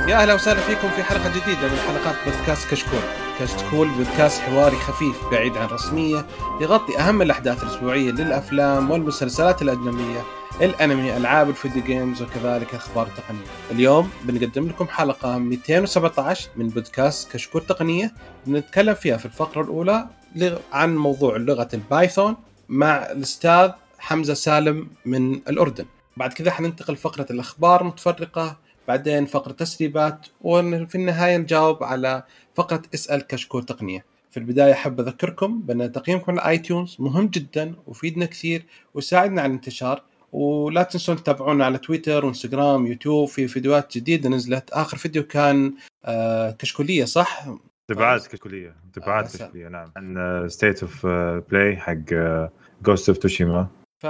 يا أهلا وسهلا فيكم في حلقة جديدة من حلقات بودكاست كشكول. كشكول بودكاست حواري خفيف بعيد عن الرسمية، يغطي أهم الأحداث الأسبوعية للأفلام والمسلسلات الأجنبية، الأنمي، ألعاب الفيديو جيمز، وكذلك أخبار تقنية. اليوم بنقدم لكم حلقة 217 من بودكاست كشكول تقنية، بنتكلم فيها في الفقرة الأولى عن موضوع لغة البايثون مع الأستاذ حمزة سالم من الأردن. بعد كذا حننتقل فقرة الأخبار متفرقة، بعدين فقرة تسريبات، وفي النهاية نجاوب على فقرة اسأل كشكول تقنية. في البداية أحب أذكركم بأن تقييمكم على آيتونز مهم جدا وفيدنا كثير ويساعدنا على الانتشار. ولا تنسون تتابعونا على تويتر وانستغرام يوتيوب، في فيديوهات جديدة نزلت. آخر فيديو كان كشكولية، صح؟ تبعات كشكولية نعم، عن ستيت اوف بلاي حق جوست اوف توشيما.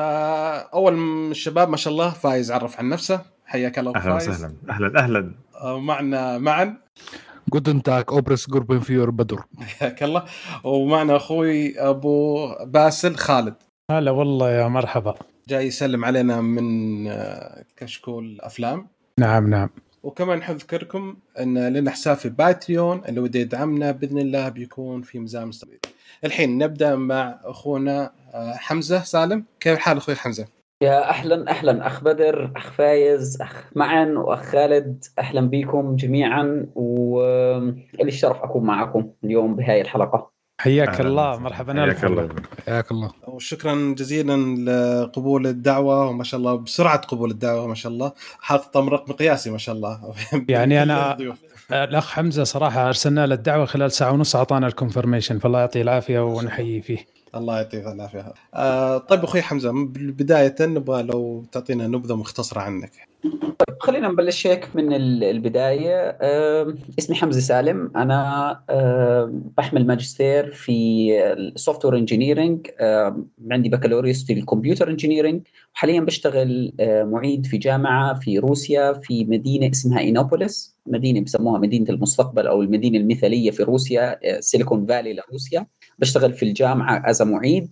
فأول من الشباب ما شاء الله فايز عرف عن نفسه. حياك الله أهلا فايز. وسهلا. أهلا. معنا معا Guten Tag, Obris Gurben für بدر. حياك الله. ومعنا أخوي أبو باسل خالد. هلا والله، يا مرحبا. جاي يسلم علينا من كشكول أفلام. نعم. وكمان نحب نذكركم أن لنا حساب في باتريون، اللي ودي يدعمنا بإذن الله بيكون في ميزان مستقبلي. الحين نبدأ مع أخونا حمزة سالم. كيف حال أخوي حمزة؟ يا أهلا أخ بدر، أخ فايز، أخ معن، وأخ خالد. أهلا بكم جميعا، ولي الشرف أكون معكم اليوم بهاي الحلقة. حياك الله، مرحبا. حياك الله. وشكرا جزيلا لقبول الدعوة، وما شاء الله بسرعة قبول الدعوة، ما شاء الله حاط رقم قياسي ما شاء الله. يعني أنا الأخ حمزة صراحة أرسلنا له الدعوة خلال ساعة ونص أعطانا الكونفرميشن، فالله يعطيه العافية ونحيي فيه. الله يعطيك العافية. طيب أخوي حمزة، بداية نبغى لو تعطينا نبذة مختصرة عنك. طيب خلينا نبلش هيك من البداية. اسمي حمزة سالم، أنا بحمل ماجستير في السوفت وير انجينيرينج، عندي بكالوريوس في الكمبيوتر انجينيرينج، وحاليا بشتغل معيد في جامعة في روسيا في مدينة اسمها إينوبوليس، مدينة بسموها مدينة المستقبل أو المدينة المثالية في روسيا، سيليكون فالي لروسيا. بشتغل في الجامعة از معيد،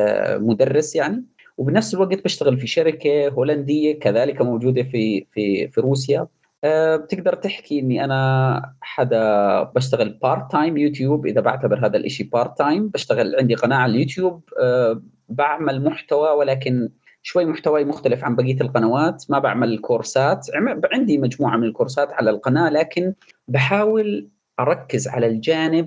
مدرس يعني، وبنفس الوقت بشتغل في شركة هولندية كذلك موجودة في روسيا. بتقدر تحكي إني أنا حدا بشتغل بارت تايم يوتيوب، إذا بعتبر هذا الإشي بارت تايم. بشتغل عندي قناة على اليوتيوب، بعمل محتوى، ولكن شوي محتوى مختلف عن بقية القنوات. ما بعمل كورسات، عندي مجموعة من الكورسات على القناة، لكن بحاول أركز على الجانب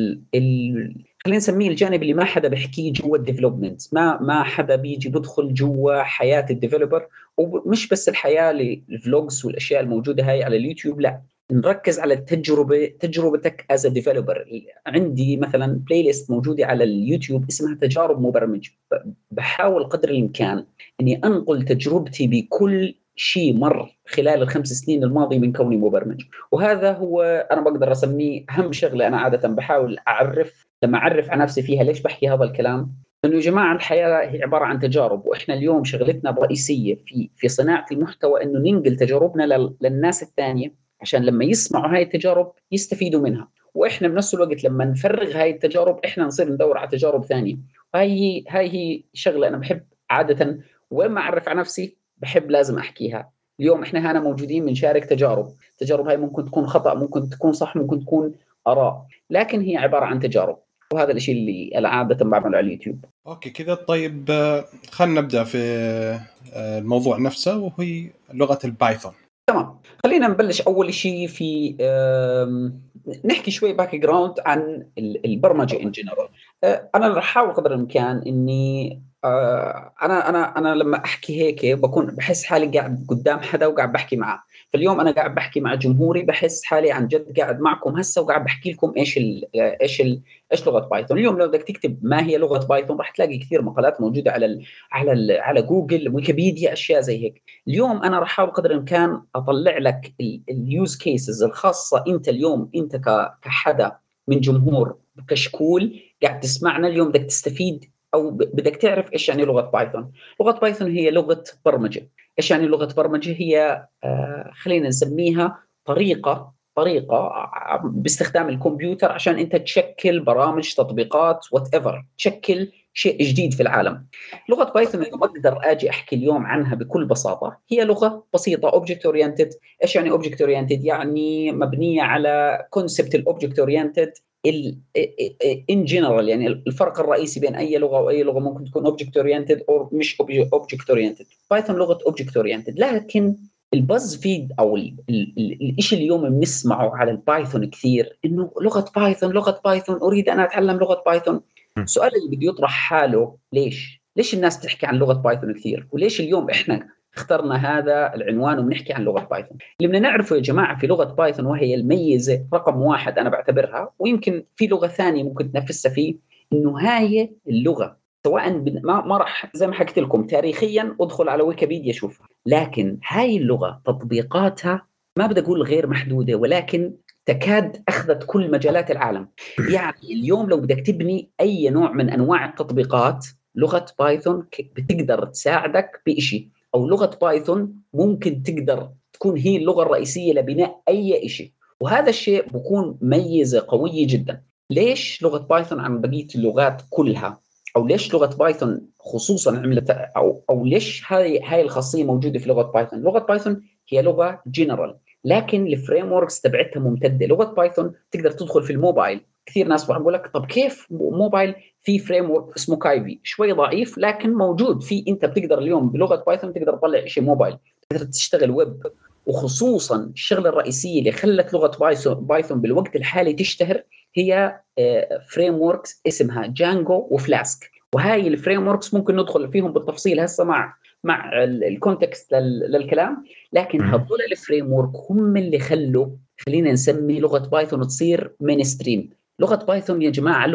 خلينا نسميه الجانب اللي ما حدا بيحكيه جوا الديفلوبمنت. ما حدا بيجي بدخل جوا حياة الديفلوبر، ومش بس الحياة الفلوجز والأشياء الموجودة هاي على اليوتيوب، لا، نركز على تجربتك as a developer. عندي مثلا بلاي ليست موجودة على اليوتيوب اسمها تجارب مبرمج. بحاول قدر الإمكان أني أنقل تجربتي بكل شيء مر خلال ال5 سنين الماضية من كوني مبرمج. وهذا هو أنا بقدر أسميه أهم شغلة. أنا عادة بحاول لما أعرف عن نفسي فيها. ليش بحكي هذا الكلام؟ لأنه يا جماعة الحياة هي عبارة عن تجارب، وإحنا اليوم شغلتنا الرئيسية في صناعة المحتوى إنه ننقل تجاربنا للناس الثانية، عشان لما يسمعوا هاي التجارب يستفيدوا منها، وإحنا بنفس الوقت لما نفرغ هاي التجارب إحنا نصير ندور على تجارب ثانية. هاي هي شغلة أنا بحب عادة وين ما أعرف عن نفسي بحب لازم أحكيها. اليوم إحنا هنا موجودين بنشارك تجارب هاي ممكن تكون خطأ، ممكن تكون صح، ممكن تكون آراء، لكن هي عبارة عن تجارب. وهذا الشيء اللي أنا عادة بعمله على اليوتيوب. أوكي كذا. طيب خلينا نبدأ في الموضوع نفسه، وهي لغة البايثون. تمام، خلينا نبلش أول شيء في نحكي شوي باك جراوند عن البرمجة إن جنرال. أنا رح أحاول قدر الإمكان إني أنا لما أحكي هيك بكون بحس حالي قاعد قدام حدا وقاعد بحكي معه. فاليوم أنا قاعد بحكي مع جمهوري، بحس حالي عن جد قاعد معكم هسه وقاعد بحكي لكم إيش لغة بايثون. اليوم لو بدك تكتب ما هي لغة بايثون رح تلاقي كثير مقالات موجودة على جوجل، ويكيبيديا، أشياء زي هيك. اليوم أنا رح أحاول قدر الإمكان أطلع لك اليوز كيسز الخاصة. أنت اليوم أنت كحدا من جمهور كشكول قاعد تسمعنا اليوم، بدك تستفيد أو بدك تعرف إيش يعني لغة بايثون. لغة بايثون هي لغة برمجة. إيش يعني لغة برمجة؟ هي خلينا نسميها طريقة طريقة باستخدام الكمبيوتر عشان أنت تشكل برامج تطبيقات whatever، تشكل شيء جديد في العالم. لغة بايثون اللي بقدر أجي أحكي اليوم عنها بكل بساطة هي لغة بسيطة object oriented. إيش يعني object oriented؟ يعني مبنية على concept الobject oriented in general. يعني الفرق الرئيسي بين أي لغة وأي لغة ممكن تكون object oriented أو مش object oriented. بايثون لغة object oriented، لكن الباز فيد او الشيء اليوم بنسمعه على البايثون كثير انه لغه بايثون اريد ان اتعلم لغه بايثون. السؤال اللي بده يطرح حاله ليش الناس تحكي عن لغه بايثون كثير، وليش اليوم احنا اخترنا هذا العنوان وبنحكي عن لغه بايثون؟ اللي بدنا نعرفه يا جماعه في لغه بايثون وهي الميزه رقم 1 انا بعتبرها، ويمكن في لغه ثانيه ممكن تنافسها فيه، انه هاي اللغه سواء ما راح زي ما حكيت لكم تاريخيا ادخل على ويكيبيديا شوفها، لكن هاي اللغة تطبيقاتها ما بدي أقول غير محدودة، ولكن تكاد أخذت كل مجالات العالم. يعني اليوم لو بدك تبني أي نوع من أنواع التطبيقات لغة بايثون بتقدر تساعدك بإشي، أو لغة بايثون ممكن تقدر تكون هي اللغة الرئيسية لبناء أي إشي، وهذا الشيء بيكون ميزة قوية جدا. ليش لغة بايثون عن بقية اللغات كلها، أو ليش لغة بايثون خصوصاً عملت أو ليش هاي الخاصية موجودة في لغة بايثون؟ لغة بايثون هي لغة جنرال، لكن الفريم وركس تبعتها ممتدة. لغة بايثون تقدر تدخل في الموبايل. كثير ناس بقول لك طب كيف موبايل في فريم ورك اسمه كايفي شوي ضعيف لكن موجود في، أنت بتقدر اليوم بلغة بايثون تقدر تطلع شيء موبايل، تقدر تشتغل ويب. وخصوصاً الشغلة الرئيسية اللي خلت لغة بايثون بالوقت الحالي تشتهر هي فريم وركس اسمها جانجو وفلاسك. وهاي الفريم وركس ممكن ندخل فيهم بالتفصيل هسه مع الكونتكست للكلام، لكن هذول الفريم ورك هم اللي خلينا نسمي لغة بايثون تصير مينستريم. لغة بايثون يا جماعة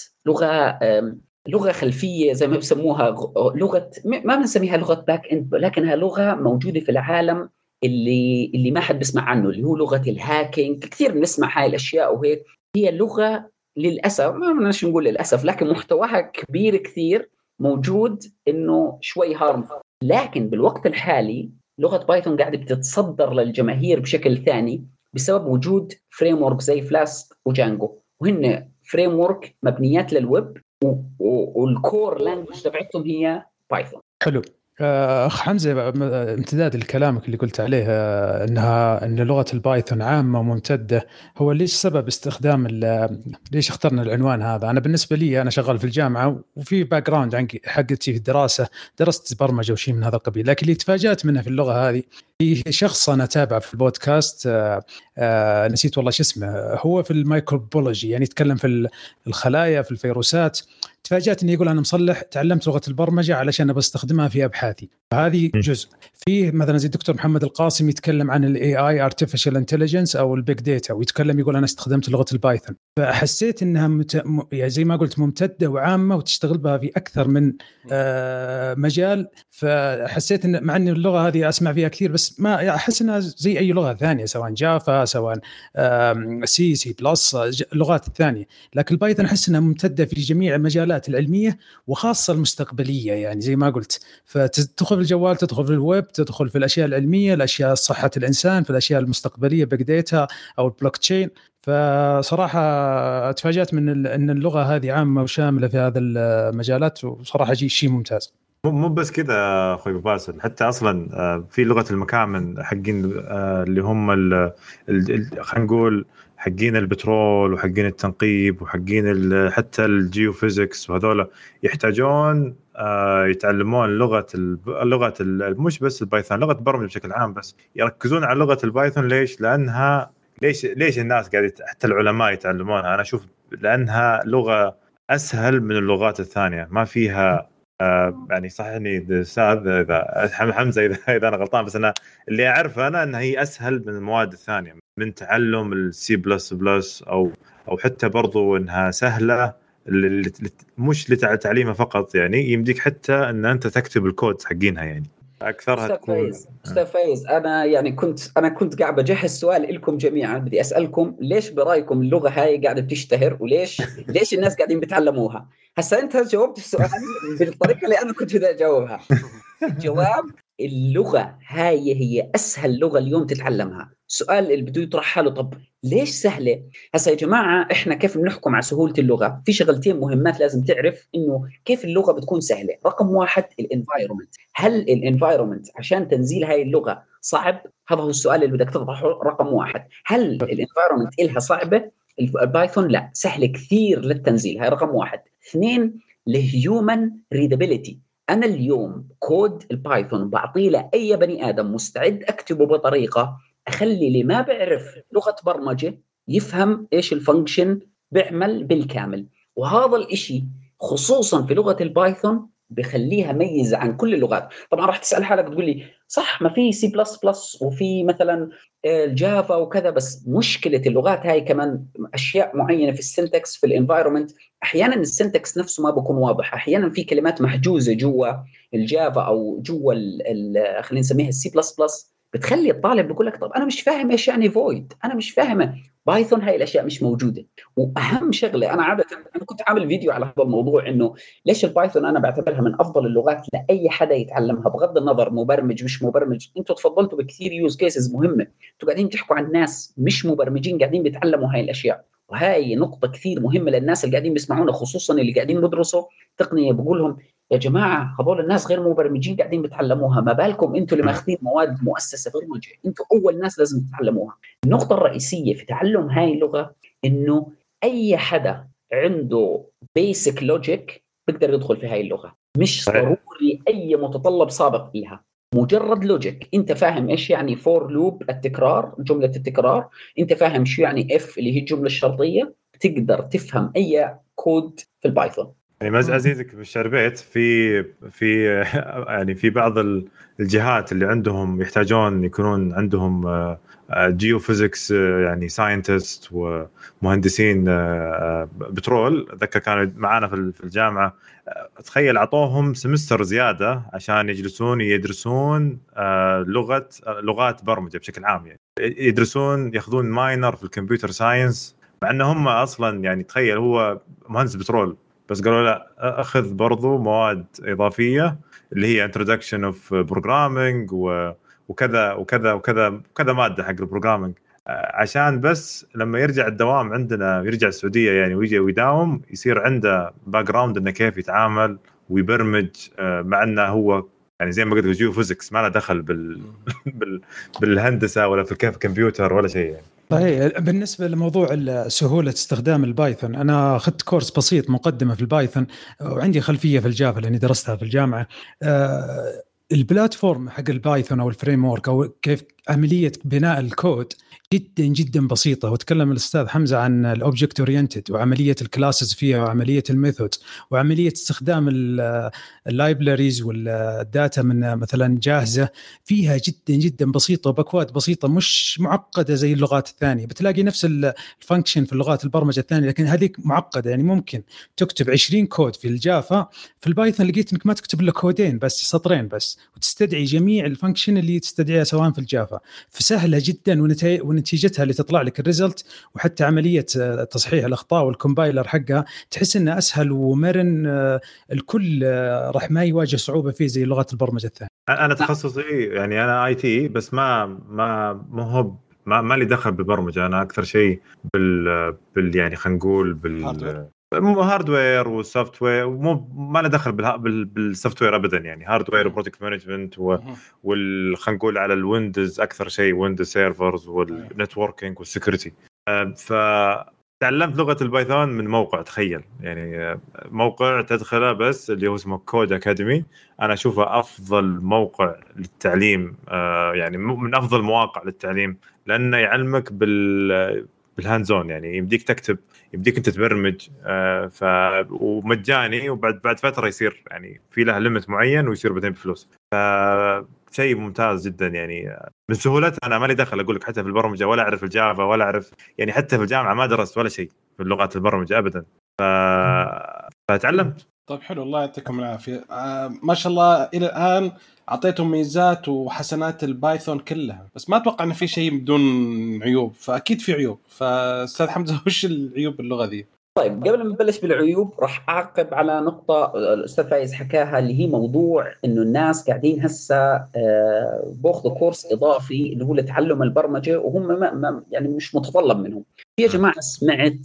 لغة خلفية زي ما بسموها، لغة ما بنسميها لغة باك اند، لكنها لغة موجودة في العالم اللي ما حد بيسمع عنه، اللي هو لغة الهاكينج. كثير بنسمع هاي الأشياء، وهي هي لغة للأسف، ما بدناش نقول للأسف، لكن محتواها كبير كثير موجود إنه شوي هارم. لكن بالوقت الحالي لغة بايثون قاعدة بتتصدر للجماهير بشكل ثاني بسبب وجود فريم ورك زي فلاسك وجانجو، وهن فريم ورك مبنيات للويب والكور لانجويج تبعتهم هي بايثون. حلو. أخ حمزة، امتداد لكلامك اللي قلت عليه أن لغة البايثون عامة وممتدة، هو ليش سبب استخدام ليش اخترنا العنوان هذا؟ أنا بالنسبة لي أنا شغال في الجامعة وفي باك جراوند حقتي في الدراسة، درست برمجة وشيء من هذا القبيل، لكن اللي تفاجأت منها في اللغة هذه في شخص أنا تابع في البودكاست نسيت والله شو اسمه، هو في الميكروبولوجي، يعني يتكلم في الخلايا في الفيروسات. تفاجأت إني يقول أنا مصلح تعلمت لغة البرمجة علشان بستخدمها في أبحاثي، فهذه جزء. فيه مثلا زي الدكتور محمد القاسم يتكلم عن AI Artificial Intelligence أو البيج داتا، ويتكلم يقول أنا استخدمت لغة البايثون. فحسيت إنها يعني زي ما قلت ممتدة وعامة وتشتغل بها في أكثر من مجال. فحسيت إن مع أن اللغة هذه أسمع فيها كثير، بس ما أحس إنها زي أي لغة ثانية، سواء جافا سواء سي بلس اللغات الثانية، لكن البايثون أحس إنها ممتدة في جميع المجالات العلمية وخاصة المستقبلية. يعني زي ما قلت، فتدخل في الجوال، تدخل في الويب، تدخل في الأشياء العلمية، الأشياء صحة الإنسان، في الأشياء المستقبلية بيج داتا أو البلوك تشين. فصراحة تفاجأت من أن اللغة هذه عامة وشاملة في هذا المجالات، وصراحة شيء ممتاز. مو بس كده اخوي باسل، حتى اصلا في لغه المكامن حقين اللي هم خلينا نقول حقين البترول وحقين التنقيب وحقين حتى الجيوفيزيكس، وهذول يحتاجون يتعلمون اللغه مش بس البايثون، لغه البرمجه بشكل عام، بس يركزون على لغه البايثون. ليش؟ لانها ليش الناس قاعده حتى العلماء يتعلمونها؟ انا اشوف لانها لغه اسهل من اللغات الثانيه، ما فيها يعني صحني استاذ اذا حمزه اذا انا غلطان، بس انا اللي اعرفه انا انها هي اسهل من المواد الثانيه، من تعلم السي بلس بلس او حتى برضو انها سهله مش لتعليمها فقط، يعني يمديك حتى ان انت تكتب الكود حقينها، يعني اكثرها تكون. أستاذ فايز، انا كنت قاعد بجهز سؤال لكم جميعا، بدي اسالكم ليش برايكم اللغه هاي قاعده بتشتهر، وليش الناس قاعدين بيتعلموها؟ هسه انت جاوبت السؤال بالطريقه اللي انا كنت بدي اجاوبها. الجواب اللغة هاي هي أسهل لغة اليوم تتعلمها. السؤال اللي بده يطرح حاله، طب ليش سهلة؟ هسا يا جماعة إحنا كيف بنحكم على سهولة اللغة؟ في شغلتين مهمات لازم تعرف إنه كيف اللغة بتكون سهلة. رقم واحد الانفايرومنت. هل الانفايرومنت عشان تنزيل هاي اللغة صعب؟ هذا هو السؤال اللي بدك تطرحه. رقم واحد، هل الانفايرومنت إلها صعبة؟ البايثون لا، سهل كثير للتنزيل. هاي رقم واحد. اثنين، الهيومن ريدابيليتي. أنا اليوم كود البايثون بعطيه لأي بني آدم مستعد أكتبه بطريقة أخلي اللي ما بيعرف لغة برمجة يفهم إيش الفانكشن بيعمل بالكامل. وهذا الإشي خصوصا في لغة البايثون بخليها ميزة عن كل اللغات. طبعا راح تسأل حالك تقول لي صح، ما في سي بلس بلس وفي مثلا الجافا وكذا، بس مشكلة اللغات هاي كمان أشياء معينة في السنتكس في الانفايرومنت. احيانا السنتكس نفسه ما بيكون واضح، احيانا في كلمات محجوزه جوا الجافا او جوا خلينا نسميها السي بلس بلس، بتخلي الطالب بيقول لك طب انا مش فاهم ايش يعني فويد، انا مش فاهمه. بايثون هاي الاشياء مش موجوده. واهم شغله، انا عاده انا كنت عامل فيديو على هذا الموضوع، انه ليش البايثون انا بعتبرها من افضل اللغات لاي حدا يتعلمها بغض النظر مبرمج مش مبرمج. انتم تفضلتوا بكثير يوز كيسز مهمه، انتم قاعدين تحكوا عن ناس مش مبرمجين قاعدين بيتعلموا هاي الاشياء، وهاي نقطة كثير مهمة للناس اللي قاعدين بيسمعونا، خصوصا اللي قاعدين بيدرسوا تقنية. بقولهم يا جماعة هذول الناس غير مبرمجين قاعدين بيتعلموها، ما بالكم انتم اللي ماخذين مواد مؤسسة برمجة، انتم أول ناس لازم تتعلموها. النقطة الرئيسية في تعلم هاي اللغة إنه أي حدا عنده بيسك لوجيك بيقدر يدخل في هاي اللغة، مش ضروري أي متطلب سابق لها. مجرد لوجيك، انت فاهم ايش يعني فور لوب التكرار، جمله التكرار، انت فاهم شو يعني اف اللي هي الجمله الشرطيه، تقدر تفهم اي كود في البايثون. يعني ما ازيدك بالشربيت في يعني في بعض الجهات اللي عندهم يحتاجون يكونون عندهم جيوفيزيكس، يعني ساينتست ومهندسين بترول. ذكر كانوا معانا في الجامعه، تخيل عطوهم سمستر زياده عشان يجلسون يدرسون لغات برمجه بشكل عام، يعني يدرسون ياخذون ماينر في الكمبيوتر ساينس، مع ان هم اصلا يعني تخيل هو مهندس بترول، بس قالوا لا اخذ برضو مواد اضافيه اللي هي introduction of programming وكذا وكذا وكذا وكذا ماده حق البروجرامينج، عشان بس لما يرجع الدوام عندنا، يرجع السعوديه يعني ويجي ويداوم، يصير عنده باك جراوند انه كيف يتعامل ويبرمج، مع انه هو يعني زي ما قلت جيو فيزيكس ما له دخل بالهندسه ولا في كيف كمبيوتر ولا شيء يعني. طيب بالنسبة لموضوع سهولة استخدام البايثون، أنا أخذت كورس بسيط مقدمة في البايثون، وعندي خلفية في الجافا لأني درستها في الجامعة. البلاتفورم حق البايثون أو الفريم وورك أو كيف عملية بناء الكود جدا جدا بسيطة. وتكلم الأستاذ حمزة عن الأوبجكت أورينتد وعملية الكلاسز فيها وعملية الميثود وعملية استخدام اللايبراريز والداتا من مثلا جاهزة، فيها جدا جدا بسيطة وبأكواد بسيطة مش معقدة زي اللغات الثانية. بتلاقي نفس الفانكشن في اللغات البرمجة الثانية، لكن هذه معقدة. يعني ممكن تكتب 20 كود في الجافا، في البايثون لقيت انك ما تكتب له كودين بس، سطرين بس، وتستدعي جميع الفانكشن اللي تستدعيها سواء في الجافا. فسهلة جدا، ونتيجتها اللي تطلع لك الريزلت، وحتى عملية تصحيح الأخطاء والكومبايلر حقها تحس إنه أسهل ومرن. الكل راح ما يواجه صعوبة فيه زي لغات البرمجة الثانية. أنا تخصصي يعني أنا IT، بس ما لي دخل بالبرمجة. أنا أكثر شيء يعني خلينا نقول هاردوير والسوفت وير، ما له دخل بالسوفت وير ابدا، يعني هاردوير وبروجكت مانجمنت خلينا نقول على الويندوز اكثر شيء، ويندوز سيرفرز والنتوركينج والسكيورتي. فتعلمت لغه البايثون من موقع، تخيل يعني موقع تدخله بس اللي هو اسمه كود اكاديمي. انا اشوفه افضل موقع للتعليم، يعني من افضل مواقع للتعليم، لانه يعلمك بالهاندزون، يعني يمديك تكتب، يمديك انت تبرمج، ومجاني، وبعد فتره يصير يعني في له ليميت معين ويصير بعدين بفلوس. شيء ممتاز جدا يعني من سهولته. انا ما لي دخل اقول لك حتى في البرمجه، ولا اعرف الجافا ولا اعرف، يعني حتى في الجامعه ما درست ولا شيء في اللغات البرمجه ابدا، فتعلمت. طيب حلو، الله يعطيكم العافيه. ما شاء الله الى الان اعطيتهم ميزات وحسنات البايثون كلها، بس ما اتوقع ان في شيء بدون عيوب، فاكيد في عيوب. فاستاذ حمزه وش العيوب باللغه ذي؟ طيب قبل ما نبلش بالعيوب راح أعقب على نقطة الأستاذ فايز حكاها، اللي هي موضوع إنه الناس قاعدين هسه بأخذوا كورس إضافي اللي هو لتعلم البرمجة، وهم يعني مش متطلب منهم. يا جماعة سمعت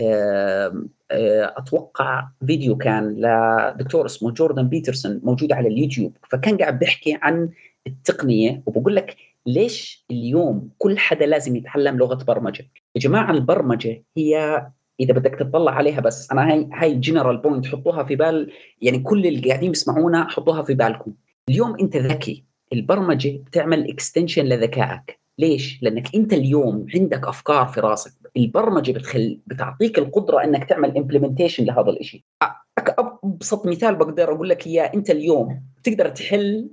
أتوقع فيديو كان لدكتور اسمه جوردن بيترسون موجود على اليوتيوب، فكان قاعد بيحكي عن التقنية وبقول لك ليش اليوم كل حدا لازم يتعلم لغة برمجة. يا جماعة البرمجة هي إذا بدك تطلع عليها، بس أنا هاي جنرال بوينت حطوها في بال، يعني كل اللي قاعدين بيسمعونا حطوها في بالكم. اليوم أنت ذكي، البرمجة بتعمل اكستنشن لذكائك. ليش؟ لأنك أنت اليوم عندك أفكار في راسك، البرمجة بتعطيك القدرة أنك تعمل implementation لهذا الإشي. أبسط مثال بقدر أقول لك إياه، أنت اليوم تقدر تحل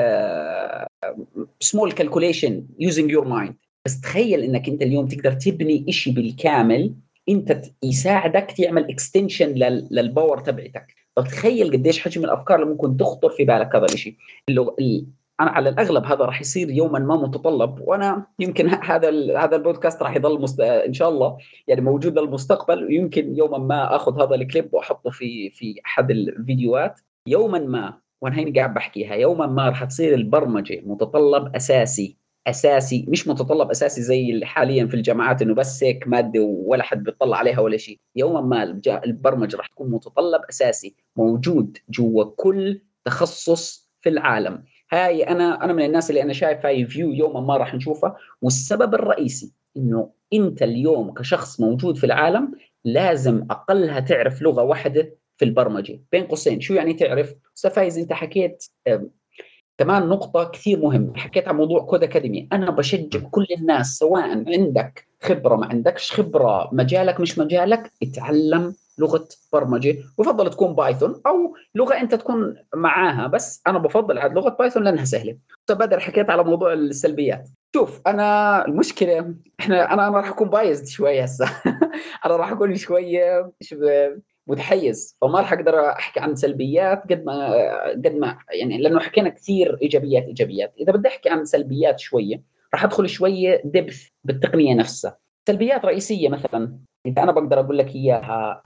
small calculation using your mind، بس تخيل أنك أنت اليوم تقدر تبني إشي بالكامل انت يساعدك تعمل اكستنشن للباور تبعتك. طب تخيل قديش حجم الافكار اللي ممكن تخطر في بالك هذا الشيء. انا على الاغلب هذا راح يصير يوما ما متطلب، وانا يمكن هذا البودكاست راح يضل ان شاء الله يعني موجود للمستقبل، ويمكن يوما ما اخذ هذا الكليب واحطه في احد الفيديوهات يوما ما. وانا هيني قاعد بحكيها، يوما ما راح تصير البرمجه متطلب اساسي، مش متطلب اساسي زي اللي حاليا في الجامعات انه بس هيك ماده ولا حد بيطلع عليها ولا شيء. يوما ما البرمجه راح تكون متطلب اساسي موجود جوا كل تخصص في العالم. هاي انا من الناس اللي انا شايف هاي فيو يوما ما راح نشوفها. والسبب الرئيسي انه انت اليوم كشخص موجود في العالم لازم اقلها تعرف لغه واحده في البرمجه. بين قوسين شو يعني تعرف؟ فايز انت حكيت كمان نقطة كثير مهمة، حكيت عن موضوع كود أكاديمي. أنا بشجع كل الناس سواء عندك خبرة ما عندكش خبرة، مجالك مش مجالك، اتعلم لغة برمجة، ويفضل تكون بايثون أو لغة أنت تكون معاها، بس أنا بفضل عاد لغة بايثون لأنها سهلة. بدر حكيت على موضوع السلبيات. شوف أنا المشكلة أنا راح أكون بايزد شوية هسه أنا راح أكون شوية متحيز، فما راح اقدر احكي عن سلبيات قد ما يعني، لانه حكينا كثير ايجابيات. اذا بدي احكي عن سلبيات شويه راح ادخل شويه دبث بالتقنيه نفسها. سلبيات رئيسيه مثلا اذا انا بقدر اقول لك اياها،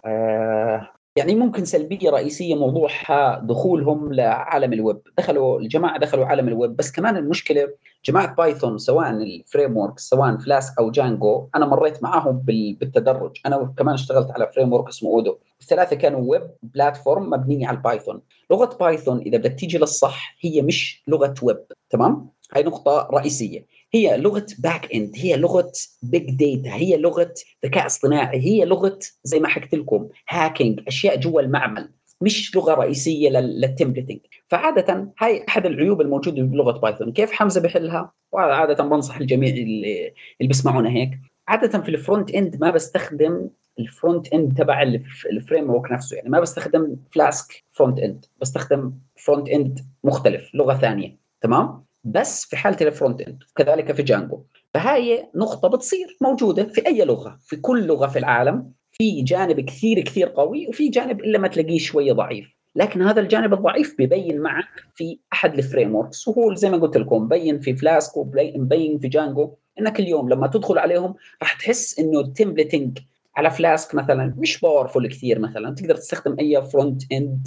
يعني ممكن سلبيه رئيسيه موضوعها دخولهم لعالم الويب. الجماعه دخلوا عالم الويب، بس كمان المشكله جماعه بايثون سواء الفريم ورك سواء فلاسك او جانجو، انا مريت معاهم بالتدرج. انا كمان اشتغلت على فريم ورك اسمه اودو، الثلاثه كانوا ويب بلاتفورم مبنيه على البايثون. لغه بايثون اذا بدك تيجي للصح هي مش لغه ويب، تمام؟ هاي نقطه رئيسيه. هي لغه باك اند، هي لغه بيج داتا، هي لغه ذكاء اصطناعي، هي لغه زي ما حكيت لكم هاكينج، اشياء جوا المعمل، مش لغه رئيسيه للتمبلتنج. فعاده هاي احد العيوب الموجوده بلغه بايثون. كيف حمزه بحلها؟ وعاده بنصح الجميع اللي بيسمعونا هيك، عاده في الفرونت اند ما بستخدم الفرونت اند تبع الفريم ورك نفسه، يعني ما بستخدم فلاسك فرونت اند، بستخدم فرونت اند مختلف لغه ثانيه، تمام؟ بس في حاله الفرونت اند كذلك في جانجو. فهاي نقطه بتصير موجوده في اي لغه، في كل لغه في العالم في جانب كثير قوي، وفي جانب الا ما تلاقيه شويه ضعيف. لكن هذا الجانب الضعيف بيبين معك في احد الفريم وركس، وهو زي ما قلت لكم مبين في فلاسك ومبين في جانجو. انك اليوم لما تدخل عليهم راح تحس انه التمبلتنج على فلاسك مثلا مش باورفول كثير، مثلا تقدر تستخدم اي فرونت اند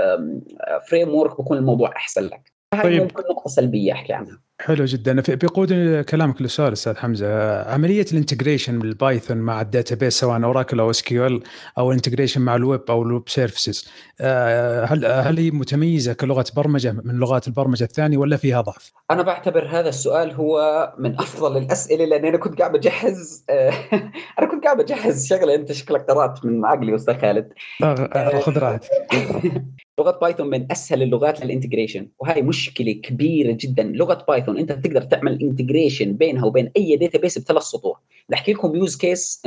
فريم ورك بكون الموضوع احسن لك. هاي ممكن نقطه سلبيه احكي عنها. حلو جدا. بيقود كلامك لسؤال استاذ حمزه، عمليه الانتجريشن بالبايثون مع الداتابيس سواء اوراكل او اس كيو ال، او الانتجريشن مع الويب او الويب سيرفيسز، هل هي متميزه كلغه برمجه من لغات البرمجه الثانيه ولا فيها ضعف؟ انا بعتبر هذا السؤال هو من افضل الاسئله، لان انا كنت قاعد بجهز انا كنت قاعد بجهز شغله انت شكلك قرات من عقلي استاذ خالد. خذ راحتك. لغه بايثون من اسهل اللغات للانتجريشن، وهي مشكله كبيره جدا. لغه بايثون انت بتقدر تعمل انتجريشن بينها وبين اي داتابيس بثلاث سطور. بحكي لكم يوز كيس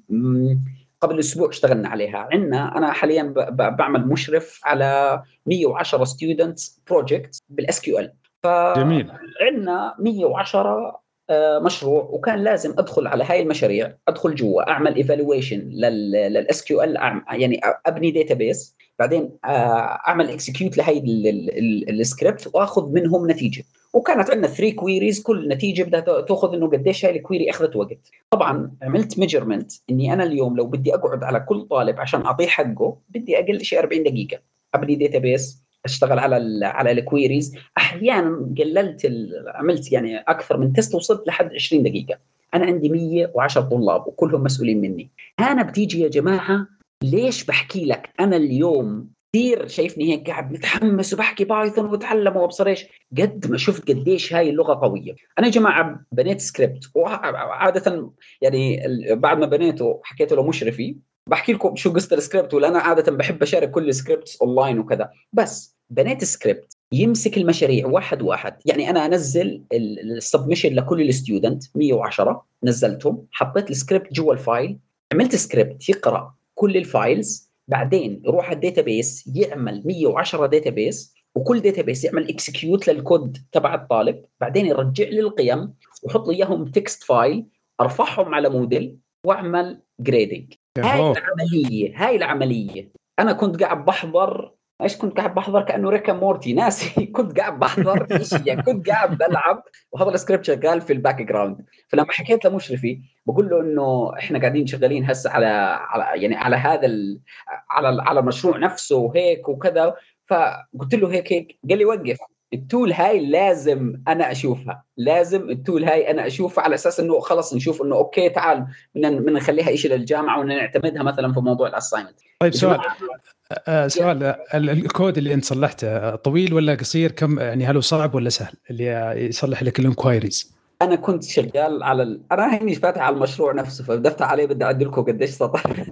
قبل اسبوع اشتغلنا عليها. انا حاليا بعمل مشرف على 110 ستودنتس بروجكت بالاس كيو ال. جميل. فعندنا 110 مشروع، وكان لازم ادخل على هاي المشاريع، ادخل جوا اعمل ايفالويشن للاس كيو ال، يعني ابني داتابيس، بعدين اعمل اكسكيوت لهي السكريبت واخذ منهم نتيجه. وكانت عندنا 3 كويريز، كل نتيجه بدها تاخذ انه قديش هاي الكويري اخذت وقت. طبعا عملت ميجرمنت اني انا اليوم لو بدي اقعد على كل طالب عشان اعطيه حقه بدي اقل شيء 40 دقيقه، ابني داتابيس، اشتغل على الكويريز. احيانا عملت يعني اكثر من تيست وصلت لحد 20 دقيقه. انا عندي 110 طلاب وكلهم مسؤولين مني. انا بتيجي يا جماعه ليش بحكي لك انا اليوم كثير شايفني هيك قاعد متحمس وبحكي بايثون وبتعلم وابصر ايش، قد ما شفت قديش هاي اللغه قويه. انا يا جماعه بنيت سكريبت، وعاده يعني بعد ما بنيته حكيته لمشرفي بحكي لكم شو قصه السكريبت، ولا انا عاده بحب اشارك كل السكريبتس اونلاين وكذا. بس بنيت سكريبت يمسك المشاريع واحد واحد. يعني انا انزل السبمشن لكل الستودنت 110، نزلتهم، حطيت السكريبت جوا الفايل، عملت سكريبت يقرا كل الفايلز، بعدين يروح على الداتابيس يعمل 110 داتابيس، وكل داتابيس يعمل اكسكيوت للكود تبع الطالب، بعدين يرجع لي القيم ويحط لي اياهم تكست فايل، ارفعهم على موديل واعمل جريدنج. هاي العمليه انا كنت قاعد بحضر كنت قاعد بحضر كانه ريكا مورتي ناسي كنت قاعد بحضر شيء يعني، كنت قاعد بلعب وهذا السكريبت شغال في الباك جراوند. فلما حكيت لمشرفي بقول له انه احنا قاعدين شغالين هسه على هذا على المشروع نفسه وهيك وكذا، فقلت له هيك قال لي وقف، التول هاي لازم انا اشوفها، على اساس انه خلص نشوف انه اوكي تعال بدنا نخليها شيء للجامعه ونعتمدها مثلا في موضوع الاساينمنت. طيب سؤال الكود اللي انت صلحته طويل ولا قصير؟ كم يعني هل هو صعب ولا سهل اللي يصلح لك الانكوايريز؟ انا كنت شغال انا هني فاتح على المشروع نفسه، فبدفت عليه بدي اعدل لكم قديش سطر.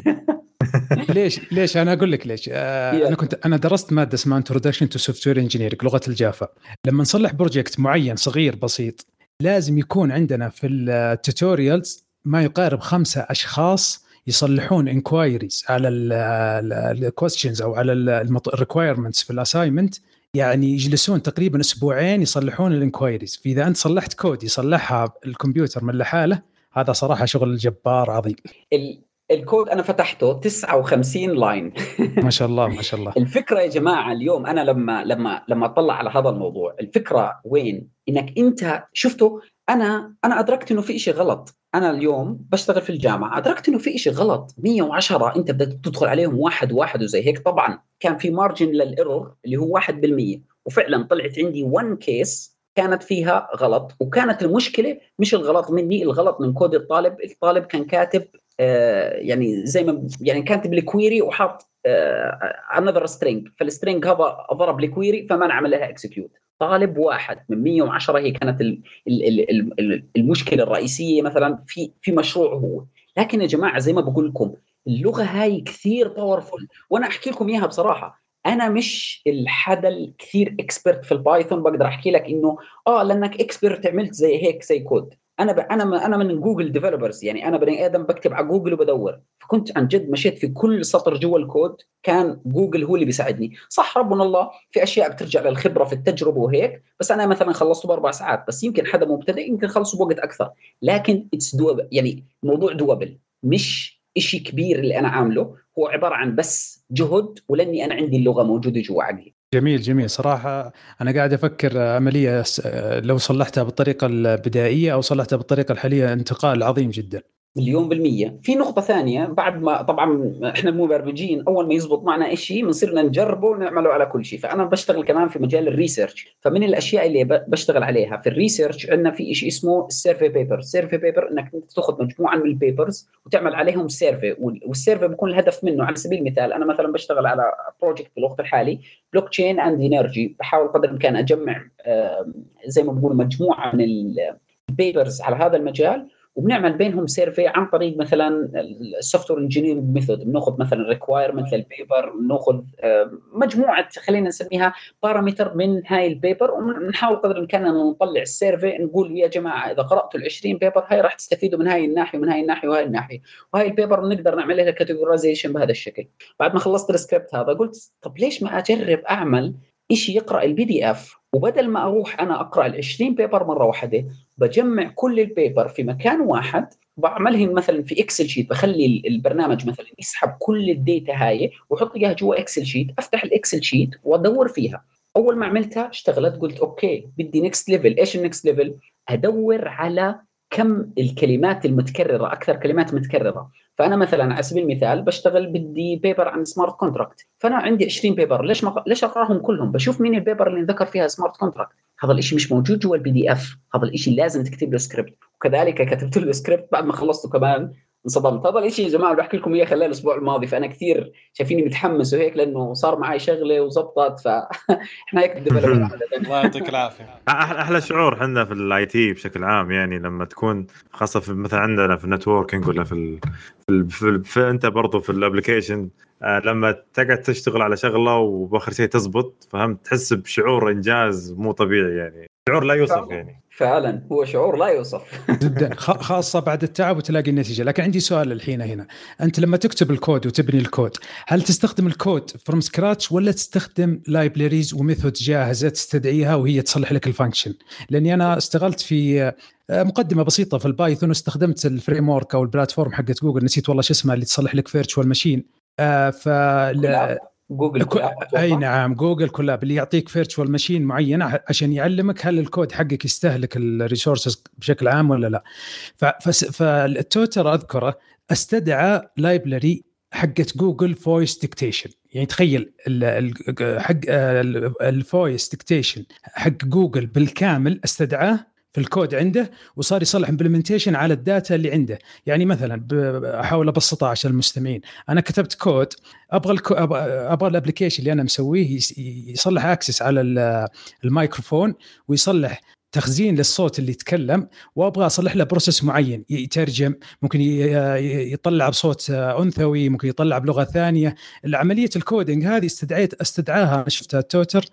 ليش انا اقول لك ليش. انا درست ماده اسمها Introduction to Software Engineering لغه الجافا. لما نصلح بروجكت معين صغير بسيط لازم يكون عندنا في التوتوريالز ما يقارب 5 أشخاص يصلحون انكوايريز على الكويستشنز او على الريكوايرمنتس في الاساينمنت. يعني يجلسون تقريبا اسبوعين يصلحون الانكوايريز. فاذا انت صلحت كود يصلحها الكمبيوتر من لحاله، هذا صراحه شغل جبار عظيم. الكود انا فتحته 59 لاين. ما شاء الله ما شاء الله. الفكره يا جماعه اليوم انا لما اطلع على هذا الموضوع، الفكره وين؟ انك انت شفته، انا ادركت انه في شيء غلط. انا اليوم بشتغل في الجامعه، ادركت انه في شيء غلط. 110 انت بدك تدخل عليهم واحد وزي هيك. طبعا كان في مارجن للايرور اللي هو 1%، وفعلا طلعت عندي 1 كيس كانت فيها غلط، وكانت المشكله مش الغلط مني، الغلط من كود الطالب كان كاتب يعني زي ما يعني كاتب الكويري وحط another string، فالسترينج هذا ضرب الكويري فما نعمل لها اكسكيوت. طالب واحد من 110 هي كانت المشكله الرئيسيه مثلا في مشروع هو. لكن يا جماعه زي ما بقول لكم اللغه هاي كثير باورفول، وانا احكي لكم اياها بصراحه. انا مش الحدا الكثير اكسبرت في البايثون بقدر احكي لك انه لانك اكسبرت عملت زي هيك زي كود. انا من جوجل ديفلوبرز، يعني انا بني ادم بكتب على جوجل وبدور، فكنت عن جد مشيت في كل سطر جوا الكود كان جوجل هو اللي بيساعدني. صح ربنا الله في اشياء بترجع للخبره في التجربه وهيك، بس انا مثلا خلصته ب4 ساعات، بس يمكن حدا مبتدئ يمكن خلصه بوقت اكثر. لكن اتس دوبل، يعني الموضوع دوبل، مش إشي كبير اللي انا عامله، هو عباره عن بس جهد، ولاني انا عندي اللغه موجوده جوا عقلي. جميل صراحة. أنا قاعد أفكر عملية لو صلحتها بالطريقة البدائية أو صلحتها بالطريقة الحالية انتقال عظيم جدا. 1,000,000%. في نقطة ثانية، بعد ما طبعا احنا المبرمجين أول ما يزبط معنا إشي بنصيرنا نجربه ونعمله على كل شيء. فأنا بشتغل كمان في مجال الريسيرش، فمن الأشياء اللي بشتغل عليها في الريسيرش عندنا في إشي اسمه السيرفي بيبر. إنك تأخذ مجموعة من البيبرز وتعمل عليهم سيرفي، والسيرفي بيكون الهدف منه على سبيل المثال أنا مثلا بشتغل على بروجكت في الوقت الحالي بلوك تشين أند إنرجي، بحاول قدر الإمكان أجمع زي ما بقول مجموعة من البيبرز على هذا المجال، وبنعمل بينهم سيرفي عن طريق مثلا السوفت وير انجينيرنج ميثود. بناخذ مثلا ريكوايرمنت للبيبر، بناخذ مجموعه خلينا نسميها بارامتر من هاي البيبر، ونحاول قدر الامكان ان نطلع السيرفي نقول يا جماعه اذا قراتوا ال20 بيبر هاي راح تستفيدوا من هاي الناحيه ومن هاي الناحيه وهاي الناحيه، وهاي البيبر نقدر نعمل لها كاتيجورايزيشن بهذا الشكل. بعد ما خلصت السكريبت هذا قلت طب ليش ما اجرب اعمل إشي يقرأ الPDF، وبدل ما أروح أنا أقرأ 20 بيبر مرة واحدة بجمع كل البيبر في مكان واحد، بعملهم مثلا في إكسل شيت، بخلي البرنامج مثلا يسحب كل الداتا هاي وحط إياها جوا إكسل شيت، أفتح الإكسل شيت وأدور فيها. اول ما عملتها اشتغلت، قلت اوكي بدي نيكست ليفل. ايش النيكست ليفل؟ ادور على كم الكلمات المتكرره، اكثر كلمات متكرره. فانا مثلا على سبيل المثال بشتغل بدي بيبر عن سمارت كونتراكت، فانا عندي 20 بيبر، ليش اقراهم كلهم؟ بشوف مين البيبر اللي ذكر فيها سمارت كونتراكت. هذا الشيء مش موجود جوا البي دي اف، هذا الشيء لازم تكتب له سكريبت. وكذلك كتبت له سكريبت بعد ما خلصته كمان انصدمت. هذا الشيء يا جماعه بحكي لكم اياه خلال الاسبوع الماضي، فانا كثير شايفيني متحمس وهيك لانه صار معي شغله وزبطت. فاحنا هيك ديفلوبر. الله يعطيك العافيه. احلى شعور احنا في الاي تي بشكل عام، يعني لما تكون خاصه في مثلا عندنا في النتوركينج ولا في انت برضو في الابلكيشن، لما تقعد تشتغل على شغله وباخر شيء تزبط، فهمت، تحس بشعور انجاز مو طبيعي، يعني شعور لا يوصف. يعني فعلا هو شعور لا يوصف جدا، خاصة بعد التعب وتلاقي النتيجة. لكن عندي سؤال الحين هنا، أنت لما تكتب الكود وتبني الكود، هل تستخدم الكود فروم سكراتش ولا تستخدم لايبريز وميثود جاهزة تستدعيها وهي تصلح لك الفانكشن؟ لأني أنا اشتغلت في مقدمة بسيطة في البايثون واستخدمت الفريم ورك أو البلاتفورم حقت جوجل، نسيت والله شو اسمها، اللي تصلح لك فيرتشوال ماشين. جوجل كولاب. اي نعم، جوجل كولاب اللي يعطيك فيرتشوال ماشين معينه عشان يعلمك هل الكود حقك يستهلك الريسورسز بشكل عام ولا لا. فالتوتر اذكره استدعى لايبرري حقت جوجل فويس ديكتيشن. يعني تخيل حق الفويس ديكتيشن حق جوجل بالكامل استدعاه في الكود عنده، وصار يصلح امبلمنتيشن على الداتا اللي عنده. يعني مثلا احاول ابسطها عشان المستمعين، انا كتبت كود ابغى الابلكيشن اللي انا مسويه يصلح اكسس على الميكروفون ويصلح تخزين للصوت اللي يتكلم، وابغى اصلح له بروسيس معين يترجم، ممكن يطلع بصوت انثوي، ممكن يطلع بلغه ثانيه. العمليه الكودينج هذه استدعاها شفتها التوتر،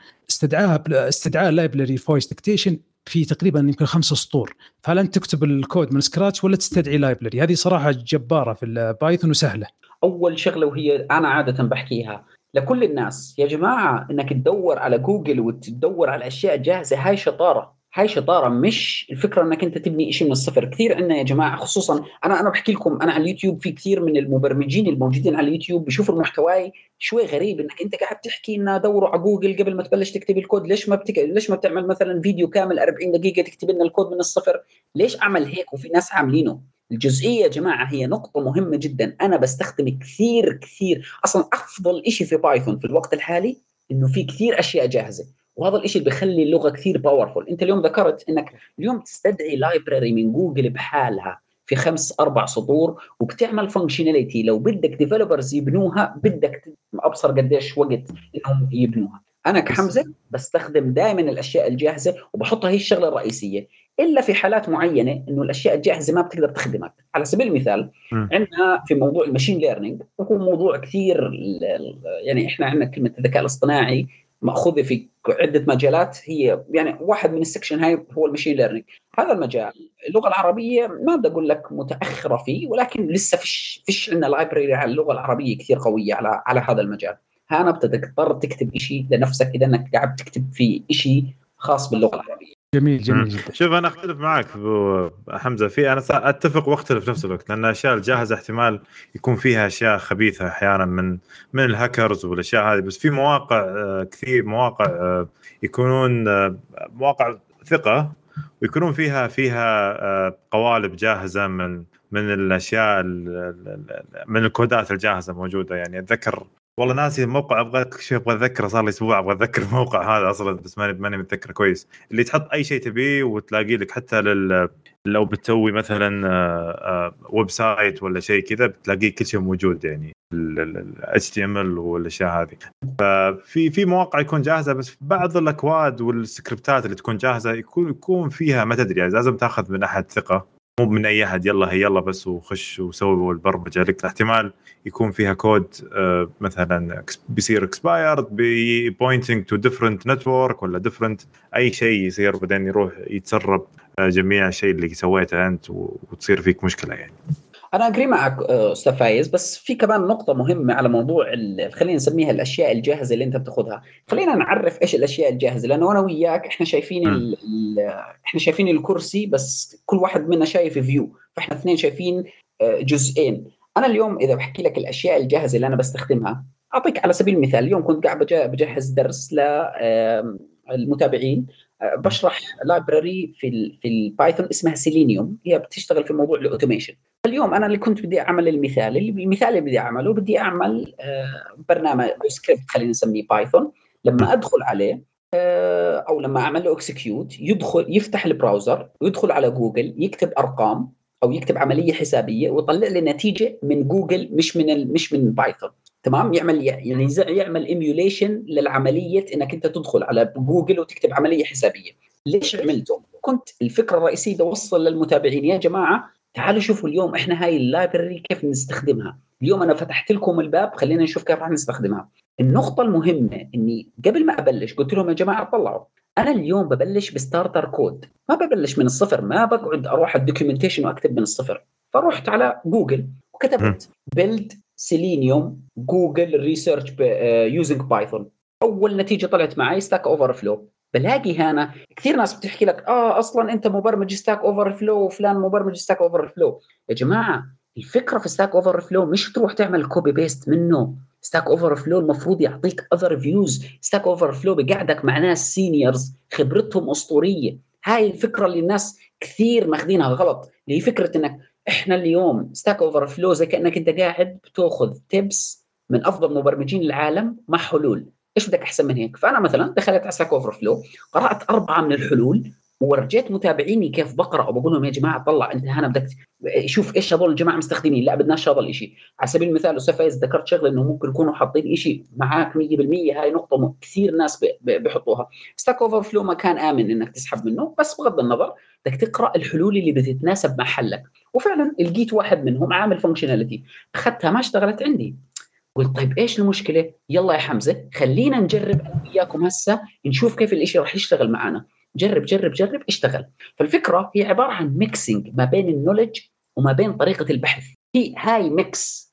استدعاء لايبرري فويس ديكتيشن في تقريبا يمكن 5 سطور. فهل انت تكتب الكود من سكراتش ولا تستدعي لايبرري؟ هذه صراحه جباره في البايثون وسهله. اول شغله وهي انا عاده بحكيها لكل الناس، يا جماعه انك تدور على جوجل وتدور على اشياء جاهزه، هاي شطاره، مش الفكره انك انت تبني شيء من الصفر. كثير عندنا يا جماعه، خصوصا انا بحكي لكم، انا على اليوتيوب في كثير من المبرمجين الموجودين على اليوتيوب بيشوفوا المحتوى شوي غريب، انك انت قاعد تحكي انه دوروا على جوجل قبل ما تبلش تكتب الكود. ليش ما بتعمل مثلا فيديو كامل 40 دقيقه تكتب لنا الكود من الصفر؟ ليش اعمل هيك وفي ناس عاملينه؟ الجزئيه يا جماعه هي نقطه مهمه جدا. انا بستخدم كثير اصلا افضل شيء في بايثون في الوقت الحالي انه في كثير اشياء جاهزه، وهذا الشيء بيخلي اللغه كثير باورفول. انت اليوم ذكرت انك اليوم تستدعي لايبراري من جوجل بحالها في 5-4 سطور وبتعمل فانكشناليتي. لو بدك ديفلوبرز يبنوها بدك ابصر قديش وقت انهم يبنوها. انا كحمزه بستخدم دائما الاشياء الجاهزه وبحطها هي الشغله الرئيسيه، الا في حالات معينه انه الاشياء الجاهزه ما بتقدر تخدمك. على سبيل المثال عندنا في موضوع الماشين ليرنينج، وهو موضوع كثير يعني احنا عندنا كلمه الذكاء الاصطناعي مأخوذة في عدة مجالات، هي يعني واحد من السكشن هاي هو الماشين ليرنينج. هذا المجال اللغة العربية ما بدي أقول لك متأخرة فيه، ولكن لسه فيش عندنا لايبراري على اللغة العربية كثير قوية على هذا المجال. هنا بتضطر تكتب إشي لنفسك إذا أنك قاعد تكتب في إشي خاص باللغة العربية. جميل جدا. شوف انا اختلف معك حمزه، في انا اتفق واختلف في نفس الوقت، لان الاشياء الجاهزه احتمال يكون فيها اشياء خبيثه احيانا من الهاكرز والاشياء هذه، بس في مواقع كثير، مواقع يكونون مواقع ثقه ويكونون فيها قوالب جاهزه من الاشياء من الكودات الجاهزه موجوده. يعني اتذكر والله ناسي الموقع، ابغى اذكره، صار لي اسبوع ابغى اذكر الموقع هذا اصلا، بس ماني متذكره كويس. اللي تحط اي شيء تبيه وتلاقي لك حتى لو بتسوي مثلا ويب سايت ولا شيء كذا بتلاقي كل شيء موجود، يعني ال HTML والاشياء هذه. ففي مواقع يكون جاهزه، بس بعض الاكواد والسكريبتات اللي تكون جاهزه يكون فيها ما تدري، يعني لازم تاخذ من احد ثقه، مو من اي احد يلا بس وخش وسوي البرمجه لك. احتمال يكون فيها كود مثلا بيصير expired pointing to different network ولا different اي شيء يصير، بعدين يروح يتسرب جميع الشيء اللي سويته انت وتصير فيك مشكله. يعني أنا أجري معك أستاذ فايز، بس في كمان نقطة مهمة على موضوع خلينا نسميها الأشياء الجاهزة اللي أنت بتاخذها. خلينا نعرف إيش الأشياء الجاهزة، لأنه أنا وياك إحنا شايفين إحنا شايفين الكرسي، بس كل واحد منا شايف فيو، فإحنا اثنين شايفين جزئين. أنا اليوم إذا بحكي لك الأشياء الجاهزة اللي أنا بستخدمها، اعطيك على سبيل المثال، اليوم كنت قاعد بجهز درس للمتابعين، بشرح لايبراري في البايثون اسمها سيلينيوم، هي بتشتغل في موضوع الاوتوميشن. اليوم انا اللي كنت بدي اعمل المثال اللي بدي اعمله، بدي اعمل برنامج سكريبت خلينا نسميه بايثون. لما ادخل عليه او لما اعمل له اكسكيوت، يفتح البراوزر ويدخل على جوجل، يكتب ارقام او يكتب عمليه حسابيه ويطلع لي نتيجه من جوجل، مش من بايثون. تمام، يعمل ايميوليشن للعمليه انك انت تدخل على جوجل وتكتب عمليه حسابيه. ليش عملته؟ كنت الفكره الرئيسيه بدي اوصل للمتابعين، يا جماعه تعالوا شوفوا اليوم احنا هاي اللايبرري كيف نستخدمها. اليوم انا فتحت لكم الباب، خلينا نشوف كيف راح نستخدمها. النقطه المهمه اني قبل ما ابلش قلت لهم يا جماعه طلعوا، انا اليوم ببلش بستارتر كود، ما ببلش من الصفر، ما بقعد اروح الدوكيومنتيشن واكتب من الصفر. فرحت على جوجل وكتبت build selenium google research using python. اول نتيجه طلعت معي ستاك اوفر فلو. بلاقي هنا كثير ناس بتحكي لك اصلا انت مبرمج ستاك اوفر فلو وفلان مبرمج ستاك اوفر فلو. يا جماعه الفكره في ستاك اوفر فلو مش تروح تعمل كوبي بيست منه. ستاك اوفر فلو المفروض يعطيك اذر فيوز. ستاك اوفر فلو بيقعدك مع ناس سينيورز خبرتهم اسطوريه. هاي الفكره اللي الناس كثير ماخذينها غلط، اللي هي فكره انك احنا اليوم ستاك اوفر فلو زي كانك انت قاعد بتاخذ تيبس من افضل مبرمجين العالم مع حلول. ايش بدك احسن من هيك؟ فانا مثلا دخلت على ستاك اوفر فلو، قرات 4 من الحلول ورجيت متابعيني كيف بقرا وبقول لهم يا جماعه طلع انت هنا بدك شوف ايش هذول الجماعه مستخدمين، لا بدناش هذا الشيء. على سبيل المثال استاذ فايز ذكرت شغله انه ممكن يكونوا حاطين شيء معاك 100%، هاي نقطه كثير ناس بيحطوها. ستاك اوفر فلو ما كان امن انك تسحب منه، بس بغض النظر بدك تقرا الحلول اللي بتتناسب مع حلك. وفعلا لقيت واحد منهم عامل فانكشناليتي، اخذتها ما اشتغلت عندي. قلت طيب ايش المشكله؟ يلا يا حمزه خلينا نجرب انا وياكم هسه نشوف كيف الاشي راح يشتغل معنا. جرب جرب جرب، اشتغل. فالفكره هي عباره عن ميكسينج ما بين النولج وما بين طريقه البحث. هي هاي ميكس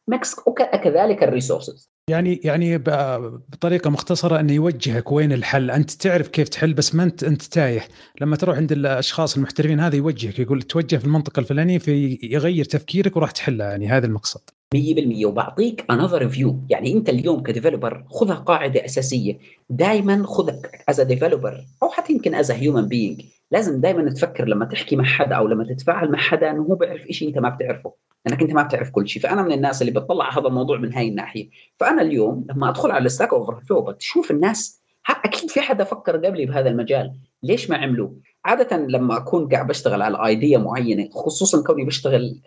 وكذلك الريسورسز. يعني بطريقه مختصره انه يوجهك وين الحل، انت تعرف كيف تحل بس ما انت تايه. لما تروح عند الاشخاص المحترفين هذا يوجهك، يقول توجه في المنطقه الفلانيه، في يغير تفكيرك وراح تحلها. يعني هذا المقصد 100%. وبعطيك another view. يعني انت اليوم كديفلوبر خذها قاعده اساسيه، دائما خذك as a developer او حتى يمكن as a human being، لازم دائما تفكر لما تحكي مع حدا او لما تتفاعل مع حدا انه هو بيعرف شيء انت ما بتعرفه، لانك انت ما بتعرف كل شيء. فانا من الناس اللي بتطلع هذا الموضوع من هاي الناحيه. فانا اليوم لما ادخل على ستاك اوفر فلو بتشوف الناس، اكيد في حدا فكر قبلي بهذا المجال، ليش ما عملوه؟ عاده لما اكون قاعد بشتغل على ايديا معينه، خصوصا كوني بشتغل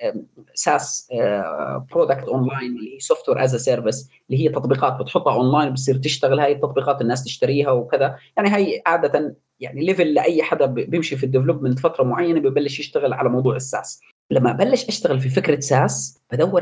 ساس برودكت اونلاين اللي هي سوفت وير از سيرفيس، اللي هي تطبيقات بتحطها اونلاين بتصير تشتغل، هاي التطبيقات الناس تشتريها وكذا. يعني هاي عاده يعني ليفل لاي حدا بيمشي في الديفلوبمنت فتره معينه ببلش يشتغل على موضوع الساس. لما بلش اشتغل في فكره ساس بدور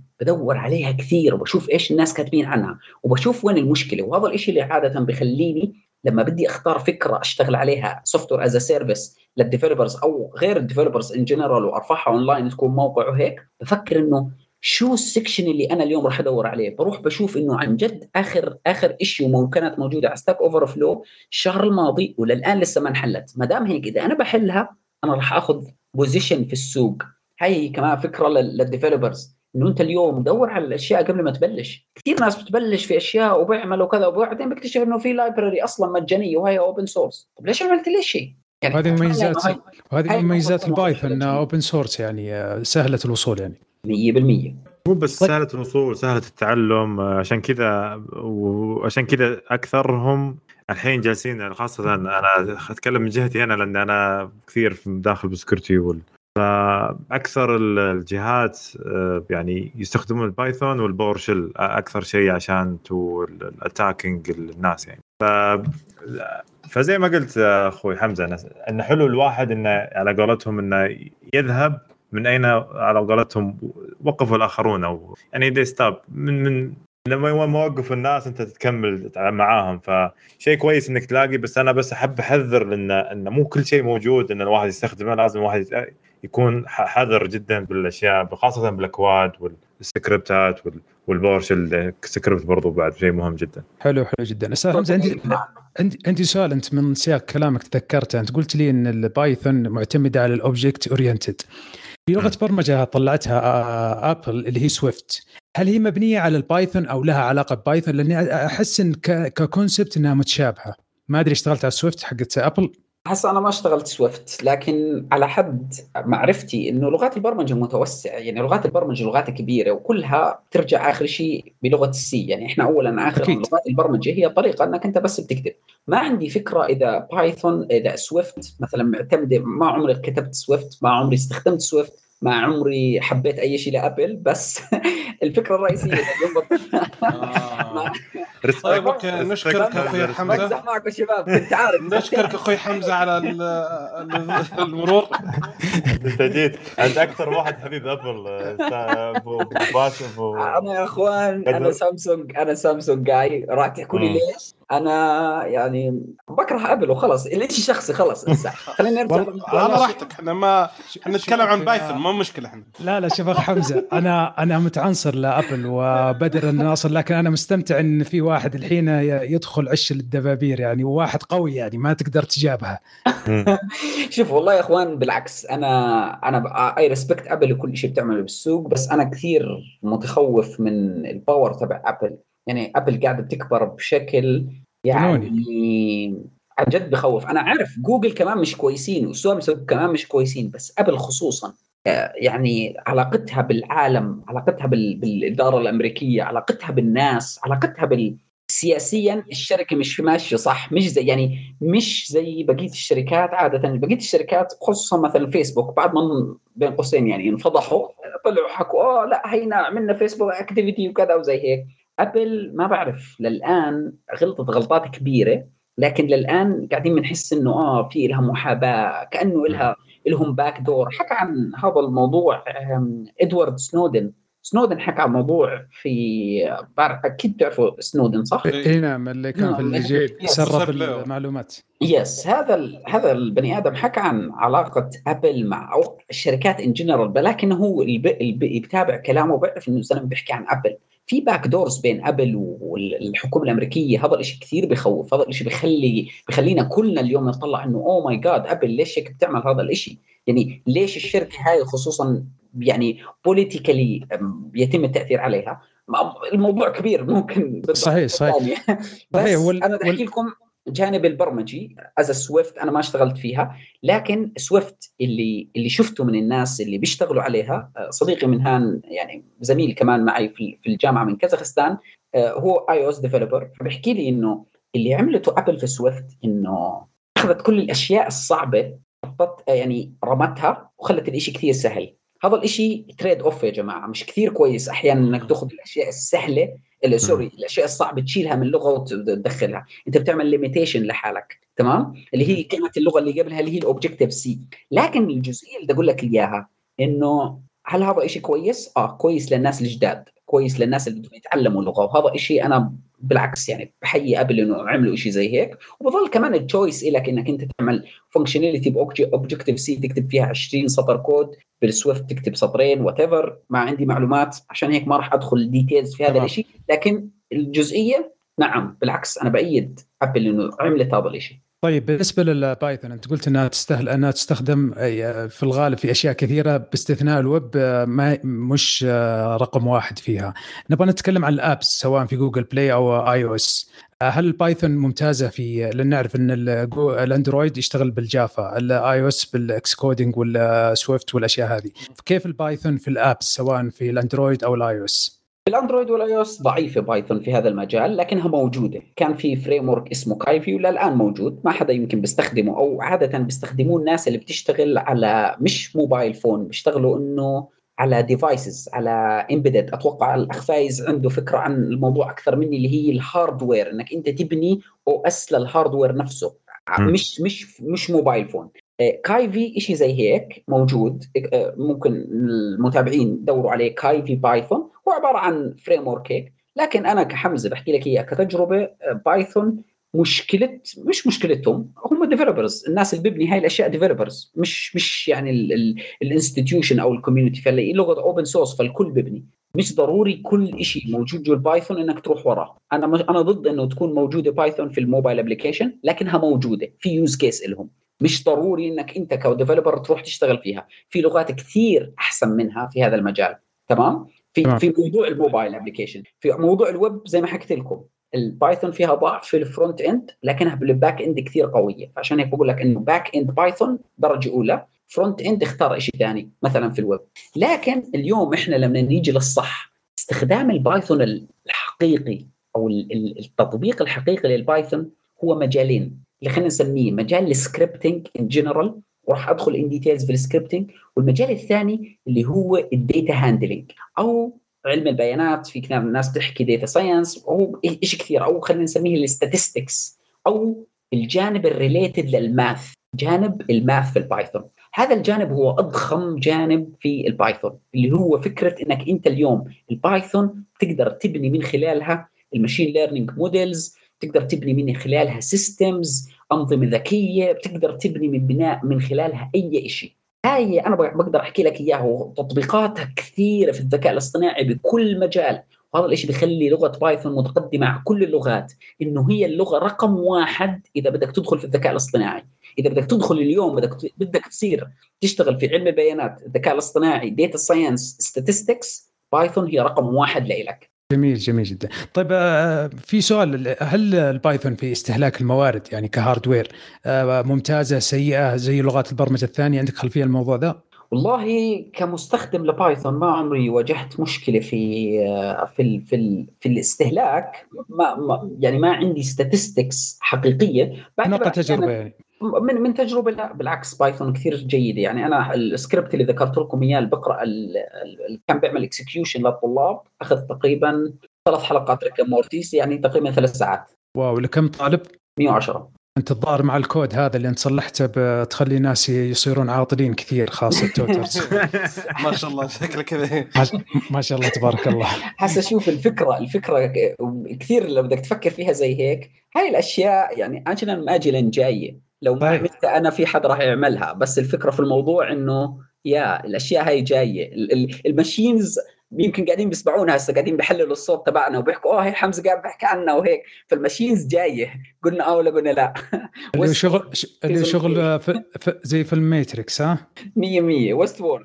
عليها كثير، وبشوف ايش الناس كاتبين عنها وبشوف وين المشكله. وهذا الشيء اللي عاده بخليني لما بدي اختار فكره اشتغل عليها سوفت وير از سيرفيس للديفلوبرز او غير الديفلوبرز ان جنرال وارفعها اونلاين تكون موقع وهيك، بفكر انه شو السكشن اللي انا اليوم راح ادور عليه. بروح بشوف انه عن جد اخر ايشيو كانت موجوده على ستاك اوفر فلو الشهر الماضي وللان لسه ما انحلت. ما دام هيك اذا انا بحلها انا راح اخذ بوزيشن في السوق. هاي كمان فكره للديفلوبرز، انه انت اليوم دور على الاشياء قبل ما تبلش. كثير ناس بتبلش في اشياء وبيعملوا كذا وبعدين بيكتشف انه في لايبراري اصلا مجانيه وهي اوبن سورس. طب ليش عملت ليش شيء؟ يعني هذه مميزات البايثون اوبن سورس، يعني سهله الوصول يعني 100%. مو بس سهله الوصول، سهله التعلم. عشان كذا اكثرهم الحين جالسين، خاصه انا اتكلم من جهتي انا لان انا كثير داخل بالسكيورتي فاكثر الجهات يعني يستخدمون البايثون والباور شيل اكثر شيء عشان الاتاكينج الناس يعني. فزي ما قلت اخوي حمزه ان حلو الواحد انه على قولتهم انه يذهب من اين على قولتهم وقفوا الاخرون، او يعني دي ستوب من لما موقف الناس انت تكمل معاهم. فشيء كويس انك تلاقي، بس انا بس احب احذر ان مو كل شيء موجود ان الواحد يستخدمه. لازم الواحد يكون حذر جدا بالاشياء، خاصه بالاكواد والسكريبتات والباور شيل سكريبت برضو بعد شيء مهم جدا. حلو جدا. استاذ حمزه عندي سؤال. انت من سياق كلامك تذكرت، انت قلت لي ان البايثون معتمده على الاوبجكت اورينتد. في لغه برمجه طلعتها ابل اللي هي سويفت، هل هي مبنيه على البايثون او لها علاقه ببايثون؟ لاني احس ان ككونسبت انها متشابهه. ما ادري اشتغلت على سويفت حقت ابل. هسه أنا ما اشتغلت سويفت، لكن على حد معرفتي إنه لغات البرمجة متوسعة، يعني لغات البرمجة لغات كبيرة وكلها ترجع آخر شيء بلغة السي. يعني إحنا أولا آخر أكيد. لغات البرمجة هي طريقة إنك أنت بس بتكتب. ما عندي فكرة إذا بايثون إذا سويفت مثلا معتمدة. ما عمري كتبت سويفت، ما عمري استخدمت سويفت، ما عمري حبيت أي شيء لأبل. بس الفكرة الرئيسية اليوم طيب اوكي، نشكرك اخوي حمزه. بمزح معكم شباب، كنت عارف. نشكرك اخوي حمزه على المرور. انت جيت انت اكثر واحد حبيب ابل ابو باسف انا يا اخوان انا سامسونج جاي. راح تحكوا لي ليش؟ انا يعني بكره ابل وخلص، الاشي شخصي خلص. خلينا نرجع على راحتك. احنا ما نتكلم عن بايثون، ما مشكله احنا. لا شوف اخ حمزه، انا متعنصر لابل وبدر الناصر، لكن انا مستمتع ان في واحد الحين يدخل عش الدبابير يعني، وواحد قوي يعني ما تقدر تجابها. شوف والله يا اخوان بالعكس، انا اي ريسبكت ابل وكل شيء بتعمله بالسوق، بس انا كثير متخوف من الباور تبع ابل. يعني ابل قاعده بتكبر بشكل يعني عن جد بخوف. انا عارف جوجل كمان مش كويسين وسامسونج كمان مش كويسين، بس ابل خصوصا يعني علاقتها بالعالم، علاقتها بالإدارة الأمريكية، علاقتها بالناس، علاقتها سياسيا الشركة مش ماشية صح. مش زي بقية الشركات. عادة بقية الشركات خصوصا مثلا فيسبوك بعد ما بين قوسين يعني انفضحوا، طلعوا حكوا لا هينا عملنا فيسبوك اكتيفيتي وكذا وزي هيك. ابل ما بعرف للآن غلطت غلطات كبيرة، لكن للآن قاعدين بنحس انه في لها محاباة، كأنه لهم باك دور. حكى عن هذا الموضوع ادوارد سنودن حكى عن الموضوع في اكيد تعرفوا سنودن صح؟ اي نعم، اللي كان في اللي سرب المعلومات. يس، هذا البني ادم حكى عن علاقه ابل مع او الشركات ان جنرال، لكن هو اللي بيتابع كلامه بيعرف انه الزلمه بيحكي عن ابل. في باك دورز بين ابل والحكومه الامريكيه. هذا الشيء كثير بخوف. هذا الشيء بخلينا كلنا اليوم نطلع انه اوه ماي جاد ابل ليش هيك بتعمل هذا الشيء؟ يعني ليش الشركه هاي خصوصا يعني بوليتيكالي يتم التاثير عليها. الموضوع كبير ممكن صحيح بس انا بحكي لكم جانب البرمجي از سويفت انا ما اشتغلت فيها، لكن سويفت اللي شفته من الناس اللي بيشتغلوا عليها، صديقي منهان يعني زميل كمان معي في الجامعه من كازاخستان، هو اي او اس ديفلوبر، فبيحكي لي انه اللي عملته ابل في سويفت انه اخذت كل الاشياء الصعبه حطت يعني رمتها وخلت الاشي كثير سهل. هذا الاشي تريد اوف يا جماعه، مش كثير كويس احيانا انك تاخذ الاشياء السهله الاشياء الصعبه تشيلها من اللغه وتدخلها. انت بتعمل ليميتيشن لحالك، تمام؟ اللي هي كانت اللغه اللي قبلها اللي هي الاوبجكتيف سي. لكن الجزئيه اللي بدي اقول لك اياها انه هل هذا شيء كويس؟ كويس للناس الجداد، كويس للناس اللي بدهم يتعلموا اللغه، وهذا شيء انا بالعكس يعني بحيي ابل انه عملوا شيء زي هيك. وبظل كمان التشويس لك انك انت تعمل فانكشناليتي باوبجكتيف سي تكتب فيها 20 سطر كود، بالسويفت تكتب سطرين واتيفر. ما عندي معلومات عشان هيك ما راح ادخل ديتيلز في هذا الشيء، لكن الجزئيه نعم بالعكس انا بايد ابل انه عملت هذا الشيء. طيب بالنسبه للبايثون انت قلت انها تستخدم في الغالب في اشياء كثيره باستثناء الويب، ما مش رقم واحد فيها. نبغى نتكلم عن الابس سواء في جوجل بلاي او اي او اس. هل البايثون ممتازه في، لان نعرف ان الاندرويد يشتغل بالجافا، الاي او اس بالاكس كودينج والسويفت والاشياء هذه، كيف البايثون في الابس سواء في الاندرويد او الاي او اس؟ الاندرويد والاي او اس ضعيفه بايثون في هذا المجال، لكنها موجوده. كان في فريم ورك اسمه كايفي ولا الان موجود، ما حدا يمكن بيستخدمه، او عاده بيستخدموه الناس اللي بتشتغل على مش موبايل فون، بيشتغلوا انه على ديفايسز، على امبيدد. اتوقع الاخ فايز عنده فكره عن الموضوع اكثر مني، اللي هي الهاردوير، انك انت تبني او اس للهاردوير نفسه، مش موبايل فون. كايفي شيء زي هيك موجود، ممكن المتابعين يدوروا عليه كايفي بايثون. هو عباره عن فريم ورك هيك. لكن انا كحمزه بحكي لك اياها كتجربه، بايثون مش مشكلتهم هم ديفلوبرز، الناس اللي بيبني هاي الاشياء ديفلوبرز، مش يعني الانستتيوشن او الكوميونتي. فاللي لغه اوبن سورس فالكل بيبني، مش ضروري كل شيء موجود جوا البايثون انك تروح وراه. انا ضد انه تكون موجوده بايثون في الموبايل ابلكيشن، لكنها موجوده في يوز كيس لهم. مش ضروري انك انت كديفلوبر تروح تشتغل فيها. في لغات كثير احسن منها في هذا المجال. تمام. في موضوع الموبايل ابلكيشن، في موضوع الويب زي ما حكيت لكم البايثون فيها ضعف في الفرونت اند لكنها بالباك اند كثير قويه، فعشان هيك بقول لك انه باك اند بايثون درجه اولى، فرونت اند اختار شيء ثاني مثلا في الويب. لكن اليوم احنا لما نيجي للصح استخدام البايثون الحقيقي او التطبيق الحقيقي للبايثون هو مجالين اللي خلينا نسميه مجال السكريبتنج ان جنرال، وراح ادخل ان ديتيلز في السكريبتنج، والمجال الثاني اللي هو الداتا هاندلنج او علم البيانات. في كثير من الناس بتحكي داتا ساينس او شيء كثير، او خلينا نسميه الاستاتستكس او الجانب الريليتد للماث، جانب الماث في البايثون. هذا الجانب هو اضخم جانب في البايثون، اللي هو فكره انك انت اليوم البايثون تقدر تبني من خلالها الماشين ليرنينج موديلز، تقدر تبني من خلالها سيستمز، انظمه ذكيه، بتقدر تبني من بناء من خلالها اي شيء. هاي انا بقدر احكي لك اياها، وتطبيقاتها كثيره في الذكاء الاصطناعي بكل مجال. وهذا الشيء بيخلي لغه بايثون متقدمه على كل اللغات، انه هي اللغه رقم واحد اذا بدك تدخل في الذكاء الاصطناعي. اذا بدك تدخل اليوم بدك تصير تشتغل في علم البيانات، الذكاء الاصطناعي، داتا ساينس، ستاتستكس، بايثون هي رقم واحد لإلك. جميل جميل جدا. طيب في سؤال، هل البايثون في استهلاك الموارد يعني كهاردوير ممتازة سيئة زي لغات البرمجة الثانية؟ عندك خلفية الموضوع ده؟ والله كمستخدم لبايثون ما عمري واجهت مشكلة في الاستهلاك. يعني ما عندي statistics حقيقية نقطة تجربة يعني. من تجربة. لا بالعكس، بايثون كثير جيدة. يعني أنا السكريبت اللي ذكرت لكم إياه اللي بقرأ كان بيعمل اكسكيوشن للطلاب أخذ تقريبا 3 حلقات ريك مورتيس، يعني تقريبا 3 ساعات. واو، لكم طالب؟ 110. أنت الظاهر مع الكود هذا اللي أنت صلحته بتخلي ناس يصيرون عاطلين كثير، خاصة التوترز. ما شاء الله شكله كذا ما شاء الله تبارك الله. هسه شوف الفكرة كثير لو بدك تفكر فيها زي هيك. هاي الأشياء يعني أجلا آجلا جاية، لو ما عملت أنا في حد راح يعملها. بس الفكرة في الموضوع إنه يا الأشياء هاي جاية. الماشينز يمكن قاعدين بيسمعونا هسه، قاعدين بيحللوا الصوت تبعنا وبيحكوا هاي حمزة قاعد بيحكي عنا وهيك، فالماشينز جاية. قلنا ولا قلنا لا. اللي شغل زي في الماتريكس. 100 ويست وورد.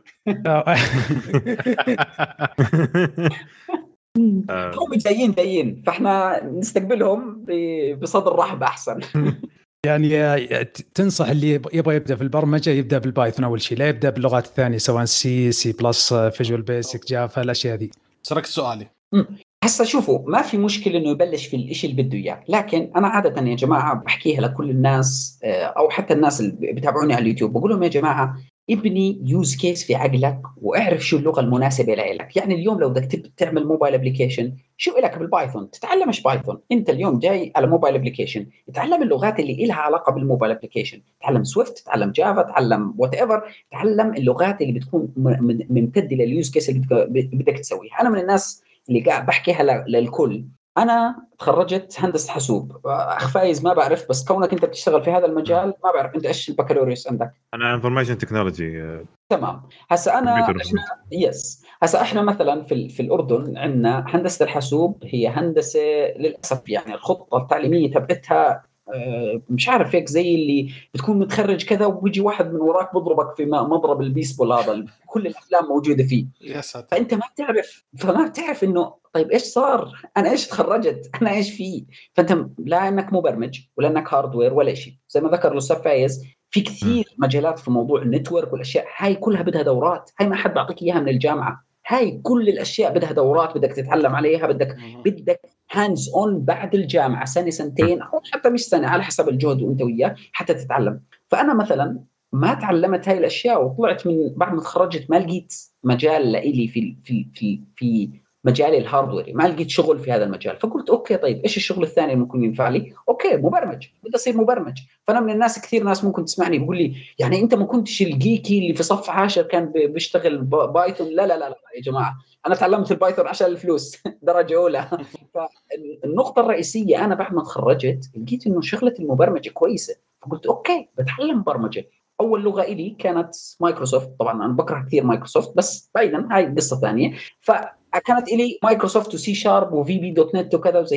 هم جايين فاحنا نستقبلهم بصدر رحب احسن. يعني تنصح اللي يبغى يبدا في البرمجه يبدا بالبايثون اول شيء، لا يبدا باللغات الثانيه سواء سي بلس، فيجوال بيسك، جافا، الاشياء دي. تركت سؤالي. هسه شوفوا ما في مشكله انه يبلش في الشيء اللي بده اياه، لكن انا عاده يا جماعه بحكيها لكل الناس او حتى الناس اللي بتابعوني على اليوتيوب، بقول لهم يا جماعه ابني يوز كيس في عقلك واعرف شو اللغه المناسبه لك. يعني اليوم لو بدك تعمل موبايل ابلكيشن، شو لك بالبايثون؟ تتعلم ايش بايثون. انت اليوم جاي على موبايل ابلكيشن، تعلم اللغات اللي لها علاقه بالموبايل ابلكيشن، تعلم سويفت، تعلم جافا، تعلم وات ايفر، تعلم اللغات اللي بتكون ممتده لليوز كيس اللي بدك تسويها. انا من الناس اللي قاعد بحكيها للكل. انا تخرجت هندسه حاسوب، فايز ما بعرف، بس كونك انت بتشتغل في هذا المجال ما بعرف انت ايش البكالوريوس عندك. انا انفورميشن تكنولوجي. تمام. هسه هسه احنا مثلا في الاردن عندنا هندسه الحاسوب هي هندسه للاسف يعني الخطه التعليميه تبعتها مش عارف هيك زي اللي بتكون متخرج كذا ويجي واحد من وراك بضربك في مضرب البيسبول هذا كل الافلام موجوده فيه. فانت ما بتعرف انه طيب ايش صار، انا ايش تخرجت، انا ايش فيه. فانت لا انك مبرمج ولا انك هاردوير ولا شيء. زي ما ذكر الاستاذ فايز في كثير مجالات في موضوع النتورك والاشياء هاي كلها بدها دورات. هاي ما حد بيعطيك اياها من الجامعه. هاي كل الاشياء بدها دورات بدك تتعلم عليها، بدك هاندز اون بعد الجامعه سنه سنتين او حتى مش سنه على حسب الجهد وانت وياه حتى تتعلم. فانا مثلا ما تعلمت هاي الاشياء وطلعت من بعد ما تخرجت ما لقيت مجال لإلي في مجال الهاردوير، ما لقيت شغل في هذا المجال. فقلت اوكي طيب ايش الشغل الثاني اللي ممكن ينفع لي؟ اوكي مبرمج، بدي اصير مبرمج. فانا من الناس كثير ناس ممكن تسمعني بيقول لي يعني انت ما كنتش الجيكي اللي في صف 10 كان بيشتغل بايثون؟ لا لا لا لا يا جماعه، انا تعلمت البايثون عشان الفلوس درجه اولى. فالنقطه الرئيسيه انا بعد ما تخرجت لقيت انه شغله المبرمجه كويسه، فقلت اوكي بتعلم برمجه. اول لغه إلي كانت مايكروسوفت، طبعا انا بكره كثير مايكروسوفت بس بعيدا هاي قصه ثانيه. فكانت إلي مايكروسوفت وسي شارب وفي بي دوت نت وكذا وزي هيك.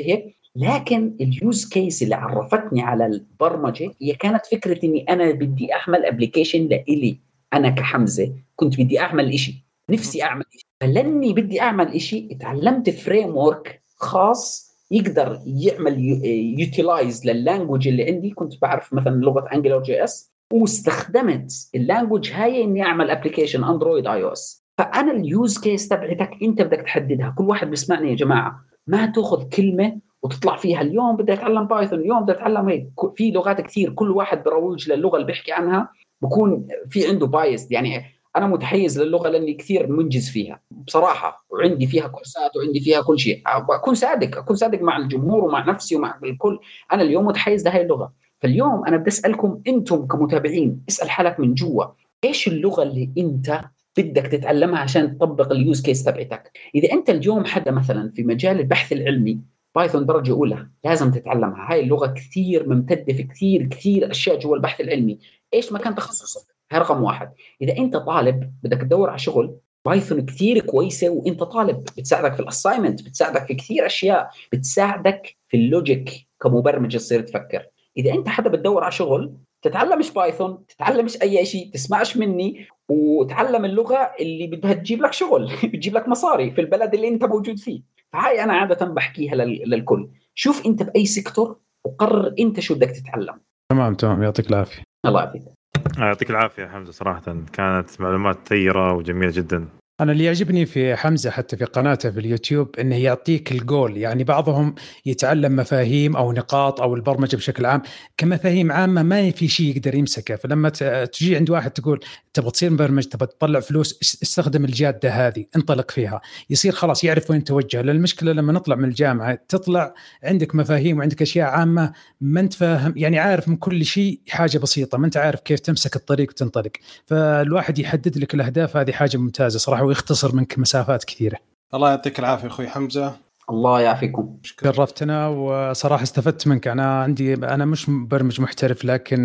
لكن اليوز كيس اللي عرفتني على البرمجه هي كانت فكره اني انا بدي اعمل ابلكيشن لإلي. انا كحمزه كنت بدي اعمل إشي، نفسي اعمل إشي، فلاني بدي اعمل إشي اتعلمت فريم ورك خاص يقدر يعمل يوتيلايز لللانجوج اللي عندي. كنت بعرف مثلا لغه انجلر جي اس، واستخدمت اللانجوج هاي اني اعمل ابلكيشن اندرويد اي او اس. فانا اليوز كيس تبعتك انت بدك تحددها. كل واحد بيسمعني يا جماعه ما تاخذ كلمه وتطلع فيها اليوم بدي اتعلم بايثون، اليوم بدي اتعلم هيك. في لغات كثير كل واحد بروج للغه اللي بيحكي عنها، بكون في عنده بايس. يعني انا متحيز للغه لاني كثير منجز فيها بصراحه، وعندي فيها كورسات وعندي فيها كل شيء. اكون صادق مع الجمهور ومع نفسي ومع الكل. انا اليوم متحيز لهي اللغه. فاليوم انا بدي اسالكم انتم كمتابعين، اسال حالك من جوا ايش اللغه اللي انت بدك تتعلمها عشان تطبق اليوز كيس تبعتك. اذا انت اليوم حدا مثلا في مجال البحث العلمي، بايثون درجه اولى لازم تتعلمها. هاي اللغه كثير ممتده في كثير اشياء جوا البحث العلمي. ايش ما كان تخصصك، هاي رقم واحد. اذا انت طالب بدك تدور على شغل، بايثون كثير كويسه. وانت طالب بتساعدك في الاساينمنت، بتساعدك في كثير اشياء، بتساعدك في اللوجيك كمبرمج تصير تفكر. اذا انت حدا بتدور على شغل، تتعلمش بايثون، تتعلمش اي شيء، تسمعش مني، وتعلم اللغه اللي بدها تجيب لك شغل بتجيب لك مصاري في البلد اللي انت موجود فيه. فهاي انا عاده بحكيها للكل. شوف انت باي سيكتور وقرر انت شو بدك تتعلم. تمام يعطيك العافيه. الله يعافيك. يعطيك العافيه حمزه، صراحه كانت معلومات ثيره وجميله جدا. أنا اللي يعجبني في حمزة حتى في قناته في اليوتيوب إنه يعطيك الجول. يعني بعضهم يتعلم مفاهيم أو نقاط أو البرمجة بشكل عام كمفاهيم عامة، ما في شيء يقدر يمسكه. فلما تجي عند واحد تقول تبغى تصير مبرمج، تبغى تطلع فلوس، استخدم الجادة هذه، انطلق فيها، يصير خلاص يعرف وين توجه. للمشكلة لما نطلع من الجامعة تطلع عندك مفاهيم وعندك أشياء عامة ما أنت فاهم، يعني عارف من كل شيء حاجة بسيطة، ما أنت عارف كيف تمسك الطريق وتنطلق. فالواحد يحدد لك الأهداف، هذه حاجة ممتازة صراحة، ويختصر منك مسافات كثيرة. الله يعطيك العافية أخوي حمزة. الله يعافيكم. شرفتنا وصراحة استفدت منك. أنا مش مبرمج محترف، لكن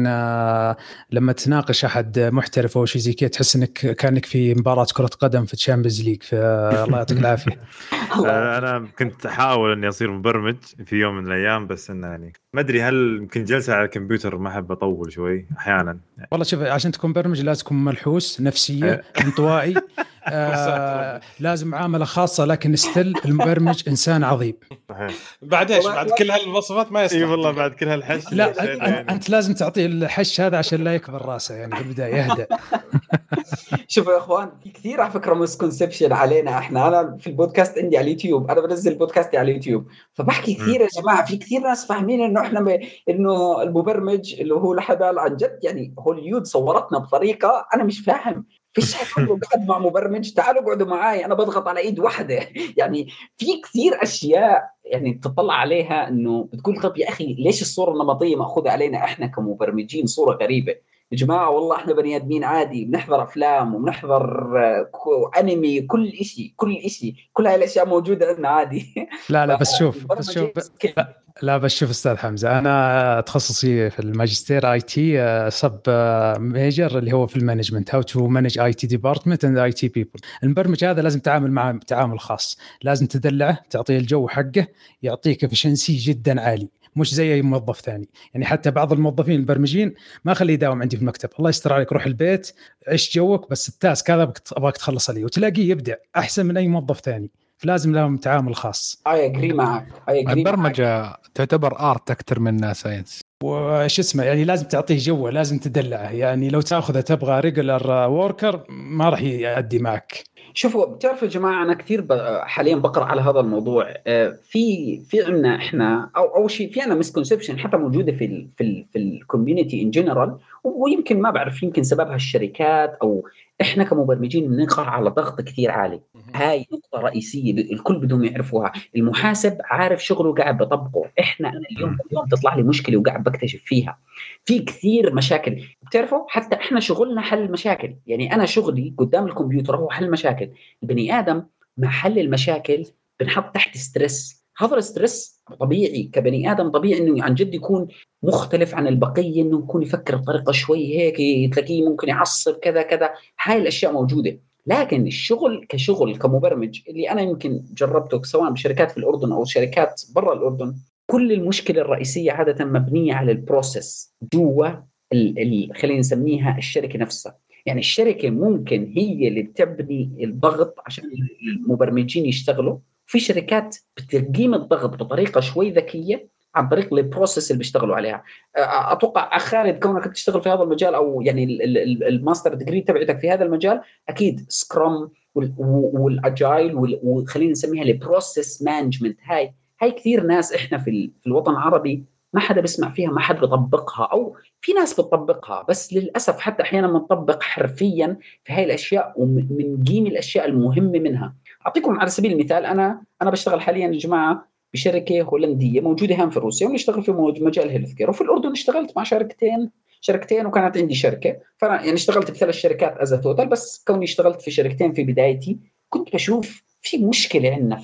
لما تناقش أحد محترف أو شيء زي كده تحس إنك كأنك في مباراة كرة قدم في تشامبيونز ليج. فالله يعطيك العافية. أنا كنت أحاول إني أصير مبرمج في يوم من الأيام، بس إنه يعني ما أدري هل يمكن جلسة على الكمبيوتر ما أحب أطول شوي أحيانا. والله شوف، عشان تكون مبرمج لازم تكون ملحوس نفسية، انطوائي، لازم معاملة خاصة، لكن ستيل المبرمج إنسان عظيم. بعد ايش؟ بعد كل هالمواصفات ما يصلح. اي والله بعد كل هالحش. لا أنت لازم تعطيه الحش هذا عشان لا يكبر راسه، يعني في البداية يهدأ. شوفوا يا اخوان، في كثير على فكره مسكونسبشن علينا احنا. انا في البودكاست عندي على اليوتيوب، انا بنزل بودكاستي على اليوتيوب، فبحكي كثير يا جماعه. في كثير ناس فاهمين انه احنا انه المبرمج اللي هو لحدا عن جد. يعني هوليود صورتنا بطريقه انا مش فاهم. فيش حكوا قاعد مع مبرمج، تعالوا اقعدوا معي انا بضغط على ايد واحده. يعني في كثير اشياء يعني تطلع عليها انه بتقول طب يا اخي ليش الصوره النمطيه ماخوذه علينا احنا كمبرمجين؟ صوره غريبه يا جماعه. والله احنا بني ادمين عادي، بنحضر افلام وبنحضر انمي، كل شيء كل هاي الاشياء موجوده عندنا عادي. لا بس شوف لا بس شوف استاذ حمزه، انا تخصصي في الماجستير اي تي سب ميجر اللي هو في المانجمنت، هاو تو مانج اي تي ديبارتمنت اند اي تي بيبل. المبرمج هذا لازم تتعامل معه تعامل خاص، لازم تدلعه، تعطيه الجو حقه، يعطيك افشنسي جدا عالي، مش زي اي موظف ثاني. يعني حتى بعض الموظفين البرمجيين ما خليه يداوم عندي في المكتب، الله يستر عليك، روح البيت عيش جوك، بس التاسك هذا ابغاك تخلص عليه، وتلاقيه يبدع احسن من اي موظف ثاني. فلازم لهم تعامل خاص. اجري معك. البرمجه تعتبر ارت اكثر من ساينس، وش اسمه، يعني لازم تعطيه جوه، لازم تدلعه. يعني لو تاخذه تبغى ريجولر ووركر ما راح يؤدي معك. شوفوا بتعرفوا يا جماعه، انا كثير حاليا بقرا على هذا الموضوع. في عندنا احنا او شيء، في عندنا مسكونسبشن حتى موجوده في الكوميونتي ان جنرال، ويمكن ما بعرف يمكن سببها الشركات او احنا كمبرمجين بنقع على ضغط كثير عالي. هاي نقطه رئيسيه الكل بدهم يعرفوها. المحاسب عارف شغله قاعد بطبقه، انا اليوم تطلع لي مشكله وقاعد بكتشف فيها. في كثير مشاكل بتعرفوا، حتى احنا شغلنا حل المشاكل. يعني انا شغلي قدام الكمبيوتر هو حل مشاكل. البني ادم مع حل المشاكل بنحط تحت ستريس. هذا الستريس طبيعي كبني ادم، طبيعي انه عن جد يكون مختلف عن البقيه، انه يكون يفكر بطريقه شوي هيك، تلاقيه ممكن يعصب كذا كذا. هاي الاشياء موجوده. لكن الشغل كشغل كمبرمج اللي انا يمكن جربته سواء بشركات في الاردن او شركات برا الاردن، كل المشكلة الرئيسية عادة مبنية على البروسيس جوا خلينا نسميها الشركة نفسها. يعني الشركة ممكن هي اللي تبني الضغط عشان المبرمجين يشتغلوا، في شركات بتقيم الضغط بطريقة شوي ذكية عن طريق البروسيس اللي بيشتغلوا عليها. أتوقع خالد كونك تشتغل في هذا المجال، أو يعني الماستر ديجري تبعتك في هذا المجال، أكيد سكرام والاجايل وخلينا نسميها البروسيس مانجمنت. هاي كثير ناس احنا في الوطن العربي ما حدا بيسمع فيها، ما حدا بيطبقها، او في ناس بتطبقها بس للاسف حتى احيانا بنطبق حرفيا في هاي الاشياء ومنقيم الاشياء المهمه منها. اعطيكم على سبيل المثال، انا بشتغل حاليا يا جماعه بشركه هولنديه موجوده هون في روسيا، ونشتغل في مجال هيلث كير. وفي الاردن اشتغلت مع شركتين وكانت عندي شركه، فانا يعني اشتغلت ب3 شركات از توتال، بس كوني اشتغلت في شركتين في بدايتي كنت بشوف في مشكله عندنا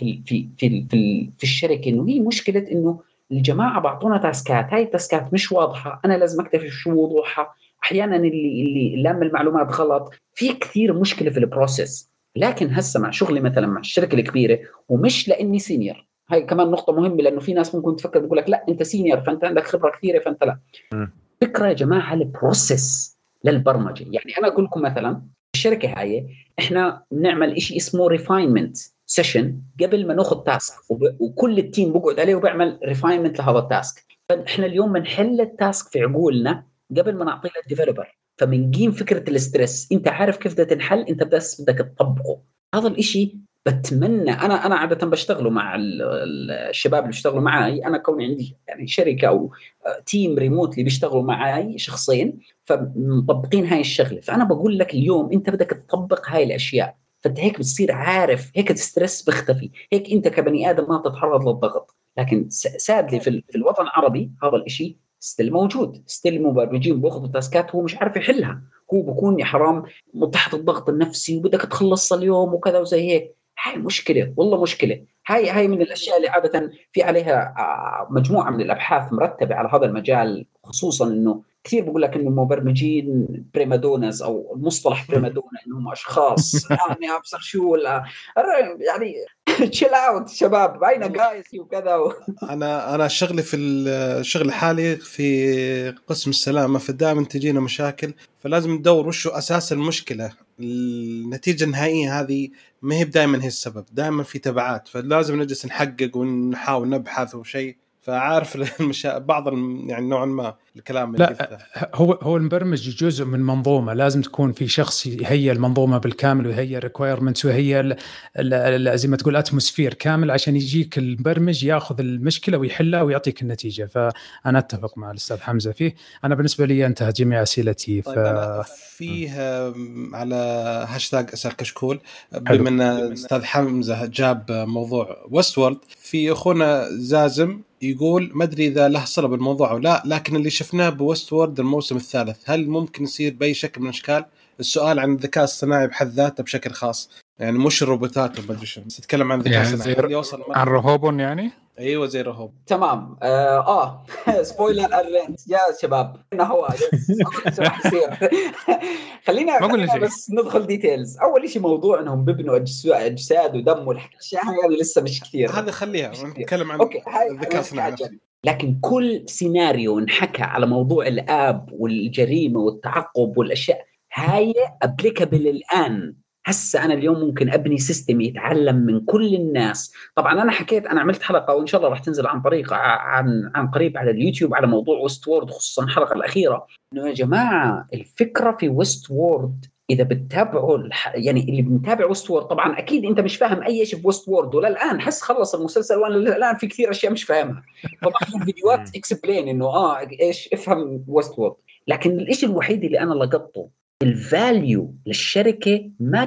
في الشركه، انه هي مشكله انه الجماعه بعطونا تاسكات، هاي التاسكات مش واضحه، انا لازم اكتشف شو وضوحها، احيانا اللي لام المعلومات غلط، في كثير مشكله في البروسيس. لكن هسه مع شغلي مثلا مع الشركه الكبيره، ومش لاني سينيور، هاي كمان نقطه مهمه، لانه في ناس ممكن تفكر تقول لك لا انت سينيور فانت عندك خبره كثيره فانت لا. فكره يا جماعه البروسيس للبرمجه. يعني انا اقول لكم مثلا الشركه هاي احنا بنعمل شيء اسمه ريفاينمنت سيشن قبل ما ناخذ تاسك، وكل التيم بقعد عليه وبيعمل ريفاينمنت لهذا التاسك. فاحنا اليوم بنحل التاسك في عقولنا قبل ما نعطيه للديفلوبر، فبنقيم فكره الاسترس. انت عارف كيف بدها تنحل، انت بس بدك تطبقه. هذا الاشي بتمنى انا عاده بشتغله مع الشباب اللي بيشتغلوا معي، انا كوني عندي يعني شركه او تيم ريموتلي بيشتغلوا معي شخصين فمطبقين هاي الشغله. فانا بقول لك اليوم انت بدك تطبق هاي الاشياء، فانت هيك بتصير عارف، هيك الستريس بيختفي، هيك انت كبني ادم ما بتتعرض للضغط. لكن سادلي في الوطن العربي هذا الاشي ستيل موجود، ستيل المبرمجين بياخذوا تاسكات هو مش عارف يحلها، هو بكون يا حرام تحت الضغط النفسي وبدك تخلص اليوم وكذا وزي هيك. هاي مشكله، والله مشكله. هاي من الاشياء اللي عاده في عليها مجموعه من الابحاث مرتبه على هذا المجال، خصوصا انه كثير بقول لك انه المبرمجين بريمادوناز، او المصطلح بريمادونا انهم اشخاص يعني ابصر شو ولا يعني تشيل اوت شباب اين جايز وكذا انا شغلي في الشغل الحالي في قسم السلامه، فدائما تجينا مشاكل، فلازم ندور وشو اساس المشكله. النتيجه النهائيه هذه ما هي دائما هي السبب، دائما في تبعات، فلازم نجلس نحقق ونحاول نبحث وشيء. فعارف بعض يعني نوعا ما الكلام اللي قلته. هو المبرمج جزء من منظومه، لازم تكون في شخص يهيئ المنظومه بالكامل ويهيئ الريكويرمنتس ويهيئ زي ما تقول اتموسفير كامل عشان يجيك المبرمج ياخذ المشكله ويحلها ويعطيك النتيجه. فانا اتفق مع الاستاذ حمزه فيه. انا بالنسبه لي انتهت جميع اسئلتي. طيب أنا فيه على هاشتاج اسال كشكول، بما ان الاستاذ حمزه جاب موضوع ويست وورد، في اخونا زازم يقول ما ادري اذا له صله بالموضوع او لا، لكن اللي شفناه بويست وورد الموسم الثالث هل ممكن يصير باي شكل من الاشكال؟ السؤال عن الذكاء الصناعي بحد ذاته بشكل خاص، يعني مش الروبوتات وما ادري شو، نتكلم عن الذكاء الصناعي يوصل عن رهوبون يعني. ايوه زي رهوب. تمام. سبويلر الرنت يا شباب، انه هو راح يصير. خلينا بس ندخل ديتيلز. اول شيء موضوع انهم بيبنوا اجساد ودم والاشياء هذه لسه مش كثير، هذا خليها نتكلم عن الذكاء الصناعي. لكن كل سيناريو انحكى على موضوع الاب والجريمه والتعقب والاشياء هاي ابليكابل الان. هسه أنا اليوم ممكن أبني سيستم يتعلم من كل الناس. طبعا أنا أنا عملت حلقة وإن شاء الله راح تنزل عن طريق عن قريب على اليوتيوب على موضوع ويست وورد، خصوصا الحلقة الأخيرة، إنه يا جماعة الفكرة في ويست وورد إذا بتتابعوا يعني اللي بنتابع ويست وورد، طبعا أكيد أنت مش فاهم أي شيء في ويست وورد ولا الآن، حس خلص المسلسل وأنا الآن في كثير أشياء مش فاهمها، فبحضر فيديوهات إكسبلين إنه إيش افهم ويست وورد. لكن الإشي الوحيد اللي أنا لقطته الفاليو للشركة ما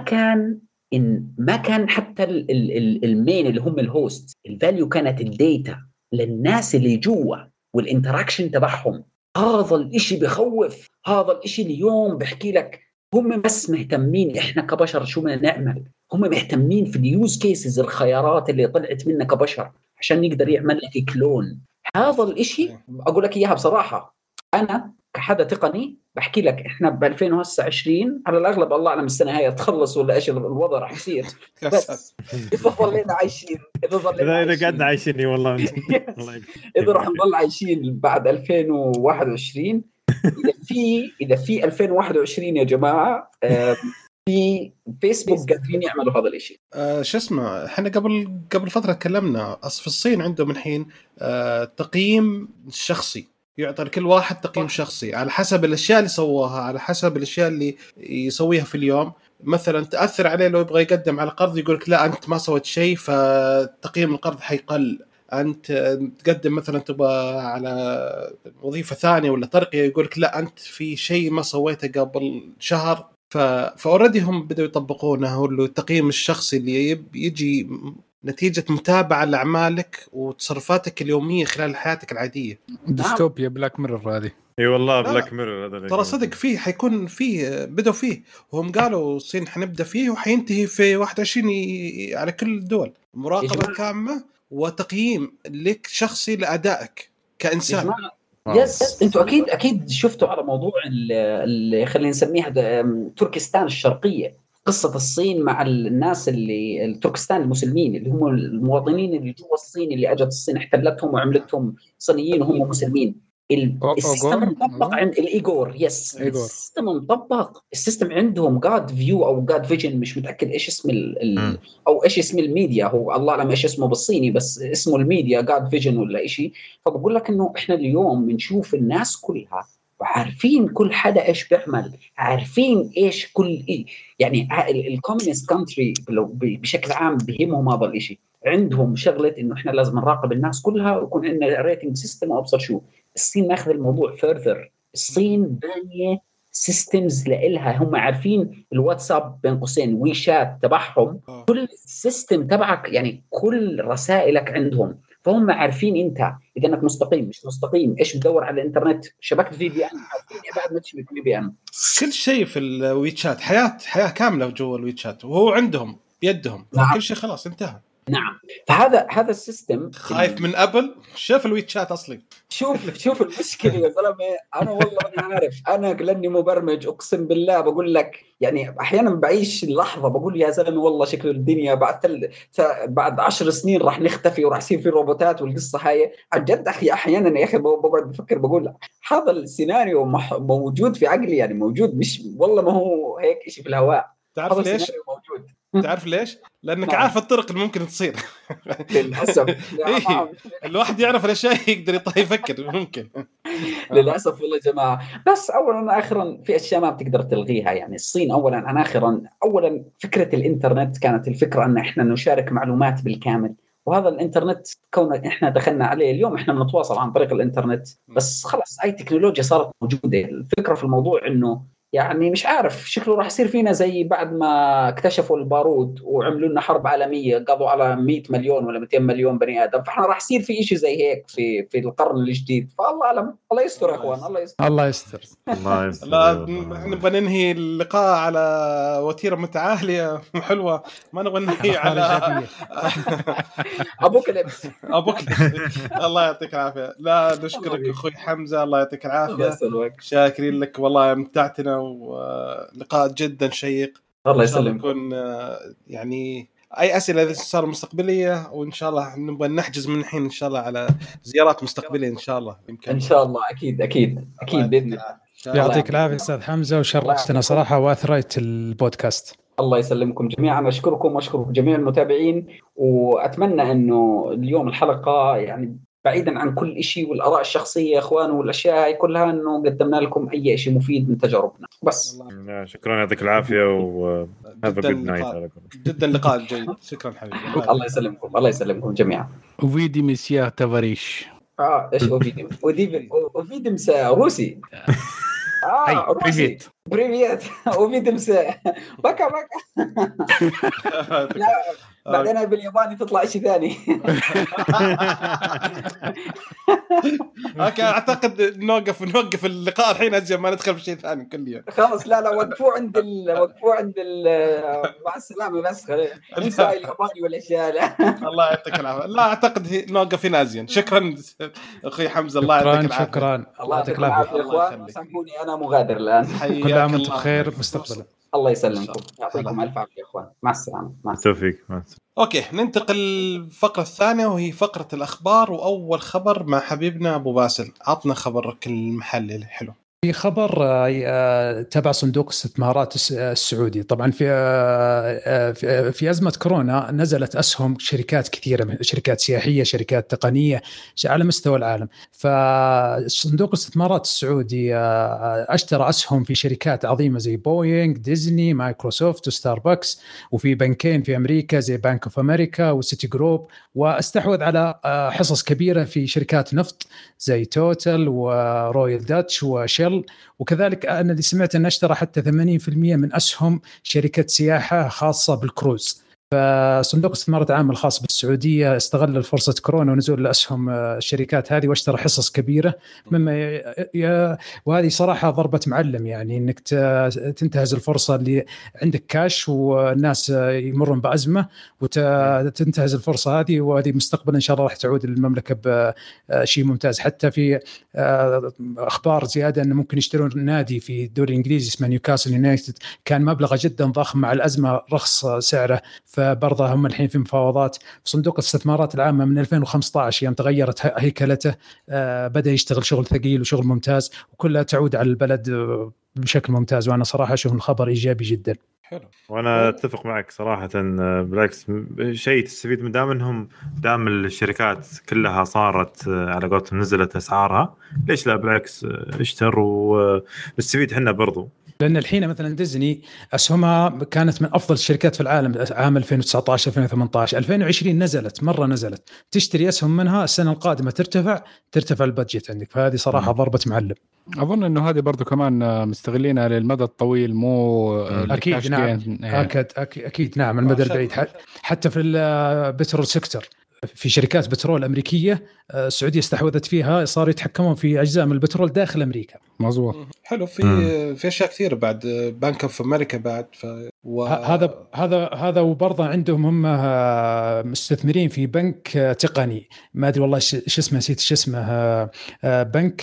كان حتى المين اللي هم الهوست، الفاليو كانت الديتا للناس اللي جوا والانتراكشن تبعهم. هذا الاشي بخوف، هذا الاشي اليوم بحكي لك هم بس مهتمين احنا كبشر شو بدنا نعمل، هم مهتمين في اليوز كيسز، الخيارات اللي طلعت منا كبشر عشان يقدر يعمل لك كلون. هذا الاشي اقول لك اياها بصراحة، انا كحدا تقني بحكي لك احنا ب 2020 على الاغلب، الله اعلم السنه هاي تخلص ولا ايش الوضع راح يصير. بس اذا ضلينا عايشين، اذا قعدنا عايشين والله اذا راح نضل عايشين بعد 2021، اذا في 2021 يا جماعه، في فيسبوك قادرين يعملوا هذا الشيء. شو اسمه، احنا قبل فتره تكلمنا في الصين عندهم الحين تقييم شخصي، يعطي كل واحد تقييم شخصي على حسب الاشياء اللي سواها، على حسب الاشياء اللي يسويها في اليوم. مثلا تاثر عليه لو يبغى يقدم على قرض يقولك لا انت ما سويت شيء فتقييم القرض حيقل. انت تقدم مثلا تبغى على وظيفه ثانيه ولا ترقيه يقولك لا انت في شيء ما سويته قبل شهر. فاوريدي هم بدأوا يطبقونه، هو التقييم الشخصي اللي يجي نتيجة متابعة لأعمالك وتصرفاتك اليومية خلال حياتك العادية. ديستوبيا بلاك ميرور هذه. اي والله بلاك ميرور هذا ترى صدق فيه حيكون فيه، بدأوا فيه وهم قالوا الصين حنبدأ فيه وحينتهي في 21 على كل الدول. مراقبة كاملة وتقييم لك شخصي لأدائك كإنسان. يس انتوا اكيد شفتوا على موضوع اللي خلينا نسميها تركستان الشرقيه، قصه الصين مع الناس اللي تركستان المسلمين اللي هم المواطنين اللي جوا الصين اللي اجت الصين احتلتهم وعملتهم صينيين وهم مسلمين. السيستم مطبق عند الايغور. يس السيستم مطبق، السيستم عندهم جاد فيو او جاد فيجن، مش متاكد ايش اسم او ايش اسم الميديا، هو الله اعلم ايش اسمه بالصيني، بس اسمه الميديا جاد فيجن ولا شيء. فبقول لك انه احنا اليوم بنشوف الناس كلها وعارفين كل حدا ايش بيعمل، عارفين ايش كل يعني الكوميونست كونتري بشكل عام بهمهم هذا الشيء. عندهم شغله انه احنا لازم نراقب الناس كلها ويكون عندنا ريتنج سيستم وابصر شو. الصين ماخذ الموضوع فيرذر، الصين بانيه سيستمز لإلها، هم عارفين الواتساب بين قوسين وي شات تبعهم، كل السيستم تبعك يعني كل رسائلك عندهم، فهم عارفين انت اذا انك مستقيم مش مستقيم، ايش بدور على الانترنت، شبكه في بي ان، عارفين بعد ما تشبك في بي ان، كل شيء في الويتشات، حياه كامله جوا الويتشات وهو عندهم بيدهم. كل شيء خلاص انتهى. نعم. فهذا السيستم خايف من ابل، شوف الويتشات اصلي. شوف المشكله يا زلمه، انا والله انا عارف، انا لاني مبرمج اقسم بالله بقول لك يعني احيانا بعيش اللحظه بقول يا زلمه والله شكل الدنيا بعد 10 سنين راح نختفي وراح يصير في روبوتات والقصه هاي عن جد. احيانا يا اخي بقعد بفكر بقول هذا السيناريو موجود في عقلي، يعني موجود، مش والله ما هو هيك شيء في الهواء. تعرف ليش موجود؟ تعرف ليش؟ لأنك عارف الطرق اللي ممكن تصير. للأسف الواحد يعرف الأشياء يقدر يفكر ممكن. للأسف والله يا جماعة. بس أولاً آخراً في أشياء ما بتقدر تلغيها، يعني الصين أولاً آخراً. أولاً فكرة الإنترنت كانت الفكرة أن إحنا نشارك معلومات بالكامل، وهذا الإنترنت كون إحنا دخلنا عليه اليوم إحنا بنتواصل عن طريق الإنترنت، بس خلاص أي تكنولوجيا صارت موجودة. الفكرة في الموضوع إنه يعني مش عارف شكله راح يصير فينا زي بعد ما اكتشفوا البارود وعملوا لنا حرب عالمية قضوا على 100 مليون ولا 200 مليون بني آدم، فاحنا راح يصير في إشي زي هيك في القرن الجديد. فالله أعلم، الله يستر يا أخوان، الله يستر. نبغى ننهي اللقاء على وتيرة متعالية حلوة، ما نبغى ننهي على أبوكاليبس. الله يعطيك العافية. لا نشكرك أخوي حمزة، الله يعطيك العافية، شاكرين لك والله، ممتعتنا ولقاء جدا شيق. الله يسلمك. يكون يعني اي اسئله اذا صار مستقبليه، وان شاء الله نبغى نحجز من الحين ان شاء الله على زيارات مستقبليه ان شاء الله. يمكن ان شاء الله اكيد باذن الله. يعطيك العافيه استاذ حمزه، وشرفتنا صراحه واثريت البودكاست. الله يسلمكم جميعا، اشكركم واشكر جميع المتابعين، واتمنى انه اليوم الحلقه يعني بعيدا عن كل شيء والآراء الشخصية يا إخوان والأشياء هاي كلها، إنه قدمنا لكم أي شيء مفيد من تجاربنا بس. شكرا، يعطيك العافية جدا لقاء جيد. شكرا حبيبي. الله يسلمكم، الله يسلمكم جميعا. وفيدي مسيا تافاريش. إيش أوفيديم روسي. روسي. بريفيت وفي تمساح بكا لا بعدين بالياباني تطلع شيء ثاني. اوكي اعتقد نوقف اللقاء الحين اجل ما ندخل في شيء ثاني كليا. خلاص لا وقفوا عند مع السلامه بس انسى الياباني والاشياء. لا الله يعطيك العافيه. لا اعتقد نوقف هنا ازين. شكرا اخوي حمزه الله يعطيك العافيه. شكرا الله يعطيك العافيه يا اخوان. سامحوني انا مغادر الان. كل عام وانتم بخير مستقبلا. الله يسلمكم يعطيكم الف عافيه يا اخوان. مع السلامه. توفيق. اوكي ننتقل للفقره الثانيه وهي فقره الاخبار. واول خبر مع حبيبنا ابو باسل. عطنا خبرك المحلي حلو. في خبر تبع صندوق الاستثمارات السعودي. طبعا في أزمة كورونا نزلت أسهم شركات كثيرة، شركات سياحية، شركات تقنية على مستوى العالم. فصندوق الاستثمارات السعودي اشترى أسهم في شركات عظيمة زي بوينغ، ديزني، مايكروسوفت وستاربكس، وفي بنكين في أمريكا زي بانك أوف أمريكا وسيتي جروب، واستحوذ على حصص كبيرة في شركات نفط زي توتال ورويال داتش وشيل. وكذلك أنا اللي سمعت أن اشترى حتى 80% من أسهم شركة سياحة خاصة بالكروز. فصندوق الاستثمارات العامة الخاص بالسعودية استغل فرصة كورونا ونزول الأسهم الشركات هذه واشترى حصص كبيرة مما وهذه صراحة ضربة معلم، يعني إنك تنتهز الفرصة اللي عندك كاش والناس يمرون بأزمة وتنتهز الفرصة هذه، وهذه مستقبلا إن شاء الله راح تعود للمملكة بشيء ممتاز. حتى في أخبار زيادة أنه ممكن يشترون نادي في الدوري الإنجليزي اسمه نيوكاسل يونايتد، كان مبلغ جدا ضخم مع الأزمة رخص سعره، فبرضه هم الحين في مفاوضات. صندوق الاستثمارات العامة من 2015 يوم تغيرت هيكلته بدأ يشتغل شغل ثقيل وشغل ممتاز، وكلها تعود على البلد بشكل ممتاز. وأنا صراحة أشوف الخبر إيجابي جدا. حلو. وانا اتفق معك صراحه، بالعكس شيء تستفيد من دام الشركات كلها صارت على قولتهم نزلت اسعارها، ليش لا بالعكس اشتر ونستفيد احنا برضو. لأن الحين مثلا ديزني أسهمها كانت من أفضل الشركات في العالم عام 2019 2018 2020 نزلت تشتري أسهم منها السنة القادمة ترتفع البادجت عندك. فهذه صراحة ضربة معلم. أظن إنه هذه برضو كمان مستغلينها للمدى الطويل، مو أكيد نعم أكيد نعم المدى البعيد. حتى في البترول سيكتور في شركات بترول أمريكية السعودية استحوذت فيها، صاروا يتحكمون في أجزاء من البترول داخل أمريكا. مظبوط. حلو. في أشياء كثيرة بعد بانك أوف أمريكا بعد هذا وبرضه عندهم هم مستثمرين في بنك تقني ما أدري والله شو اسمه، نسيت شو اسمه، بنك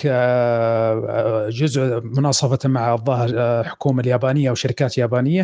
جزء مناصفة مع الظاهر حكومة اليابانية وشركات يابانية.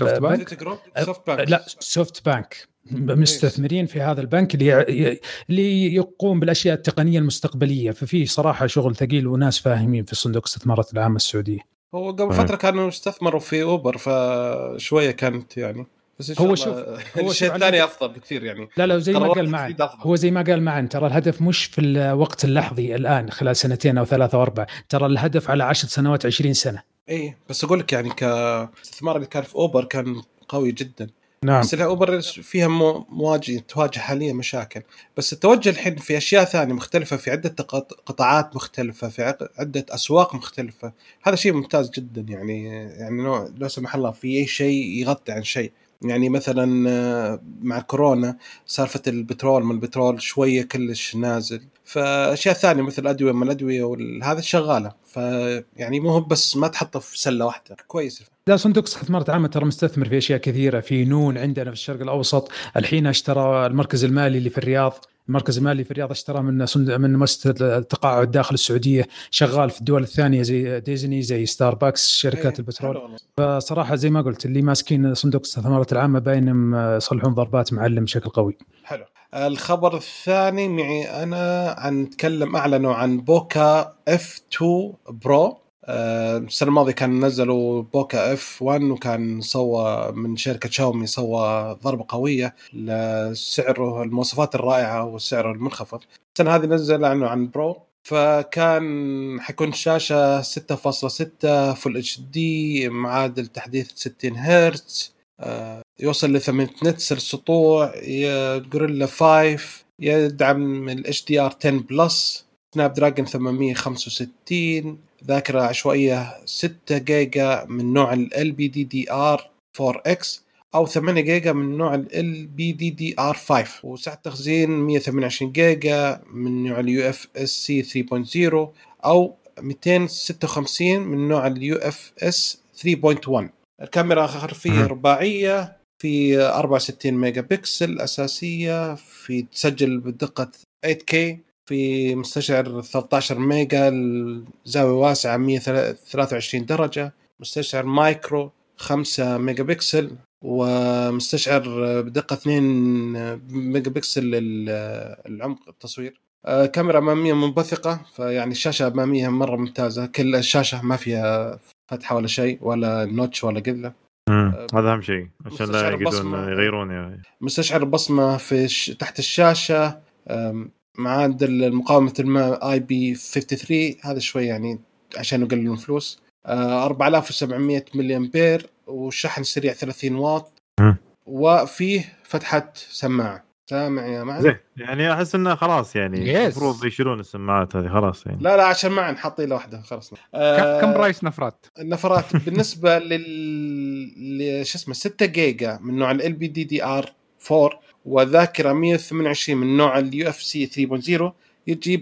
سوفت بانك مستثمرين في هذا البنك اللي يقوم بالأشياء التقنية المستقبلية. ففيه صراحة شغل ثقيل وناس فاهمين في صندوق الاستثمارات العامة السعودية. هو قبل فترة كانوا يستثمروا في أوبر، فشوية كانت يعني بس هو الشيء الثاني أفضل بكثير يعني. لا زي ما قال معن، هو زي ما قال معن، ترى الهدف مش في الوقت اللحظي الآن خلال 2 أو 3 أو 4، ترى الهدف على 10 سنوات 20 سنة. إيه بس أقول لك يعني كاستثمار اللي كان في أوبر كان قوي جدا. نعم. بس أوبر فيها تواجه حاليا مشاكل، بس التوجه الحين في أشياء ثانية مختلفة في عدة قطاعات مختلفة في عدة أسواق مختلفة. هذا شيء ممتاز جدا يعني لو سمح الله في أي شيء يغطي عن شيء. يعني مثلا مع كورونا سالفة البترول شوية كلش نازل، فأشياء ثانية مثل الأدوية وهذا شغالة. فيعني مو بس ما تحطه في سلة واحدة. كويس. لا صندوق الاستثمارات العامة ترى مستثمر في أشياء كثيرة. في نون عندنا في الشرق الأوسط، الحين اشترى المركز المالي اللي في الرياض. المركز المالي في الرياض اشترى من مؤسسة التقاعد داخل السعودية، شغال في الدول الثانية زي ديزني زي ستاربكس شركات البترول. فصراحة زي ما قلت اللي ماسكين صندوق الاستثمارات العامة باينهم يصلحون ضربات معلم بشكل قوي. حلو. الخبر الثاني معي أنا نتكلم أعلنوا عن بوكا F2 برو. السنة الماضية كان نزلوا بوكا F1 وكان سوى من شركة شاومي سوى ضربة قوية لسعره، المواصفات الرائعة والسعر المنخفض. السنة هذه نزل عن برو، فكان حيكون شاشة 6.6 فل HD معادل تحديث 60 هرتز، يوصل ل 8 نتس السطوع، غوريلا 5، يدعم ال HDR10 بلس، سناب دراجون 865، ذاكرة عشوائية 6 جيجا من نوع ال LPDDR4X أو 8 جيجا من نوع ال LPDDR5، وسعة تخزين 128 جيجا من نوع ال UFS-C 3.0 أو 256 من نوع ال UFS 3.1. الكاميرا خلفية رباعية في 64 ميجا بكسل أساسية، في تسجل بدقة 8K، في مستشعر 13 ميجا، الزاوية واسعة 123 درجة، مستشعر مايكرو 5 ميجا بكسل، ومستشعر بدقة 2 ميجا بكسل للعمق التصوير. كاميرا أمامية منبثقة، فيعني الشاشة أمامية مرة ممتازة، كل الشاشة ما فيها فتحة ولا شيء ولا نوتش ولا قلة. هذا أهم شيء عشان لا يقدرون يغيرون يعني. مستشعر البصمة في تحت الشاشة، معدل مقاومة الماء IP53، هذا شوي يعني عشان يقللون فلوس. 4700 ملي أمبير، والشحن سريع 30 واط، وفيه فتحة سماعة. سامع يا معن؟ زين يعني أحس إنه خلاص يعني المفروض يشيلون السماعات هذه خلاص يعني. لا عشان معن حاطي له واحدة خلاص. كم برايس النفرات بالنسبة شو اسمه 6 جيجا من نوع ال LPDDR4 وذاكرة 128 من نوع ال UFC 3.0 يجيب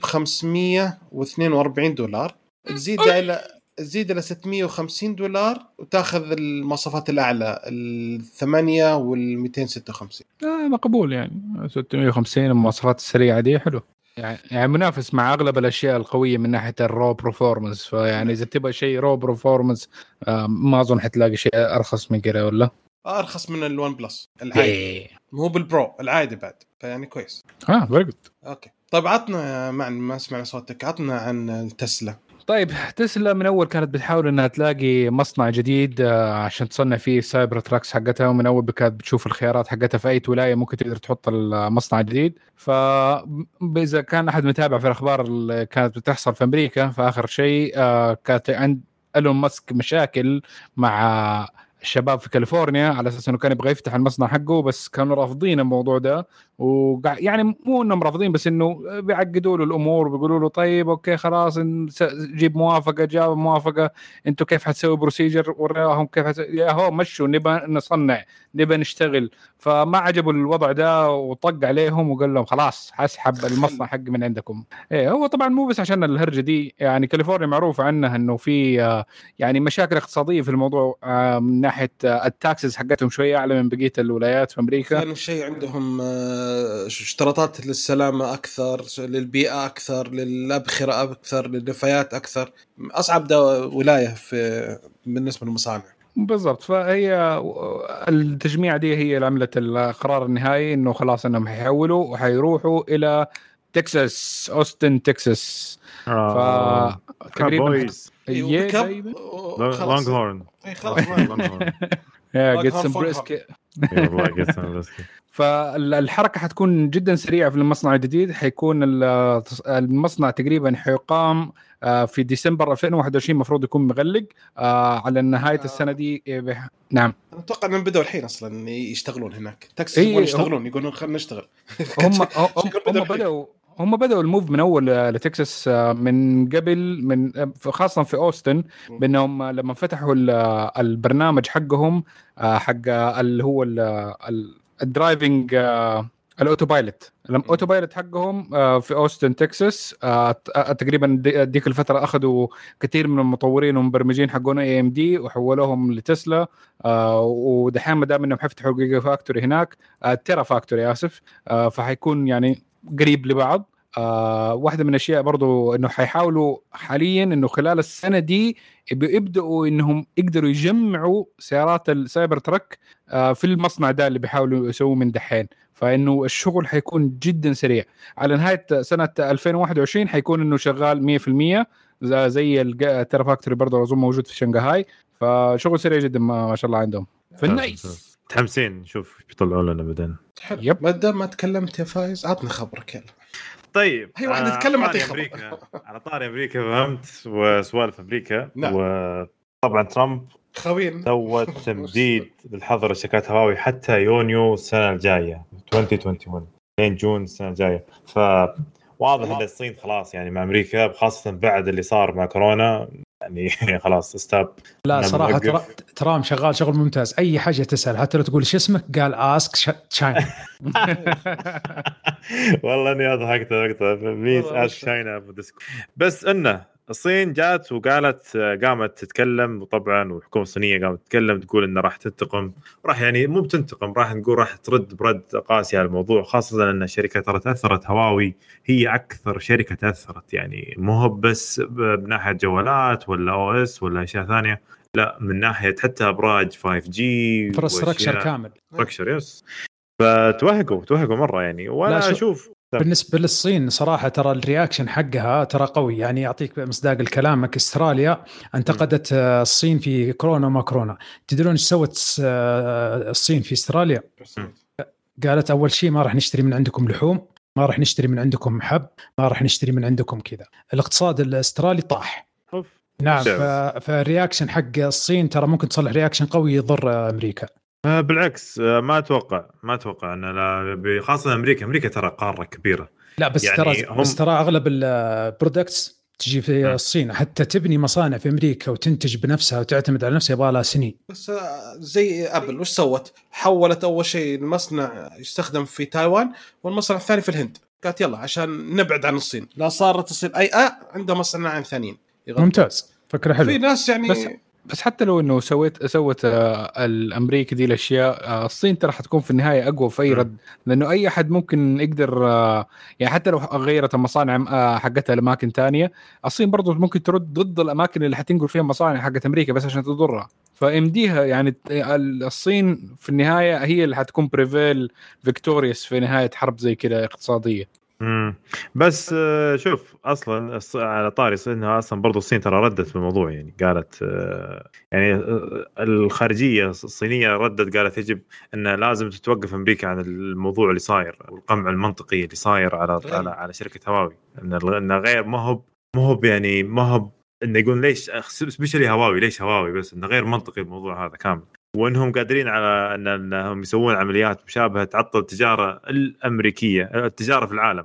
$542. تزيد إلى $650 وتاخذ المواصفات الأعلى 8 وال 256. مقبول يعني 650 المواصفات السريعة دي حلو يعني منافس مع أغلب الأشياء القوية من ناحية الرو برفورمانس. فيعني إذا تبغى شيء رو برفورمانس ما أظن حتلاقي شيء أرخص من كده ولا أرخص من الوان بلس العادي، مو بالبرو العادي بعد، فيعني كويس. very good. أوكي طيب عطنا ما سمعنا صوتك، عطنا عن التسلا. طيب تسلا من أول كانت بتحاول أنها تلاقي مصنع جديد عشان تصنع فيه سايبر تراكس حقتها، ومن أول كانت بتشوف الخيارات حقتها في أي ولاية ممكن تقدر تحط المصنع الجديد. فإذا كان أحد متابع في الأخبار اللي كانت بتحصل في أمريكا، فآخر شيء كانت عند إيلون ماسك مشاكل مع الشباب في كاليفورنيا على أساس أنه كان يبغى يفتح المصنع حقه، بس كانوا رافضين الموضوع ده. يعني مو انهم رافضين، بس انه بيعقدوا له الامور، بيقولوا له طيب اوكي خلاص جيب موافقه، جاب موافقه، انتوا كيف حتسوي بروسيجر، وراهم كيف يا هو مشوا نبى نصنع نبى نشتغل. فما عجبوا الوضع ده وطق عليهم وقال لهم خلاص حسحب المصنع حقي من عندكم. ايه هو طبعا مو بس عشان الهرجه دي، يعني كاليفورنيا معروف عنها انه في يعني مشاكل اقتصاديه في الموضوع من ناحيه التاكسز حقتهم شويه اعلى من بقيه الولايات في امريكا. ثاني شيء عندهم اشتراطات للسلامة أكثر، للبيئة أكثر، للأبخرة أكثر، للنفايات أكثر. أصعب ولاية بالنسبة للمصانع. بالضبط. فهي التجميع دي هي اللي عملت القرار النهائي انه خلاص انهم حيحولوا وحيروحوا الى تكساس، اوستن تكساس. تقريبا لونج هورن يا get some brisket. فالحركة حتكون جدا سريعة في المصنع الجديد. حيكون المصنع تقريبا حيقام في ديسمبر 2021، مفروض يكون مغلق على نهاية السنة دي. نعم أنا أتوقع أنهم بدأوا الحين أصلا يشتغلون هناك تاكسي، يشتغلون يقولون خلنا نشتغل. هم بدأوا الموف من أول لتكساس من قبل، من خاصة في أوستن، بأنهم لما فتحوا البرنامج حقهم حق اللي هو الدرايفنج الأوتوبايلوت، الأوتوبايلوت حقهم في أوستن تكساس. تقريبا ديك الفترة أخذوا كثير من المطورين ومبرمجين حقون AMD وحولوهم لتسلا، ودحين ما دام إنهم حيفتحوا جيجا فاكتوري هناك، تيرا فاكتوري آسف، فحيكون يعني قريب لبعض. واحدة من الأشياء برضو إنه حيحاولوا حاليا إنه خلال السنة دي بيبدأوا إنهم يقدروا يجمعوا سيارات السايبر تراك في المصنع ده اللي بيحاولوا يسووا من دحين. فإنه الشغل حيكون جدا سريع. على نهاية سنة 2021 حيكون إنه شغال 100% زي التيرا فاكتوري برضو أظن موجود في شنغهاي. فشغل سريع جدا ما شاء الله عندهم. فالنايس متحمسين نشوف بيطلعوا لنا بعدين. ما تكلمت يا فايز، عطنا خبرك يلا. طيب هي واحد نتكلم عن أمريكا. على طاري أمريكا فهمت وسوالف أمريكا. وطبعا ترامب خوين سوى تمديد للحظر شركات هواوي حتى يونيو السنة الجاية 2021 لين جون السنة الجاية. فواضح أن الصين خلاص يعني مع أمريكا، خاصة بعد اللي صار مع كورونا يعني خلاص استاب. لا صراحه ترام شغال شغل ممتاز. اي حاجه تسال حتى لو تقول شو اسمك قال اسك تشاينا. والله اني ضحكت ميس اسك تشاينا. بس انه الصين جات وقالت قامت تتكلم، وطبعا والحكومه الصينيه قامت تتكلم تقول انه راح تنتقم، راح يعني مو بتنتقم، راح نقول راح ترد برد قاسي على الموضوع، خاصه ان الشركه ترى تاثرت. هواوي هي اكثر شركه تاثرت، يعني مو هو بس بناحيه جوالات ولا او اس ولا اشياء ثانيه، لا من ناحيه حتى ابراج 5G انفراستراكشر كامل. يس. فتوهقوا مره يعني. وانا اشوف بالنسبة للصين صراحة ترى الرياكشن حقها ترى قوي. يعني يعطيك مصداق الكلامك، استراليا انتقدت الصين في كورونا وما كورونا. تدرون ايش سوت الصين في استراليا؟ قالت أول شيء ما راح نشتري من عندكم لحوم، ما راح نشتري من عندكم حب، ما راح نشتري من عندكم كذا. الاقتصاد الاسترالي طاح. نعم. فالرياكشن حق الصين ترى ممكن تصلح رياكشن قوي يضر أمريكا. بالعكس ما اتوقع ان خاصه امريكا ترى قاره كبيره. لا بس يعني ترى اغلب البرودكتس تجي في الصين، حتى تبني مصانع في امريكا وتنتج بنفسها وتعتمد على نفسها يبغى لها سنين. بس زي ابل وش سوت؟ حولت اول شيء المصنع يستخدم في تايوان والمصنع الثاني في الهند، قالت يلا عشان نبعد عن الصين. لا صارت الصين اي عندها مصنعين ثانيين. ممتاز، فكره حلوه. في ناس يعني بس حتى لو انه سوت الامريكا دي الاشياء، الصين ترى حتكون في النهايه اقوى في اي رد، لانه اي احد ممكن يقدر يعني حتى لو غيرت المصانع حقتها لاماكن تانية، الصين برضو ممكن ترد ضد الاماكن اللي حتنقل فيها مصانع حقت امريكا بس عشان تضرها. فامديها يعني الصين في النهايه هي اللي حتكون بريفيل فيكتوريوس في نهايه حرب زي كده اقتصاديه. بس شوف اصلا على طاري انها اصلا برضو الصين ترى ردت بالموضوع، يعني قالت يعني الخارجيه الصينيه ردت قالت يجب ان لازم تتوقف امريكا عن الموضوع اللي صاير والقمع المنطقي اللي صاير على شركه هواوي، انه غير ما هو يعني ما هو انه يقول ليش سبيشلي هواوي، ليش هواوي بس، انه غير منطقي الموضوع هذا كامل، وانهم قادرين على انهم يسوون عمليات مشابهه تعطل التجاره الامريكيه، التجاره في العالم،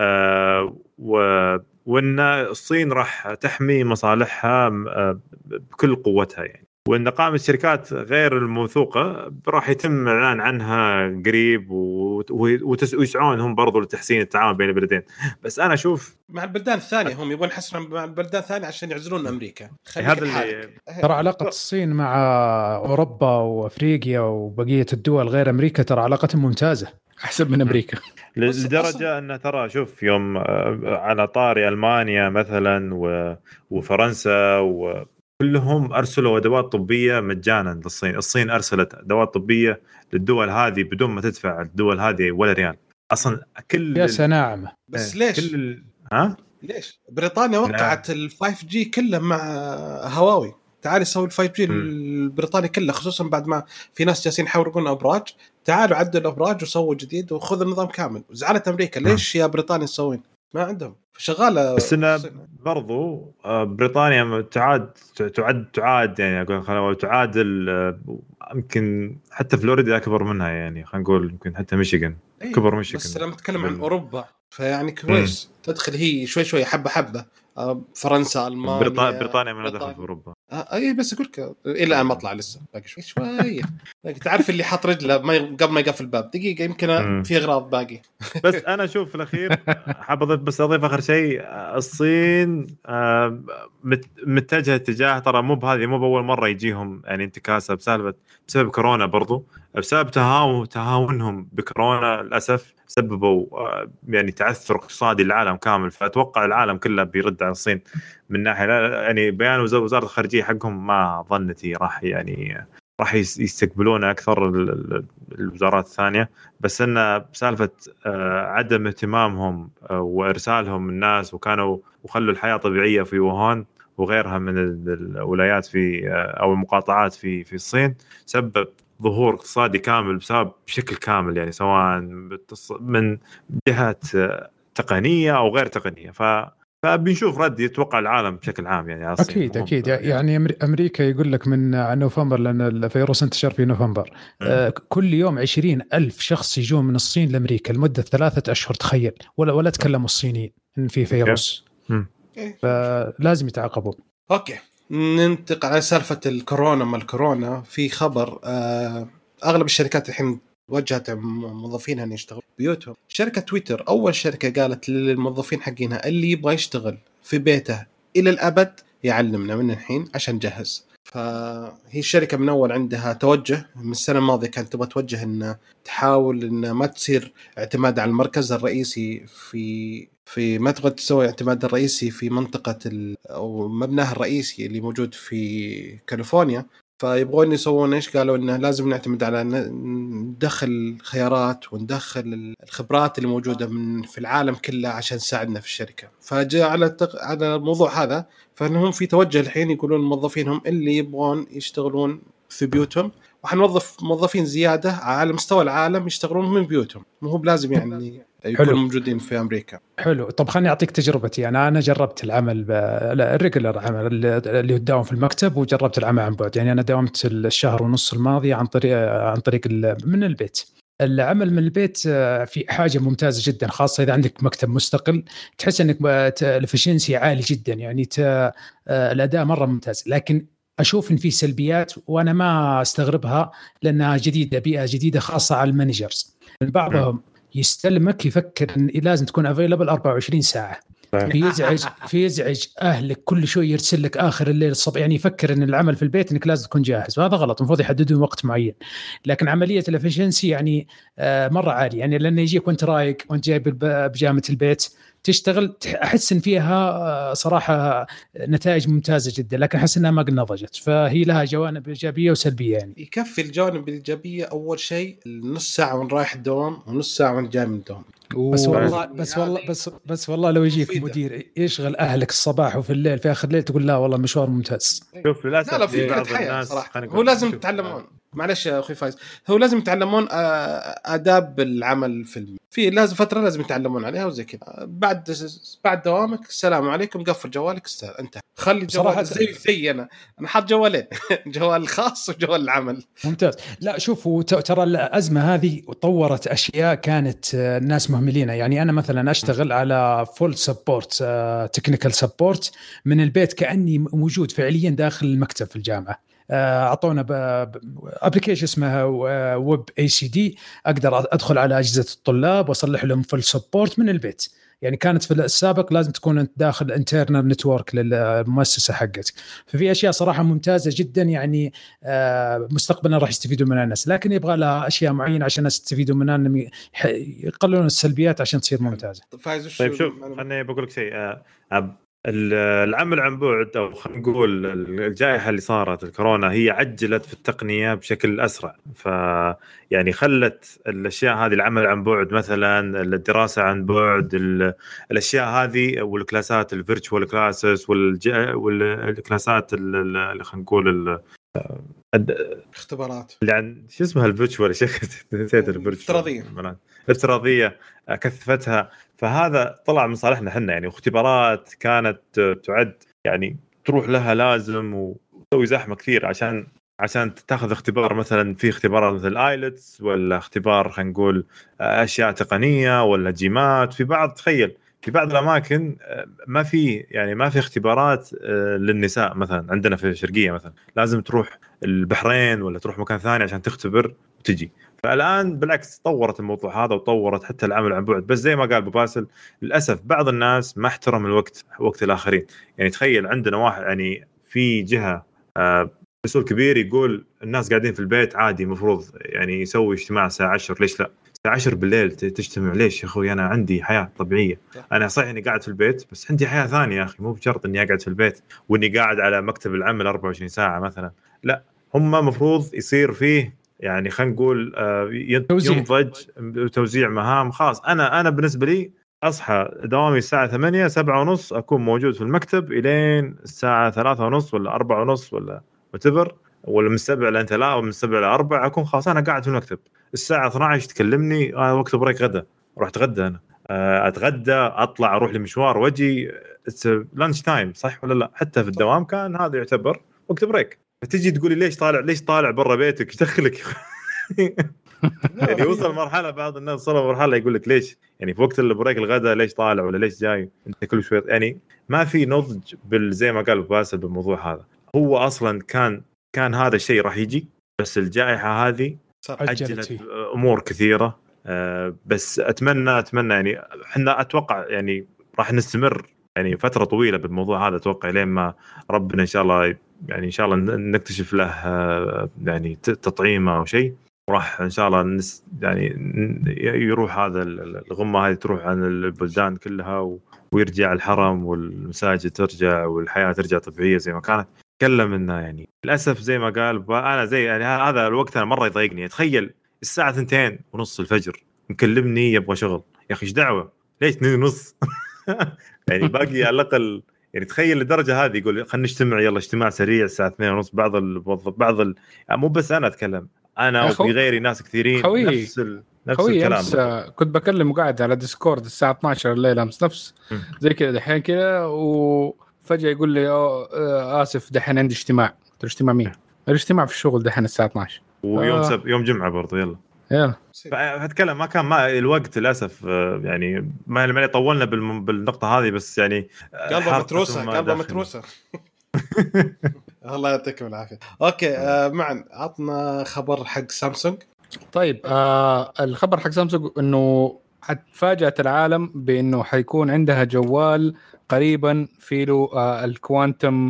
وان الصين راح تحمي مصالحها بكل قوتها يعني، وان قائمه الشركات غير الموثوقه راح يتم الاعلان عنها قريب، ويسعون هم برضو لتحسين التعاون بين البلدين. بس انا اشوف مع البلدان الثانيه هم يبون يحسنوا مع البلدان الثانيه عشان يعزلون امريكا. هذا اللي ترى علاقه الصين مع اوروبا وافريقيا وبقيه الدول غير امريكا ترى علاقتهم ممتازه احسن من امريكا لدرجه ان ترى شوف يوم على طاري المانيا مثلا وفرنسا كلهم ارسلوا ادوات طبيه مجانا للصين. الصين ارسلت ادوات طبيه للدول هذه بدون ما تدفع الدول هذه ولا ريال اصلا. كل يا سناعمه. بس ليش ليش بريطانيا وقعت ال5G كله مع هواوي؟ تعالي سوي ال5G البريطاني كله، خصوصا بعد ما في ناس جالسين يحورقون ابراج. تعالوا عدلوا الابراج وسووا جديد وخذ النظام كامل. وزعلت امريكا ليش يا بريطانيا تسوين؟ ما عندهم شغاله. بس إنه برضو بريطانيا تعاد يعني اقول تعادل يمكن حتى فلوريدا اكبر منها، يعني خلينا نقول يمكن حتى ميشيغان كبر ميشيغان. بس لما نتكلم عن اوروبا فيعني كويس تدخل هي شوي حبه فرنسا المانيا بريطانيا ما دخل في اوروبا. اي بس اقولك الى ان ما اطلع لسه باقي شوي تعرف اللي حاط رجله قبل ما يقفل الباب دقيقه يمكن في اغراض باقي. بس انا اشوف في الاخير حاب اضيف اخر شيء. الصين متجهه اتجاه، ترى مو باول مره يجيهم يعني انتكاسه بسبب كورونا، برضو بسبب تهاونهم بكورونا للاسف سببوا يعني تعثر اقتصادي العالم كامل. فاتوقع العالم كله بيرد على الصين من ناحيه، يعني بيان وزاره الخارجيه حقهم ما ظنتي راح يستقبلونه اكثر الوزارات الثانيه، بس ان سالفه عدم اهتمامهم وارسالهم الناس وخلوا الحياه طبيعيه في ووهان وغيرها من الولايات في او المقاطعات في الصين سبب ظهور اقتصادي كامل بشكل كامل، يعني سواء من جهات تقنيه او غير تقنيه. فبنشوف رد يتوقع العالم بشكل عام يعني على الصين. اكيد يعني امريكا يقول لك من نوفمبر، لان الفيروس انتشر في نوفمبر. كل يوم 20,000 شخص يجون من الصين لامريكا لمده 3 أشهر. تخيل ولا تكلموا الصينيين ان في فيروس. فلازم يتعاقبوا. اوكي ننتقل على سالفة الكورونا. ما الكورونا في خبر أغلب الشركات الحين وجهت موظفينها أن يشتغلوا بيوتهم. شركة تويتر أول شركة قالت للموظفين حقينها اللي يبغى يشتغل في بيته إلى الأبد يعلمنا من الحين عشان نجهز. فهي الشركة من أول عندها توجه من السنة الماضية كانت تبغى توجه أن تحاول أن ما تصير اعتماد على المركز الرئيسي في ما تبغى تسوي اعتماد الرئيسي في منطقة أو مبناها الرئيسي اللي موجود في كاليفورنيا. فيبغون يسوون إيش؟ قالوا إنه لازم نعتمد على ندخل خيارات وندخل الخبرات اللي موجودة في العالم كله عشان تساعدنا في الشركة. فجاء على الموضوع هذا، فإنهم في توجه الحين يقولون موظفينهم اللي يبغون يشتغلون في بيوتهم وحنوظف موظفين زيادة على مستوى العالم يشتغلون من بيوتهم، مو هو بلازم يعني يكونوا موجودين في أمريكا. حلو. طب خلني أعطيك تجربتي. أنا جربت العمل الريجولر عمل اللي يداوم في المكتب، وجربت العمل عن بعد. يعني أنا داومت الشهر ونص الماضي عن طريق من البيت. العمل من البيت في حاجة ممتازة جدا، خاصة إذا عندك مكتب مستقل، تحس أنك الإفشنسي عالي جدا، يعني الأداء مرة ممتاز. لكن أشوف إن في سلبيات وأنا ما أستغربها لأنها جديدة، بيئة جديدة خاصة على المانجرز. من بعضهم يستلمك يفكر إن لازم تكون available 24 ساعة، فيزعج أهلك كل شوي يرسل لك آخر الليل الصبح، يعني يفكر إن العمل في البيت إنك لازم تكون جاهز، وهذا غلط. المفروض يحددون وقت معين. لكن عملية الإفشنسي يعني مرة عالية، يعني لأنه يجيك وأنت رايق وأنت جايب بجامة البيت تشتغل، أحس إن فيها صراحة نتائج ممتازة جدا، لكن أحس إنها ما قد نضجت. فهي لها جوانب إيجابية وسلبية. يعني يكفي الجوانب الإيجابية أول شيء نص ساعة وأنا رايح الدوام ونص ساعة وأنا جاي من الدوام. بس والله لو يجيك مدير يشغل أهلك الصباح وفي الليل في آخر الليل تقول لا والله مشوار ممتاز. شوف للأسف لا في بعض الناس هو لازم تتعلمون. معلش يا أخي فايز، هو لازم يتعلمون آداب العمل في لازم فترة لازم يتعلمون عليها وزي كذا. بعد دوامك السلام عليكم، قفل جوالك انت خلي جوالك زي أنا حاط جوالين جوال الخاص وجوال العمل. ممتاز. لا شوفوا ترى الأزمة هذه طورت أشياء كانت الناس مهملينها. يعني أنا مثلا أشتغل على فول سبورت، تكنيكال سبورت من البيت، كأني موجود فعليا داخل المكتب في الجامعة. أعطونا أبليكيشن اسمها ويب ACD، أقدر أدخل على أجهزة الطلاب وأصلح لهم فول سبورت من البيت. يعني كانت في السابق لازم تكون أنت داخل انترنال نتورك للمؤسسة حقتك. ففي أشياء صراحة ممتازة جدا، يعني مستقبلا راح يستفيدوا منها الناس، لكن يبغى لها أشياء معينة عشان الناس يستفيدوا منها، يقللون السلبيات عشان تصير ممتازة. طيب شوف أنا بقول لك شيء. العمل عن بعد، او خلينا نقول الجائحه اللي صارت الكورونا، هي عجلت في التقنيه بشكل اسرع. يعني خلت الاشياء هذه، العمل عن بعد مثلا، الدراسه عن بعد، الاشياء هذه والكلاسات الفيرتشوال كلاسز والكلاسات اللي خلينا نقول اختبارات، يعني شو اسمها الفيرتشوال، شيخ نسيت الفيرتشوال الافتراضيه كثفتها. فهذا طلع من صالحنا احنا، يعني اختبارات كانت تعد يعني تروح لها لازم وتسوي زحمه كثير عشان تاخذ اختبار. مثلا في اختبارات مثل الايلتس، ولا اختبار خلينا نقول اشياء تقنيه، ولا جيمات. في بعض الاماكن ما في اختبارات للنساء. مثلا عندنا في الشرقيه مثلا لازم تروح البحرين ولا تروح مكان ثاني عشان تختبر وتجي. فالآن بالعكس طورت الموضوع هذا، وطورت حتى العمل عن بعد. بس زي ما قال أبو باسل، للأسف بعض الناس ما احترم وقت الآخرين. يعني تخيل عندنا واحد، يعني في جهة مسؤول كبير يقول الناس قاعدين في البيت عادي، مفروض يعني يسوي اجتماع الساعة 10. ليش لا؟ الساعة 10 بالليل تجتمع؟ ليش يا أخوي؟ أنا عندي حياة طبيعية. أنا صحيح إني قاعد في البيت، بس عندي حياة ثانية يا أخي. مو بشرط إني أقعد في البيت وإني قاعد على مكتب العمل 24 ساعة مثلا. لا، هم مفروض يصير فيه يعني خلينا نقول ينضج توزيع مهام خاص. انا بالنسبه لي اصحى دوامي الساعه 8، 7:30 اكون موجود في المكتب الين الساعه 3:30 ولا 4:30 ولا وتفر، ولا من 7 ل 3 ومن 7 ل 4 اكون خلاص انا قاعد في المكتب. الساعه 12 تكلمني وقت بريك غدا، اروح اتغدى. انا اتغدى، اطلع اروح لمشوار واجي لانش تايم، صح ولا لا؟ حتى في الدوام كان هذا يعتبر وقت بريك. فتجي تقولي ليش طالع برا بيتك؟ يدخلك يعني وصل مرحله، بعض الناس وصلوا مرحله يقول لك ليش يعني في وقت البريك الغداء ليش طالع ولا ليش جاي انت كل شوي. يعني ما في نضج زي ما قال باسل بالموضوع هذا. هو اصلا كان هذا الشيء راح يجي، بس الجائحه هذه اجلت امور كثيره. بس اتمنى يعني احنا اتوقع يعني راح نستمر يعني فتره طويله بالموضوع هذا، اتوقع لين ما ربنا ان شاء الله يعني ان شاء الله نكتشف له يعني تطعيمه او شيء، وراح ان شاء الله يعني يروح هذا الغمه هذه تروح عن البلدان كلها، ويرجع الحرم والمساجد ترجع والحياه ترجع طبيعيه زي ما كانت. تكلم انه يعني للاسف زي ما قال انا زي يعني هذا الوقت انا مره يضايقني. اتخيل الساعه 2:30 الفجر مكلمني يبغى شغل، يا اخي ايش دعوه ليش 2:30 يعني باقي على الاقل يعني تخيل الدرجه هذه يقول خلينا نجتمع يلا اجتماع سريع الساعه 2:30. بعض يعني مو بس انا اتكلم، انا وفي غيري ناس كثيرين نفس الكلام. كنت بكلم وقاعد على ديسكورد الساعه 12 الليل امس نفس زي كذا دحين كذا، وفجاه يقول لي اسف دحين عندي اجتماع. اجتماع مين؟ الاجتماع في الشغل دحين الساعه 12 ويوم يوم جمعه برضه يلا فاتكلم. ما كان الوقت للاسف يعني ما طولنا بالنقطه هذه، بس يعني قلبه متروسه الله يعطيكم العافيه. اوكي معا عطنا خبر حق سامسونج. طيب الخبر حق سامسونج انه فاجأت العالم بانه حيكون عندها جوال قريبا في له الكوانتم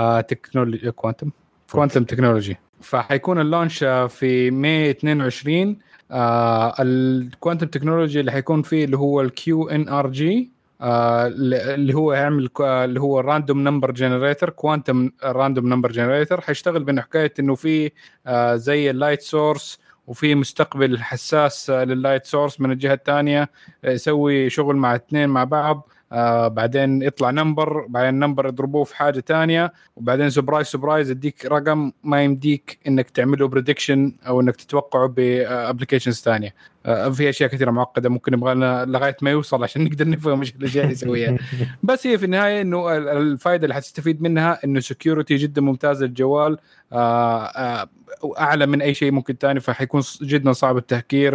تكنولوجي، فحيكون اللانش في ماي 22. الكوانتم تكنولوجي اللي حيكون فيه اللي هو QNRG، اللي هو يعمل اللي هو راندوم نمبر جنريتور، كوانتم راندوم نمبر جنريتور. حيشتغل بين حكايه انه في زي اللايت سورس وفي مستقبل حساس لللايت سورس من الجهه الثانيه، يسوي شغل مع اثنين مع بعض. بعدين يطلع نمبر، بعدين نمبر يضربوه في حاجه تانية، وبعدين سبرايز يديك رقم ما يمديك انك تعمله بريدكشن او انك تتوقعه بابلكيشنز تانية. في اشياء كثيره معقده ممكن نبغى لغايه ما يوصل عشان نقدر نفهم ايش الاشياء اللي يسويها. بس هي في النهايه انه الفائده اللي حتستفيد منها انه سكيورتي جدا ممتاز للجوال، اعلى من اي شيء ممكن تاني، فحيكون جدا صعب التهكير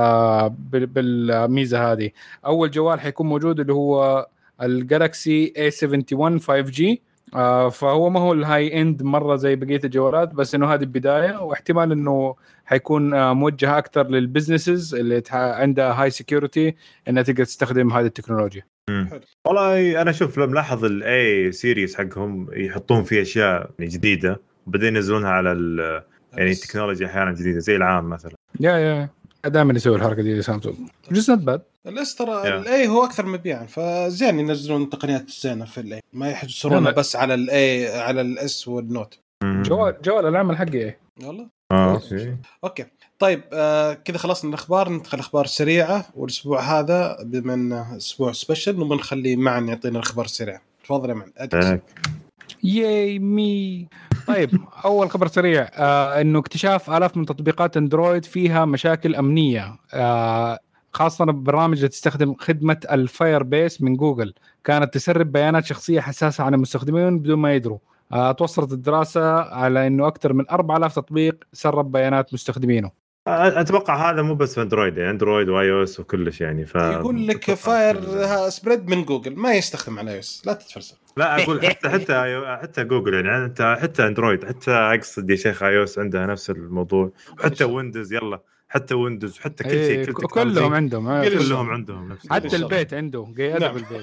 بالميزه هذه. اول جوال حيكون موجود اللي هو الجالكسي A71 5G، فهو ما هو الهاي اند مره زي بقيه الجوالات، بس انه هذه البدايه، واحتمال انه حيكون موجه اكثر للبزنسز اللي عندها هاي سكيورتي انها تقدر تستخدم هذه التكنولوجيا. والله انا اشوف ملاحظ الاي سيريز حقهم يحطون فيه اشياء جديده وبعدين ينزلونها على يعني التكنولوجيا احيانا جديده زي العام مثلا. يا دائما يسوي الحركه دي سامسونج جزء باد. الاسترا الاي هو اكثر مبيعا، فزين ينزلون تقنيات زينه في الاي، ما يحجزون بس على الاي على الاس والنوت. جوال العمل حقي ايه والله. اوكي طيب كذا خلصنا الاخبار، ندخل الاخبار السريعه. والاسبوع هذا بما انه اسبوع سبيشل وبنخلي معا يعطينا الاخبار السريعه. تفضل يا معن. ياي مي. طيب اول خبر سريع انه اكتشاف آلاف من تطبيقات اندرويد فيها مشاكل امنيه، خاصه ببرامج اللي تستخدم خدمه الفاير بيس من جوجل، كانت تسرب بيانات شخصيه حساسه عن المستخدمين بدون ما يدروا. توصلت الدراسه على انه اكثر من 4000 تطبيق سرب بيانات مستخدمينه. اتوقع هذا مو بس في اندرويد، يعني اندرويد واي او اس وكل شيء يعني. يقول لك فاير سبريد من جوجل ما يستخدم على اي او اس، لا تتفلسف. لا اقول حتى جوجل يعني انت حتى اندرويد، حتى اقصد يا شيخ اي او اس عندها نفس الموضوع، حتى ويندوز يلا حتى ويندوز حتى كل شيء كلهم عندهم كلهم عندهم نفس حتى البيت عنده قيادة بالبيت.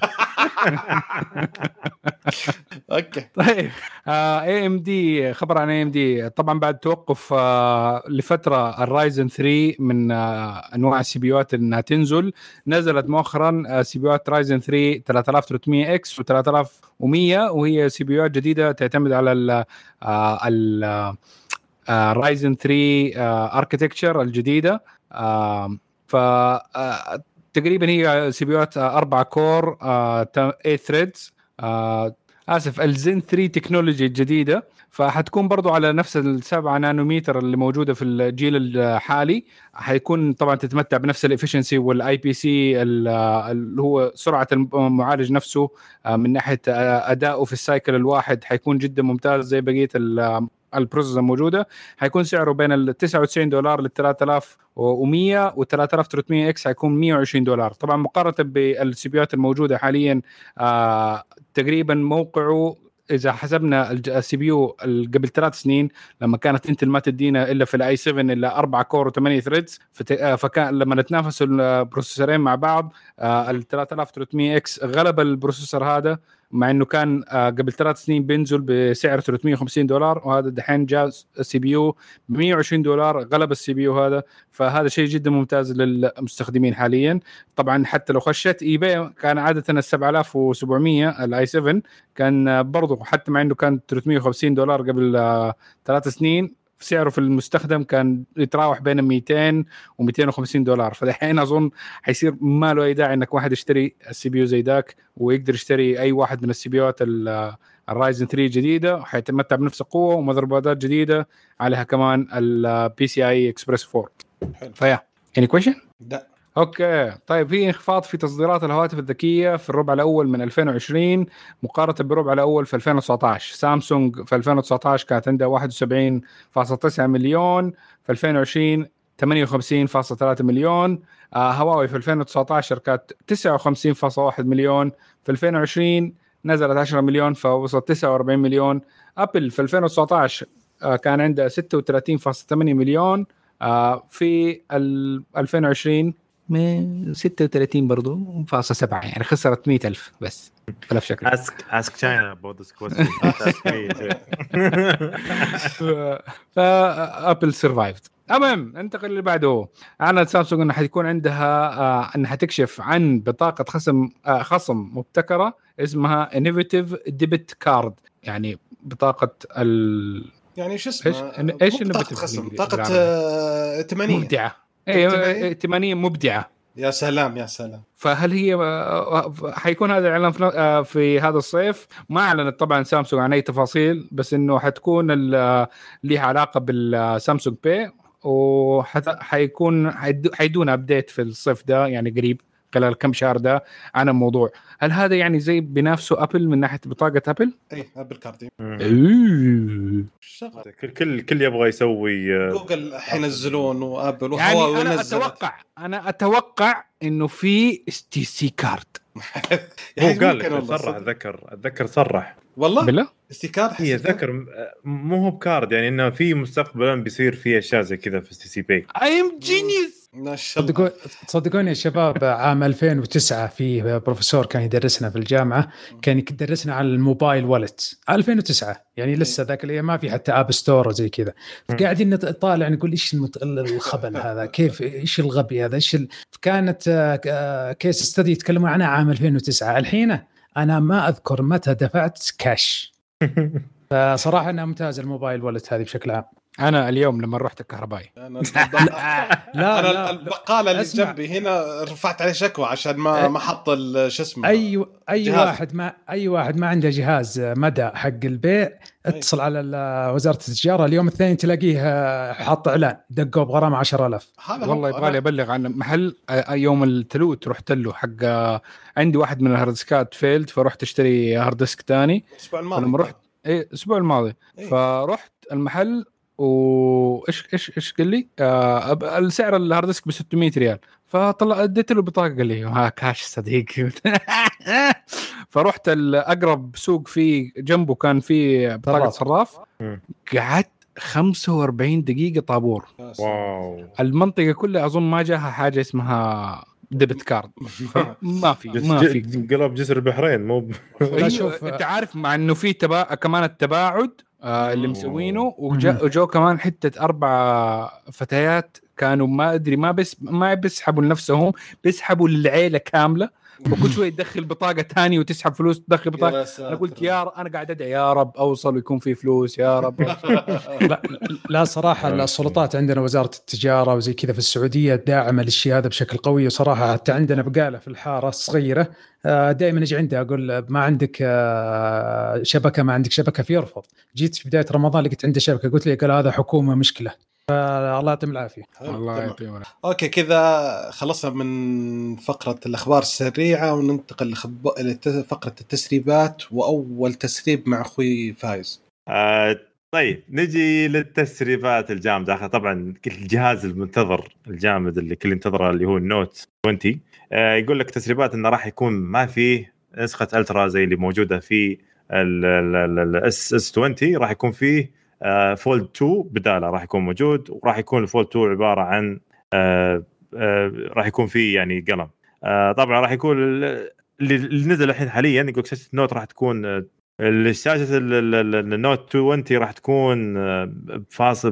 اوكي طيب AMD خبر عن AMD طبعا بعد توقف لفترة الرايزن 3 من انواع السي بي يوات انها تنزل، نزلت مؤخرا سي بي يوات رايزن 3 3300X و3100، وهي سي بي يوات جديدة تعتمد على ال رايزن 3 اركتكتشر الجديده. ف تقريبا هي سي بي يوات 4 كور 8 ثريدز، اسف الزن 3 تكنولوجي الجديده، فحتكون برضو على نفس ال7 نانومتر اللي موجوده في الجيل الحالي. حيكون طبعا تتمتع بنفس الافشنسي والاي بي سي اللي هو سرعه المعالج نفسه، من ناحيه اداؤه في السايكل الواحد حيكون جدا ممتاز زي بقيه البروسيسور الموجوده. حيكون سعره بين $99 لل 3100 و 3300 اكس حيكون $120. طبعا مقارنه بالسي بيات الموجوده حاليا تقريبا موقعه اذا حسبنا السي بي يو قبل 3 سنين لما كانت انتل ما تدينا الا في الاي 7 الا 4 كور و8 ثريدز، فكان لما نتنافسوا البروسيسورين مع بعض ال 3300 اكس غلب البروسيسور هذا، مع انه كان قبل 3 سنين بينزل بسعر $350 وهذا دحين جاء السي بي يو ب $120 غلب السي بي يو هذا. فهذا شيء جدا ممتاز للمستخدمين حاليا. طبعا حتى لو خشيت اي باي كان عاده ال 7700 الاي 7 كان برضو حتى مع انه كان $350 قبل 3 سنين، سعره في المستخدم كان يتراوح بين 200 و$250. فالحين اظن حيصير ما له اي داعي انك واحد يشتري السي بي يو زي ذاك ويقدر يشتري اي واحد من السي بي يوات الرايزن 3 جديده، حيتمتع بنفس القوه ومذربوطات جديده عليها كمان البي سي اي اكسبرس 4. فيا اني كويشن؟ لا اوكي طيب، في انخفاض في تصديرات الهواتف الذكيه في الربع الاول من 2020 مقارنه بالربع الاول في 2019. سامسونج في 2019 كانت عندها 71.9 مليون، في 2020 58.3 مليون. هواوي في 2019 كانت 59.1 مليون، في 2020 نزلت 10 مليون فوصلت 49 مليون. ابل في 2019 كان عندها 36.8 مليون، في 2020 36 برضو فاصلة 7، يعني خسرت 100,000 بس بلا شكل. ask China about this question. فابل سرفايفد. المهم انتقل اللي بعده. اعلنت سامسونج انها حيكون عندها انها تكشف عن بطاقه خصم مبتكره اسمها انوفيتيف ديبت كارد، يعني بطاقه يعني شو اسمه ايش بطاقه خصم، بطاقه ائتمانيه مبدعه. ائتمانيه مبدعه. يا سلام يا سلام. فهل هي حيكون هذا الاعلان في هذا الصيف؟ ما اعلنت طبعا سامسونج عن اي تفاصيل، بس انه حتكون لها علاقه بالسامسونج باي، وحيكون حيدون ابديت في الصيف ده يعني قريب خلال كم شهر ده عن الموضوع. هل هذا يعني زي بينافسوا ابل من ناحيه بطاقه ابل؟ اي ابل كاردي كل يبغى يسوي جوجل حينزلون وابل يعني وهواوي. انا اتوقع انه في تي سي كارد. هو قال صرح، اتذكر صرح والله بالله استيكار هي ذكر مو هو بكارد، يعني انه في مستقبلا بيصير في اشياء زي كذا في تي سي باي. اي ام جينيوس. تصدقوني يا شباب، عام 2009 في بروفيسور كان يدرسنا في الجامعه، كان يدرسنا على الموبايل والت 2009، يعني لسه ذاك الايام ما في حتى اب ستور وزي كذا. قاعدين نطالع نقول ايش الخبل هذا، كيف ايش الغبي هذا، ايش كانت كيس ستدي يتكلمون عنها عام 2009. الحين انا ما اذكر متى دفعت كاش. فصراحه انها ممتازه الموبايل والت هذه بشكل عام. انا اليوم لما رحت الكهربائي لا البقاله اللي جنبي هنا رفعت عليه شكوى عشان ما حط شو اسمه اي واحد ما عنده جهاز مدى حق البيع اتصل على وزاره التجاره، اليوم الثاني تلاقيه حاط اعلان دقوا بغرامه 10,000. والله يبغى لي ابلغ عن محل. يوم الثلوث رحت له حق عندي واحد من الهاردسكات فيلد، فرحت اشتري هارد ديسك ثاني لما رحت الاسبوع الماضي. فرحت المحل ايش قال لي السعر الهارد ديسك ب 600 ريال. فطلع اديت له البطاقه قال لي ها كاش صديق. فرحت الاقرب سوق في جنبه كان في بطاقه صراف، قعدت 45 دقيقه طابور. واو. المنطقه كلها اظن ما جاها حاجه اسمها ديبت كارد. ما في قلب جسر البحرين مو شوف انت عارف، مع انه في كمان التباعد اللي مسوينه، وجو كمان حتة 4 فتيات كانوا ما أدري ما بيسحبوا لنفسهم، بيسحبوا للعيلة كاملة، وكل شوي تدخل بطاقة تاني وتسحب فلوس، تدخل بطاقة. أنا قلت أنا قاعد أدعي يا رب أوصل ويكون في فلوس يا رب. لا صراحة السلطات عندنا وزارة التجارة وزي كذا في السعودية داعمة للشيء هذا بشكل قوي. وصراحة حتى عندنا بقالة في الحارة الصغيرة دائما نجي عندها أقول ما عندك شبكة، ما عندك شبكة، في يرفض. جيت في بداية رمضان لقيت عنده شبكة، قلت لي قال هذا حكومة مشكلة. الله يعطيهم العافية. الله يعطيهم. اوكي كذا خلصنا من فقرة الأخبار السريعة وننتقل لفقرة التسريبات، وأول تسريب مع أخوي فايز. طيب نجي للتسريبات الجامدة. طبعا الجهاز المنتظر الجامد اللي كل انتظره اللي هو النوت 20 يقول لك تسريبات انه راح يكون ما فيه نسخة الترا زي اللي موجودة في الاس 20 راح يكون فيه فولد 2 بداله راح يكون موجود، وراح يكون الفولد 2 عباره عن راح يكون فيه يعني قلم. طبعا راح يكون اللي نزل الحين حاليا يقول شاشه النوت راح تكون الشاشه النوت 20 راح تكون فاصل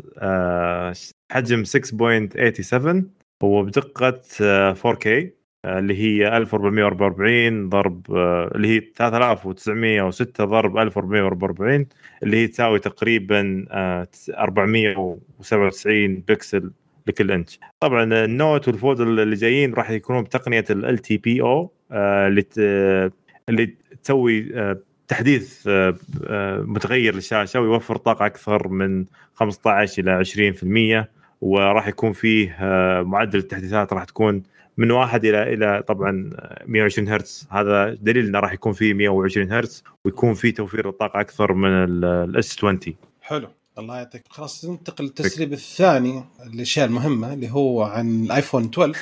بحجم 6.87 وبدقه 4K اللي هي 1444 ضرب اللي هي 3906 ضرب 1444 اللي هي تساوي تقريبا 497 بكسل لكل انش. طبعا النوت والفولد اللي جايين راح يكونون بتقنيه ال LTPO اللي تسوي تحديث متغير للشاشه ويوفر طاقه اكثر من 15 الى 20%، وراح يكون فيه معدل التحديثات راح تكون من 1 الى طبعا 120 هرتز. هذا دليل انه راح يكون فيه 120 هرتز ويكون فيه توفير الطاقه اكثر من الاس 20. حلو، الله يعطيك. خلاص ننتقل للتسريب الثاني، الاشياء المهمه اللي هو عن الايفون 12.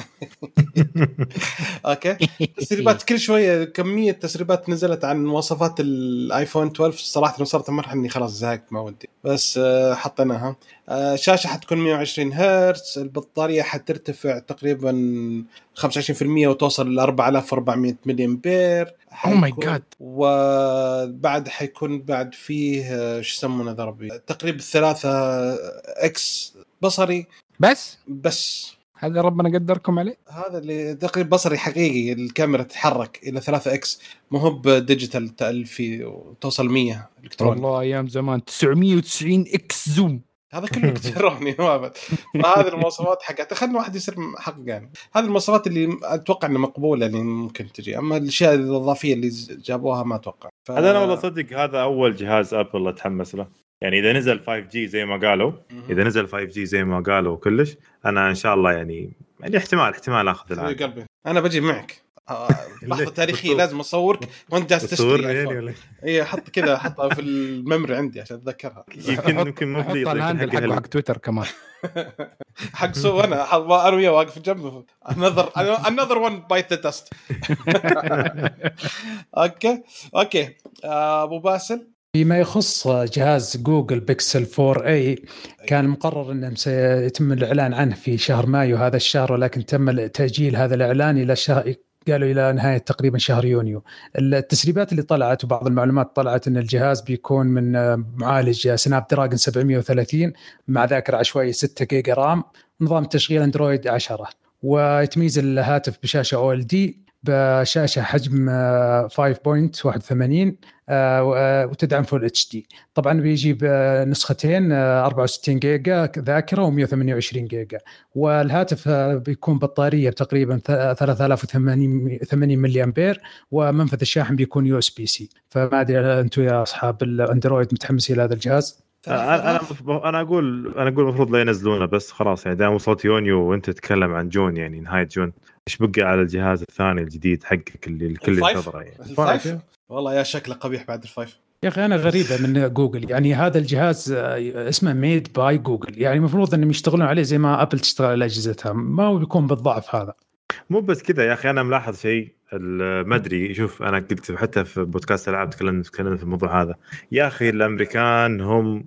اوكي، تسريبات كل شويه، كميه تسريبات نزلت عن مواصفات الايفون 12. صراحه وصلت مرحله اني خلاص زهقت ما ودي، بس حطيناها. شاشه حتكون 120 هرتز، البطاريه حترتفع تقريبا 25% وتوصل ل 4400 ملي امبير. او ماي جاد. وبعد حيكون بعد فيه شو يسمونه ضربي تقريبا 3x بصري بس هذا ربنا قدركم عليه. هذا اللي تقريبا بصري حقيقي، الكاميرا تتحرك الى 3x مو هو بديجيتال تألفي وتوصل 100 الكتروني. والله ايام زمان 990 اكس زوم، هذا كله الكتروني ما فهذه المواصفات حقت خلنا واحد يصير حق يعني. هذه المواصفات اللي اتوقع انها مقبوله اللي ممكن تجي، اما الاشياء الاضافيه اللي جابوها ما اتوقع. هذا انا والله صدق هذا اول جهاز ابل اتحمس له يعني. اذا نزل 5G زي ما قالوا، اذا نزل 5G زي ما قالوا كلش، انا ان شاء الله يعني احتمال اخذ العاب. قلبي انا بجي معك لحظه تاريخيه، لازم اصورك وانت جالس تشتري. اي حط كذا، حطها في الميموري عندي عشان اتذكرها. يمكن مو بليط حق تويتر كمان. حق سو انا وياه واقف جنبه another one bite the dust. اوكي ابو باسل، فيما يخص جهاز جوجل بيكسل 4A كان مقرر أنه سيتم الإعلان عنه في شهر مايو هذا الشهر، ولكن تم تأجيل هذا الإعلان إلى قالوا إلى نهاية تقريبا شهر يونيو. التسريبات اللي طلعت وبعض المعلومات طلعت أن الجهاز بيكون من معالج سناب دراجون 730 مع ذاكرة عشوائية 6 جيجا رام، نظام تشغيل أندرويد 10، ويتميز الهاتف بشاشة OLED بشاشة حجم 5.81 وتدعم فول HD. طبعا بيجي بنسختين 64 جيجا ذاكرة و128 جيجا، والهاتف بيكون بطارية تقريبا 3080 ملي أمبير، ومنفذ الشاحن بيكون USB-C. فما أدري أنتم يا أصحاب الأندرويد متحمسين لهذا الجهاز؟ انا اقول المفروض لا ينزلونه، بس خلاص يعني دام وصلت يونيو وانت تتكلم عن جون يعني نهايه جون، ايش بقى على الجهاز الثاني الجديد حقك اللي الكل ينتظره يعني؟ والله يا شكله قبيح بعد الفايف يا اخي. انا غريبه من جوجل يعني، هذا الجهاز اسمه ميد باي جوجل، يعني المفروض انهم يشتغلون عليه زي ما ابل تشتغل على اجهزتها، ما هو بيكون بالضعف هذا. مو بس كذا يا اخي، انا ملاحظ شيء ما ادري. شوف انا قلت حتى في بودكاست العاب تكلمنا في الموضوع هذا يا اخي، الامريكان هم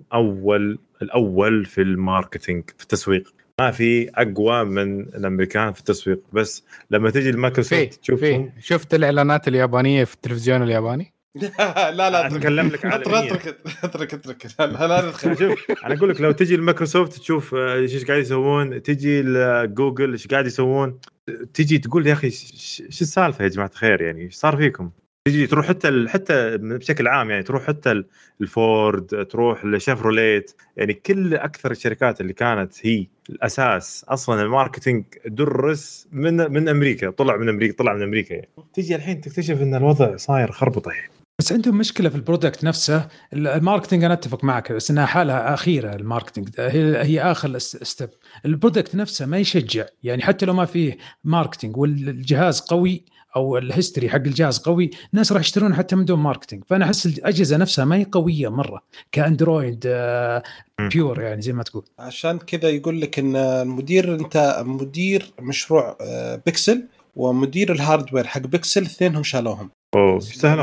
الاول في الماركتينج في التسويق، ما في اقوى من الامريكان في التسويق. بس لما تجي المايكروسوفت تشوفهم، شفت الاعلانات اليابانيه في التلفزيون الياباني؟ لا اتكلم لك عالميا. اترك لا ندخل. شوف انا اقول لك، لو تجي المايكروسوفت تشوف ايش قاعد يسوون، تجي لجوجل ايش قاعد يسوون، تجي تقول يا اخي ايش السالفه يا جماعه الخير، يعني ايش صار فيكم؟ تجي تروح حتى بشكل عام يعني، تروح حتى الفورد، تروح لشيفروليت، يعني كل اكثر الشركات اللي كانت هي الاساس اصلا الماركتينج درس من امريكا، طلع من امريكا يعني. تجي الحين تكتشف ان الوضع صاير خربطه يعني. بس عندهم مشكله في البرودكت نفسه. الماركتينج انا اتفق معك، بس انها حاله اخيره. الماركتينج هي اخر ستيب. البرودكت نفسه ما يشجع يعني، حتى لو ما فيه ماركتينج والجهاز قوي او الهيستوري حق الجهاز قوي، الناس راح يشترون حتى من دون ماركتينج. فانا احس الاجهزه نفسها ما هي قويه مره كاندرويد بيور يعني زي ما تقول. عشان كذا يقول لك ان انت مدير مشروع بيكسل ومدير الهاردوير حق بيكسل، اثنينهم شالوهم. سهلان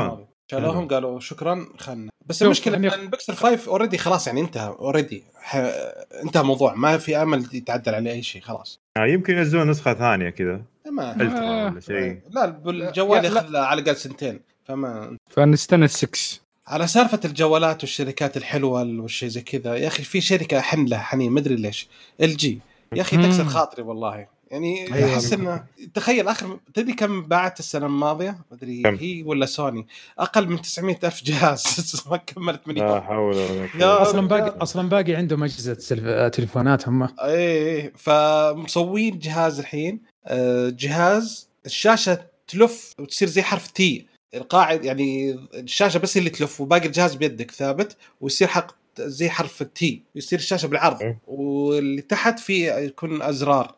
شالوهم قالوا شكرا خلنا. بس المشكله ان البكسل 5 اوريدي خلاص يعني انتهى اوريدي انتهى الموضوع ما في امل يتعدل عليه اي شيء خلاص. يمكن ينزلون نسخه ثانيه كذا ما ولا شيء. لا بالجوال ياخذ على الاقل سنتين فنستنى 6. على سالفه الجوالات والشركات الحلوه والشيء زي كذا يا اخي في شركه احن لها حنين ما ادري ليش LG يا اخي تكسر خاطري والله يعني احس انه تخيل اخر تدري كم باعت السنه الماضيه ما ادري هي ولا سوني اقل من 900,000 جهاز ما كملت مليون. لا حول ولا قوه. اصلا باقي عندهم اجهزه تليفونات هم اي فمسوين جهاز الحين جهاز الشاشه تلف وتصير زي حرف تي القاعد يعني الشاشه بس اللي تلف وباقي الجهاز بيدك ثابت ويصير حق زي حرف التي يصير الشاشه بالعرض واللي تحت فيه يكون ازرار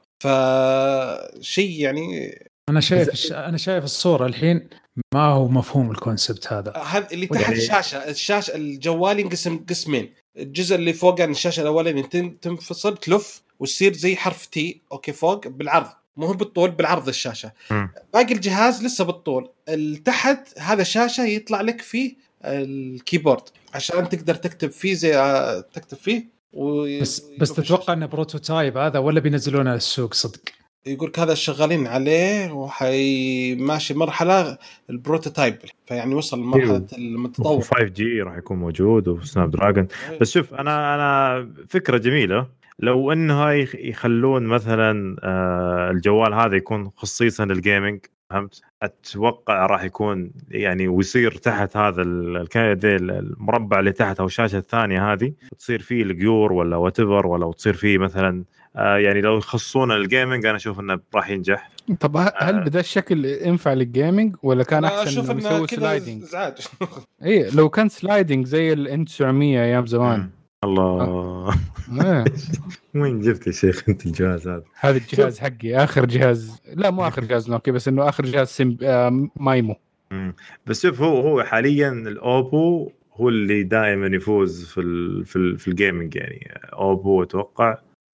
فشيء يعني انا شايف الصوره الحين ما هو مفهوم الكونسبت هذا اللي تحت الشاشه الجوال ينقسم قسمين الجزء اللي فوق عن الشاشه الاولاني تنفصل تلف وتصير زي حرف تي اوكي فوق بالعرض مو هو بالطول بالعرض الشاشه باقي الجهاز لسه بالطول تحت هذا الشاشه يطلع لك فيه الكيبورد عشان تقدر تكتب فيه زي تكتب فيه بس تتوقع انه بروتوتايب هذا ولا بينزلونه للسوق صدق؟ يقولك هذا شغالين عليه وحي ماشي مرحله البروتوتايب فيعني وصل لمرحله المتطور 5G راح يكون موجود وسناب دراجون. بس شوف انا فكره جميله لو انه يخلون مثلا الجوال هذا يكون خصيصا للجيمنج فهمت. اتوقع راح يكون يعني ويصير تحت هذا المربع اللي تحت او الشاشه الثانيه هذه تصير فيه الجيور ولا واتيفر ولا تصير فيه مثلا يعني لو يخصون الجيمنج انا اشوف انه راح ينجح. طب هل بدا الشكل ينفع للجيمنج ولا كان احسن انه يسوي سلايدنج؟ اي لو كان سلايدنج زي ال900 ايام زمان. الله وين جبت يا شيخ انت الجهاز هذا الجهاز حقي اخر جهاز لا مو اخر جهاز نوكيا بس انه اخر جهاز مايمو. بس شوف هو حاليا الاوبو هو اللي دائما يفوز في الجيمنج يعني اوبو اتوقع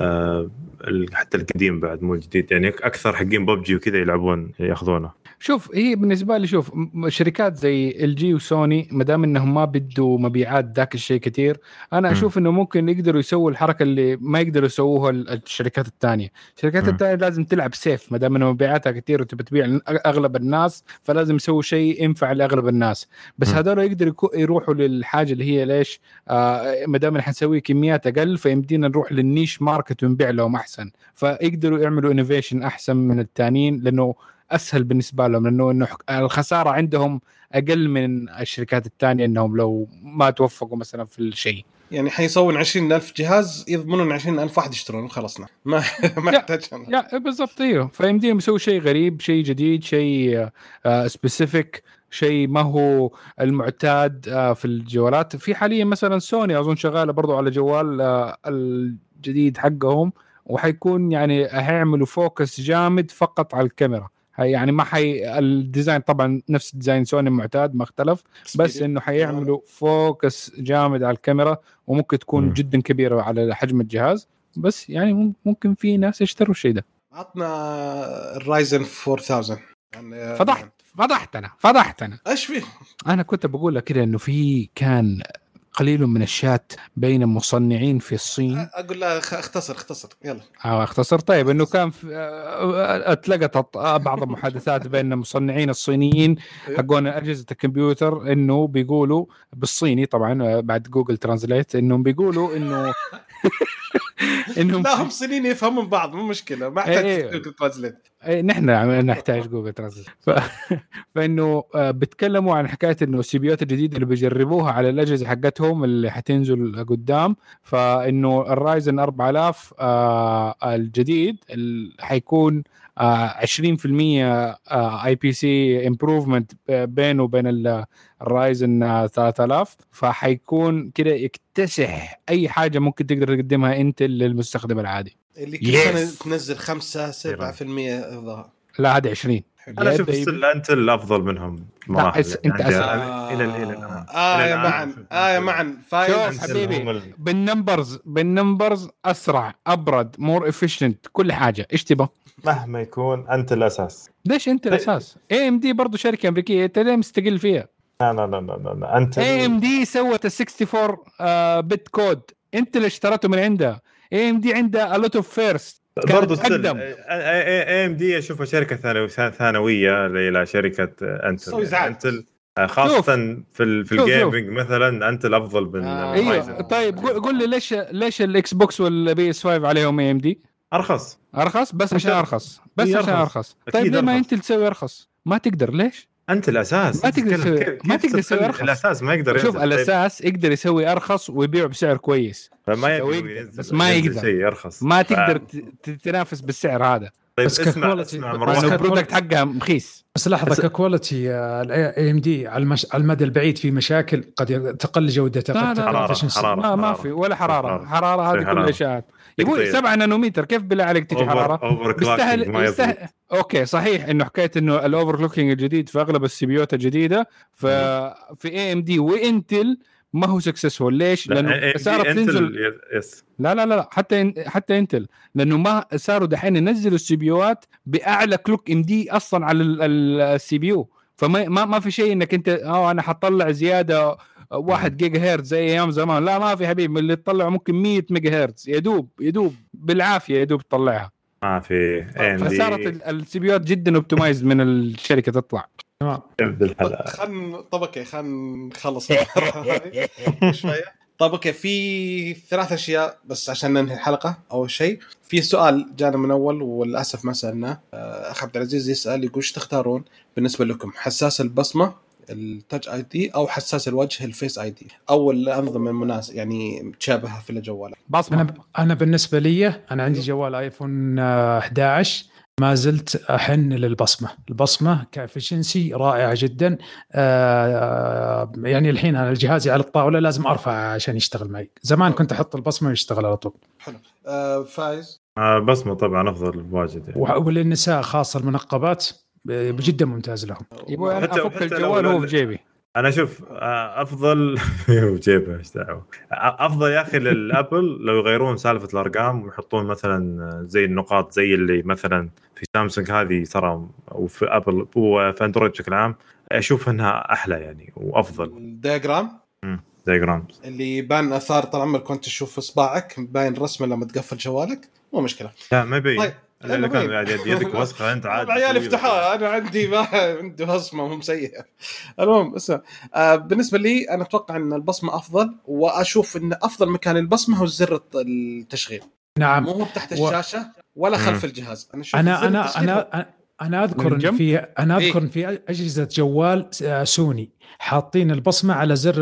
حتى القديم بعد مو الجديد يعني اكثر حقين ببجي وكذا يلعبون ياخذونه. شوف هي بالنسبه لي شوف شركات زي LG وسوني ما دام انهم ما بدوا مبيعات ذاك الشيء كتير انا اشوف انه ممكن يقدروا يسووا الحركه اللي ما يقدروا يسووها الشركات الثانيه. الشركات الثانيه لازم تلعب سيف ما دام انه مبيعاتها كتير وتبي تبيع اغلب الناس فلازم يسووا شيء ينفع لاغلب الناس. بس هذول يقدروا يروحوا للحاجه اللي هي ليش ما دام احنا نسوي كميات اقل فيمدينا نروح للنيش ماركت ونبيع لهم احسن فيقدروا يعملوا انوفيشن احسن من الثانيين لانه اسهل بالنسبه لهم لانه الخساره عندهم اقل من الشركات الثانيه انهم لو ما توفقوا مثلا في الشيء يعني حيسوون 20,000 جهاز يضمنون 20,000 واحد يشترون خلصنا ما يحتاج يا بالضبط ايوه فيمديهم يسوي شيء غريب شيء جديد شيء سبيسيفيك شيء ما هو المعتاد في الجوالات. في حاليا مثلا سوني اظن شغاله برضو على جوال الجديد حقهم وحيكون يعني هيعملوا فوكس جامد فقط على الكاميرا يعني ما الديزاين طبعا نفس ديزاين سوني معتاد ما اختلف بس انه حيعملوا فوكس جامد على الكاميرا وممكن تكون جدا كبيره على حجم الجهاز بس يعني ممكن في ناس يشتروا الشيء ده. عطنا الرايزن 4000 يعني فضحت انا ايش فيه. انا كنت بقول لك كده انه في كان قليل من الشات بين مصنعين في الصين. اقول لها اختصر يلا اختصر. طيب انه كان اتلقت بعض المحادثات بين المصنعين الصينيين حقون اجهزه الكمبيوتر انه بيقولوا بالصيني طبعا بعد جوجل ترانزليت انهم بيقولوا انه انهم لا هم صينيين يفهمون بعض مو مشكله ما احتاج جوجل ترانزليت نحن نحتاج جوجل ترانزليت فانه بيتكلموا عن حكايه انه السيبيوت الجديده اللي بيجربوها على الاجهزه حقتهم اللي حتنزل قدام فانه الرايزن 4000 الجديد حيكون 20% اي بي سي امبروفمنت بينه وبين الرايزن 3000 فحيكون كده يكتسح اي حاجه ممكن تقدر تقدمها انت للمستخدم العادي اللي كل سنه تنزل 5-7% اضافه. لا هذا 20. انا اشوف انت الافضل منهم مراحل انت الى معا فايز حبيبي بالنمبرز اسرع ابرد مور افيشنت كل حاجه ايش تبغى مهما يكون انت الاساس. ليش انت الاساس؟ AMD برضو شركه امريكيه انت ليه مستقل فيها؟ لا انت AMD سوت ال 64 بت كود، انت اللي اشتريته من عندها. AMD عندها a lot of first برضو أقدم. AMD اشوفها شركه ثانويه الى شركه انتل خاصه في الجيمنج مثلا. انت الافضل من ايوه. طيب قول لي ليش الاكس بوكس والبي اس 5 عليهم AMD ارخص بس عشان ارخص عشان ارخص. طيب ليه ما انت تسوي ارخص؟ ما تقدر. ليش انت الاساس ما تقدر تسوي ارخص؟ الاساس ما يقدر شوف الاساس يقدر يسوي ارخص ويبيع بسعر كويس، فما يقدر بس ما يقدر شيء ارخص. ما تقدر تنافس بالسعر هذا. طيب بس اسمع البرودكت حقها مخيس. بس لحظه ككواليتي الاي ام دي على المدى البعيد في مشاكل قد تقل جودتها. حرارة ما في ولا حراره هذه كلها اشاعات. يقول 7 نانومتر كيف بالله عليك تجي حراره؟ بيستاهل. اوكي صحيح انه حكايه انه الاوفر كلوكينج الجديد في اغلب السي بيوت الجديده في اي ام دي وانتل ما هو سكسسفول. ليش؟ لانه صارت تنزل لا حتى انتل، لانه ما صاروا دحين ينزلوا السي بيوات باعلى كلوك ام دي اصلا على السي بي يو. فما ما في شيء انك انت انا حطلع زياده 1 جيجا هرتز زي ايام زمان. لا ما في حبيبي، اللي تطلع ممكن 100 ميجا هرتز يدوب بالعافيه تطلعها. ما في فصارت السي بيوات جدا اوبتمايز من الشركه تطلع. تمام. خلينا نخلص شويه. طب اوكي، في 3 اشياء بس عشان ننهي الحلقه. اول شيء في سؤال جانا من اول وللاسف ما سالناه. اخ عبد العزيز يسال يقول ايش تختارون بالنسبه لكم، حساس البصمه التاتش اي دي او حساس الوجه الفيس اي دي، او الانظمه المناسبه يعني تشابهها في الجوالات؟ انا بالنسبه لي انا عندي جوال ايفون 11 ما زلت أحن للبصمة. البصمة كإفشنسي رائعة جدا. يعني الحين أنا جهازي على الطاولة لازم أرفع عشان يشتغل معي. زمان كنت أحط البصمة ويشتغل على طول. حلو. فايز؟ بصمة طبعا أفضل بواجد يعني. وللنساء خاصة المنقبات جدا ممتاز لهم. يبغى أفك الجوال هو في جيبي. أنا شوف أفضل في جيبه إيش دعوة. أفضل يا أخي للأبل لو يغيرون سالفة الأرقام ويحطون مثلا زي النقاط زي اللي مثلا في سامسونج هذه ترى، وفي أبل وفي أندرويد بشكل عام أشوف إنها أحلى يعني وأفضل. الدياجرام اللي يبان أثار طال عمرك كنت تشوف إصبعك باين رسمه لما تقفل جوالك مو مشكلة. لا ما يبين. طيب. اللي كان يدك وسخه انت عاد العيال يفتحوها. انا عندي ما عنده بصمه مو مسيئه. المهم اسمع، بالنسبه لي انا اتوقع ان البصمه افضل، واشوف ان افضل مكان البصمه هو زر التشغيل. نعم. مو تحت الشاشه ولا خلف الجهاز. انا شوف أنا أذكر إن في أجهزة جوال سوني حاطين البصمة على زر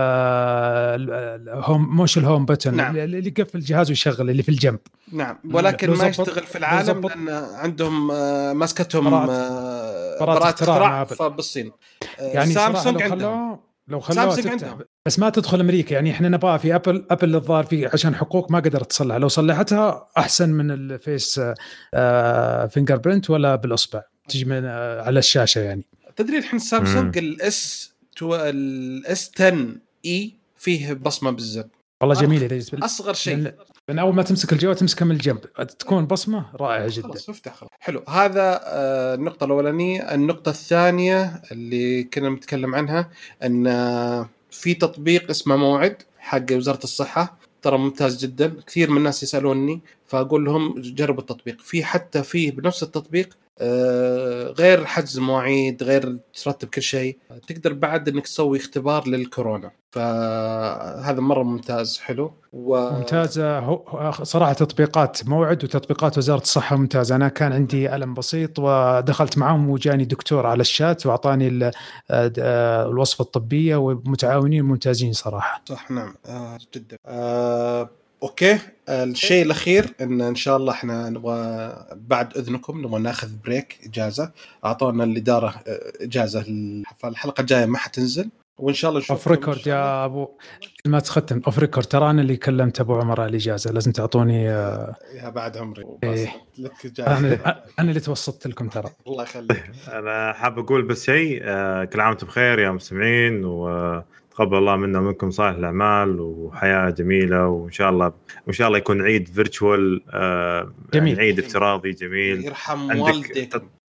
الهوم، مش الهوم بتن. نعم. اللي يقفل الجهاز ويشغل اللي في الجنب. نعم. ولكن ما يشتغل في العالم لأن عندهم ماسكتهم براءة اختراع بالصين. يعني سامسونج عندهم لو خلوها بس ما تدخل أمريكا. يعني إحنا نبغى في أبل الظاهر فيه عشان حقوق ما قدرت تصلح. لو صلحتها أحسن من الفيس فينجر برينت ولا بالأصبع تجي من على الشاشة. يعني تدري الحين سامسونج الاس 10 اي فيه بصمة بالزر. والله جميل. أصغر شيء من أول ما تمسك الجوال تمسكها من الجنب تكون بصمة رائعة جدا. خلاص افتح. حلو. هذا النقطة الأولانية. النقطة الثانية اللي كنا نتكلم عنها أن في تطبيق اسمه موعد حق وزارة الصحة، ترى ممتاز جدا. كثير من الناس يسألوني فأقول لهم جربوا التطبيق. في حتى فيه بنفس التطبيق غير حجز مواعيد، غير ترتب كل شيء، تقدر بعد انك تسوي اختبار للكورونا. فهذا مرة ممتاز. حلو ممتازة صراحة. تطبيقات موعد وتطبيقات وزارة الصحة ممتازة. أنا كان عندي ألم بسيط ودخلت معهم وجاني دكتور على الشات وأعطاني الوصفة الطبية، ومتعاونين ممتازين صراحة. صح. نعم. جدا. اوكي. الشيء الاخير ان شاء الله احنا نبغى بعد اذنكم نبغى ناخذ بريك اجازه. اعطونا الاداره اجازه الحلقه الجايه ما حتنزل، وان شاء الله نشوف اوف ريكورد يا ابو ما تختم. اوف ريكورد ترى انا اللي كلمت ابو عمر على الاجازه، لازم تعطوني يا بعد عمري. لك انا اللي توسطت لكم ترى. الله يخليك. انا حاب اقول بس شيء. كل عام وانتم بخير يا مستمعين، وتقبل الله منا ومنكم صالح الاعمال وحياه جميله، وان شاء الله يكون عيد فيرتشوال جميل، عيد افتراضي جميل. يرحم والديك.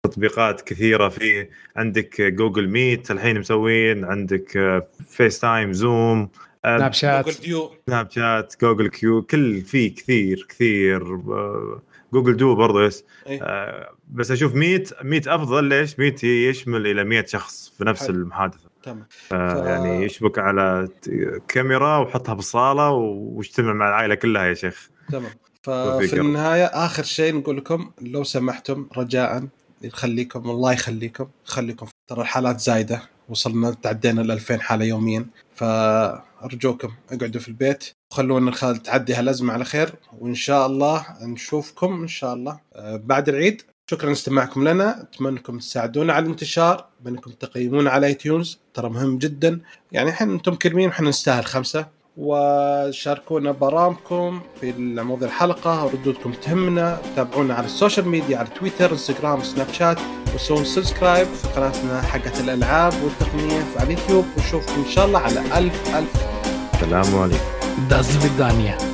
تطبيقات كثيره، في عندك جوجل ميت الحين مسوين، عندك فيس تايم، زوم، سناب شات، جوجل جوجل كيو، كل في كثير جوجل دو برضه بس اشوف ميت افضل. ليش ميت يشمل الى 100 شخص في نفس المحادثه. تمام. يعني يشبك على كاميرا وحطها بالصاله واجتمع مع العائله كلها يا شيخ. تمام. ففي النهايه اخر شيء نقول لكم لو سمحتم رجاء يخليكم، الله يخليكم، خليكم، ترى الحالات زايده، وصلنا تعدينا 2000 حاله يوميا، فارجوكم اقعدوا في البيت وخلونا تعدي هالازمه على خير، وان شاء الله نشوفكم ان شاء الله بعد العيد. شكرا لاستماعكم لنا، اتمنى انكم تساعدونا على الانتشار، بانكم تقيمونا على ايتيونز، ترى مهم جدا، يعني احنا انتم كريمين وحنا نستاهل 5، وشاركونا برامجكم في موضوع الحلقه وردودكم تهمنا، تابعونا على السوشيال ميديا على تويتر، انستغرام، سناب شات، وسووا سبسكرايب في قناتنا حقت الالعاب والتقنيه على اليوتيوب، ونشوفكم ان شاء الله على الف سلام عليكم. До свидания.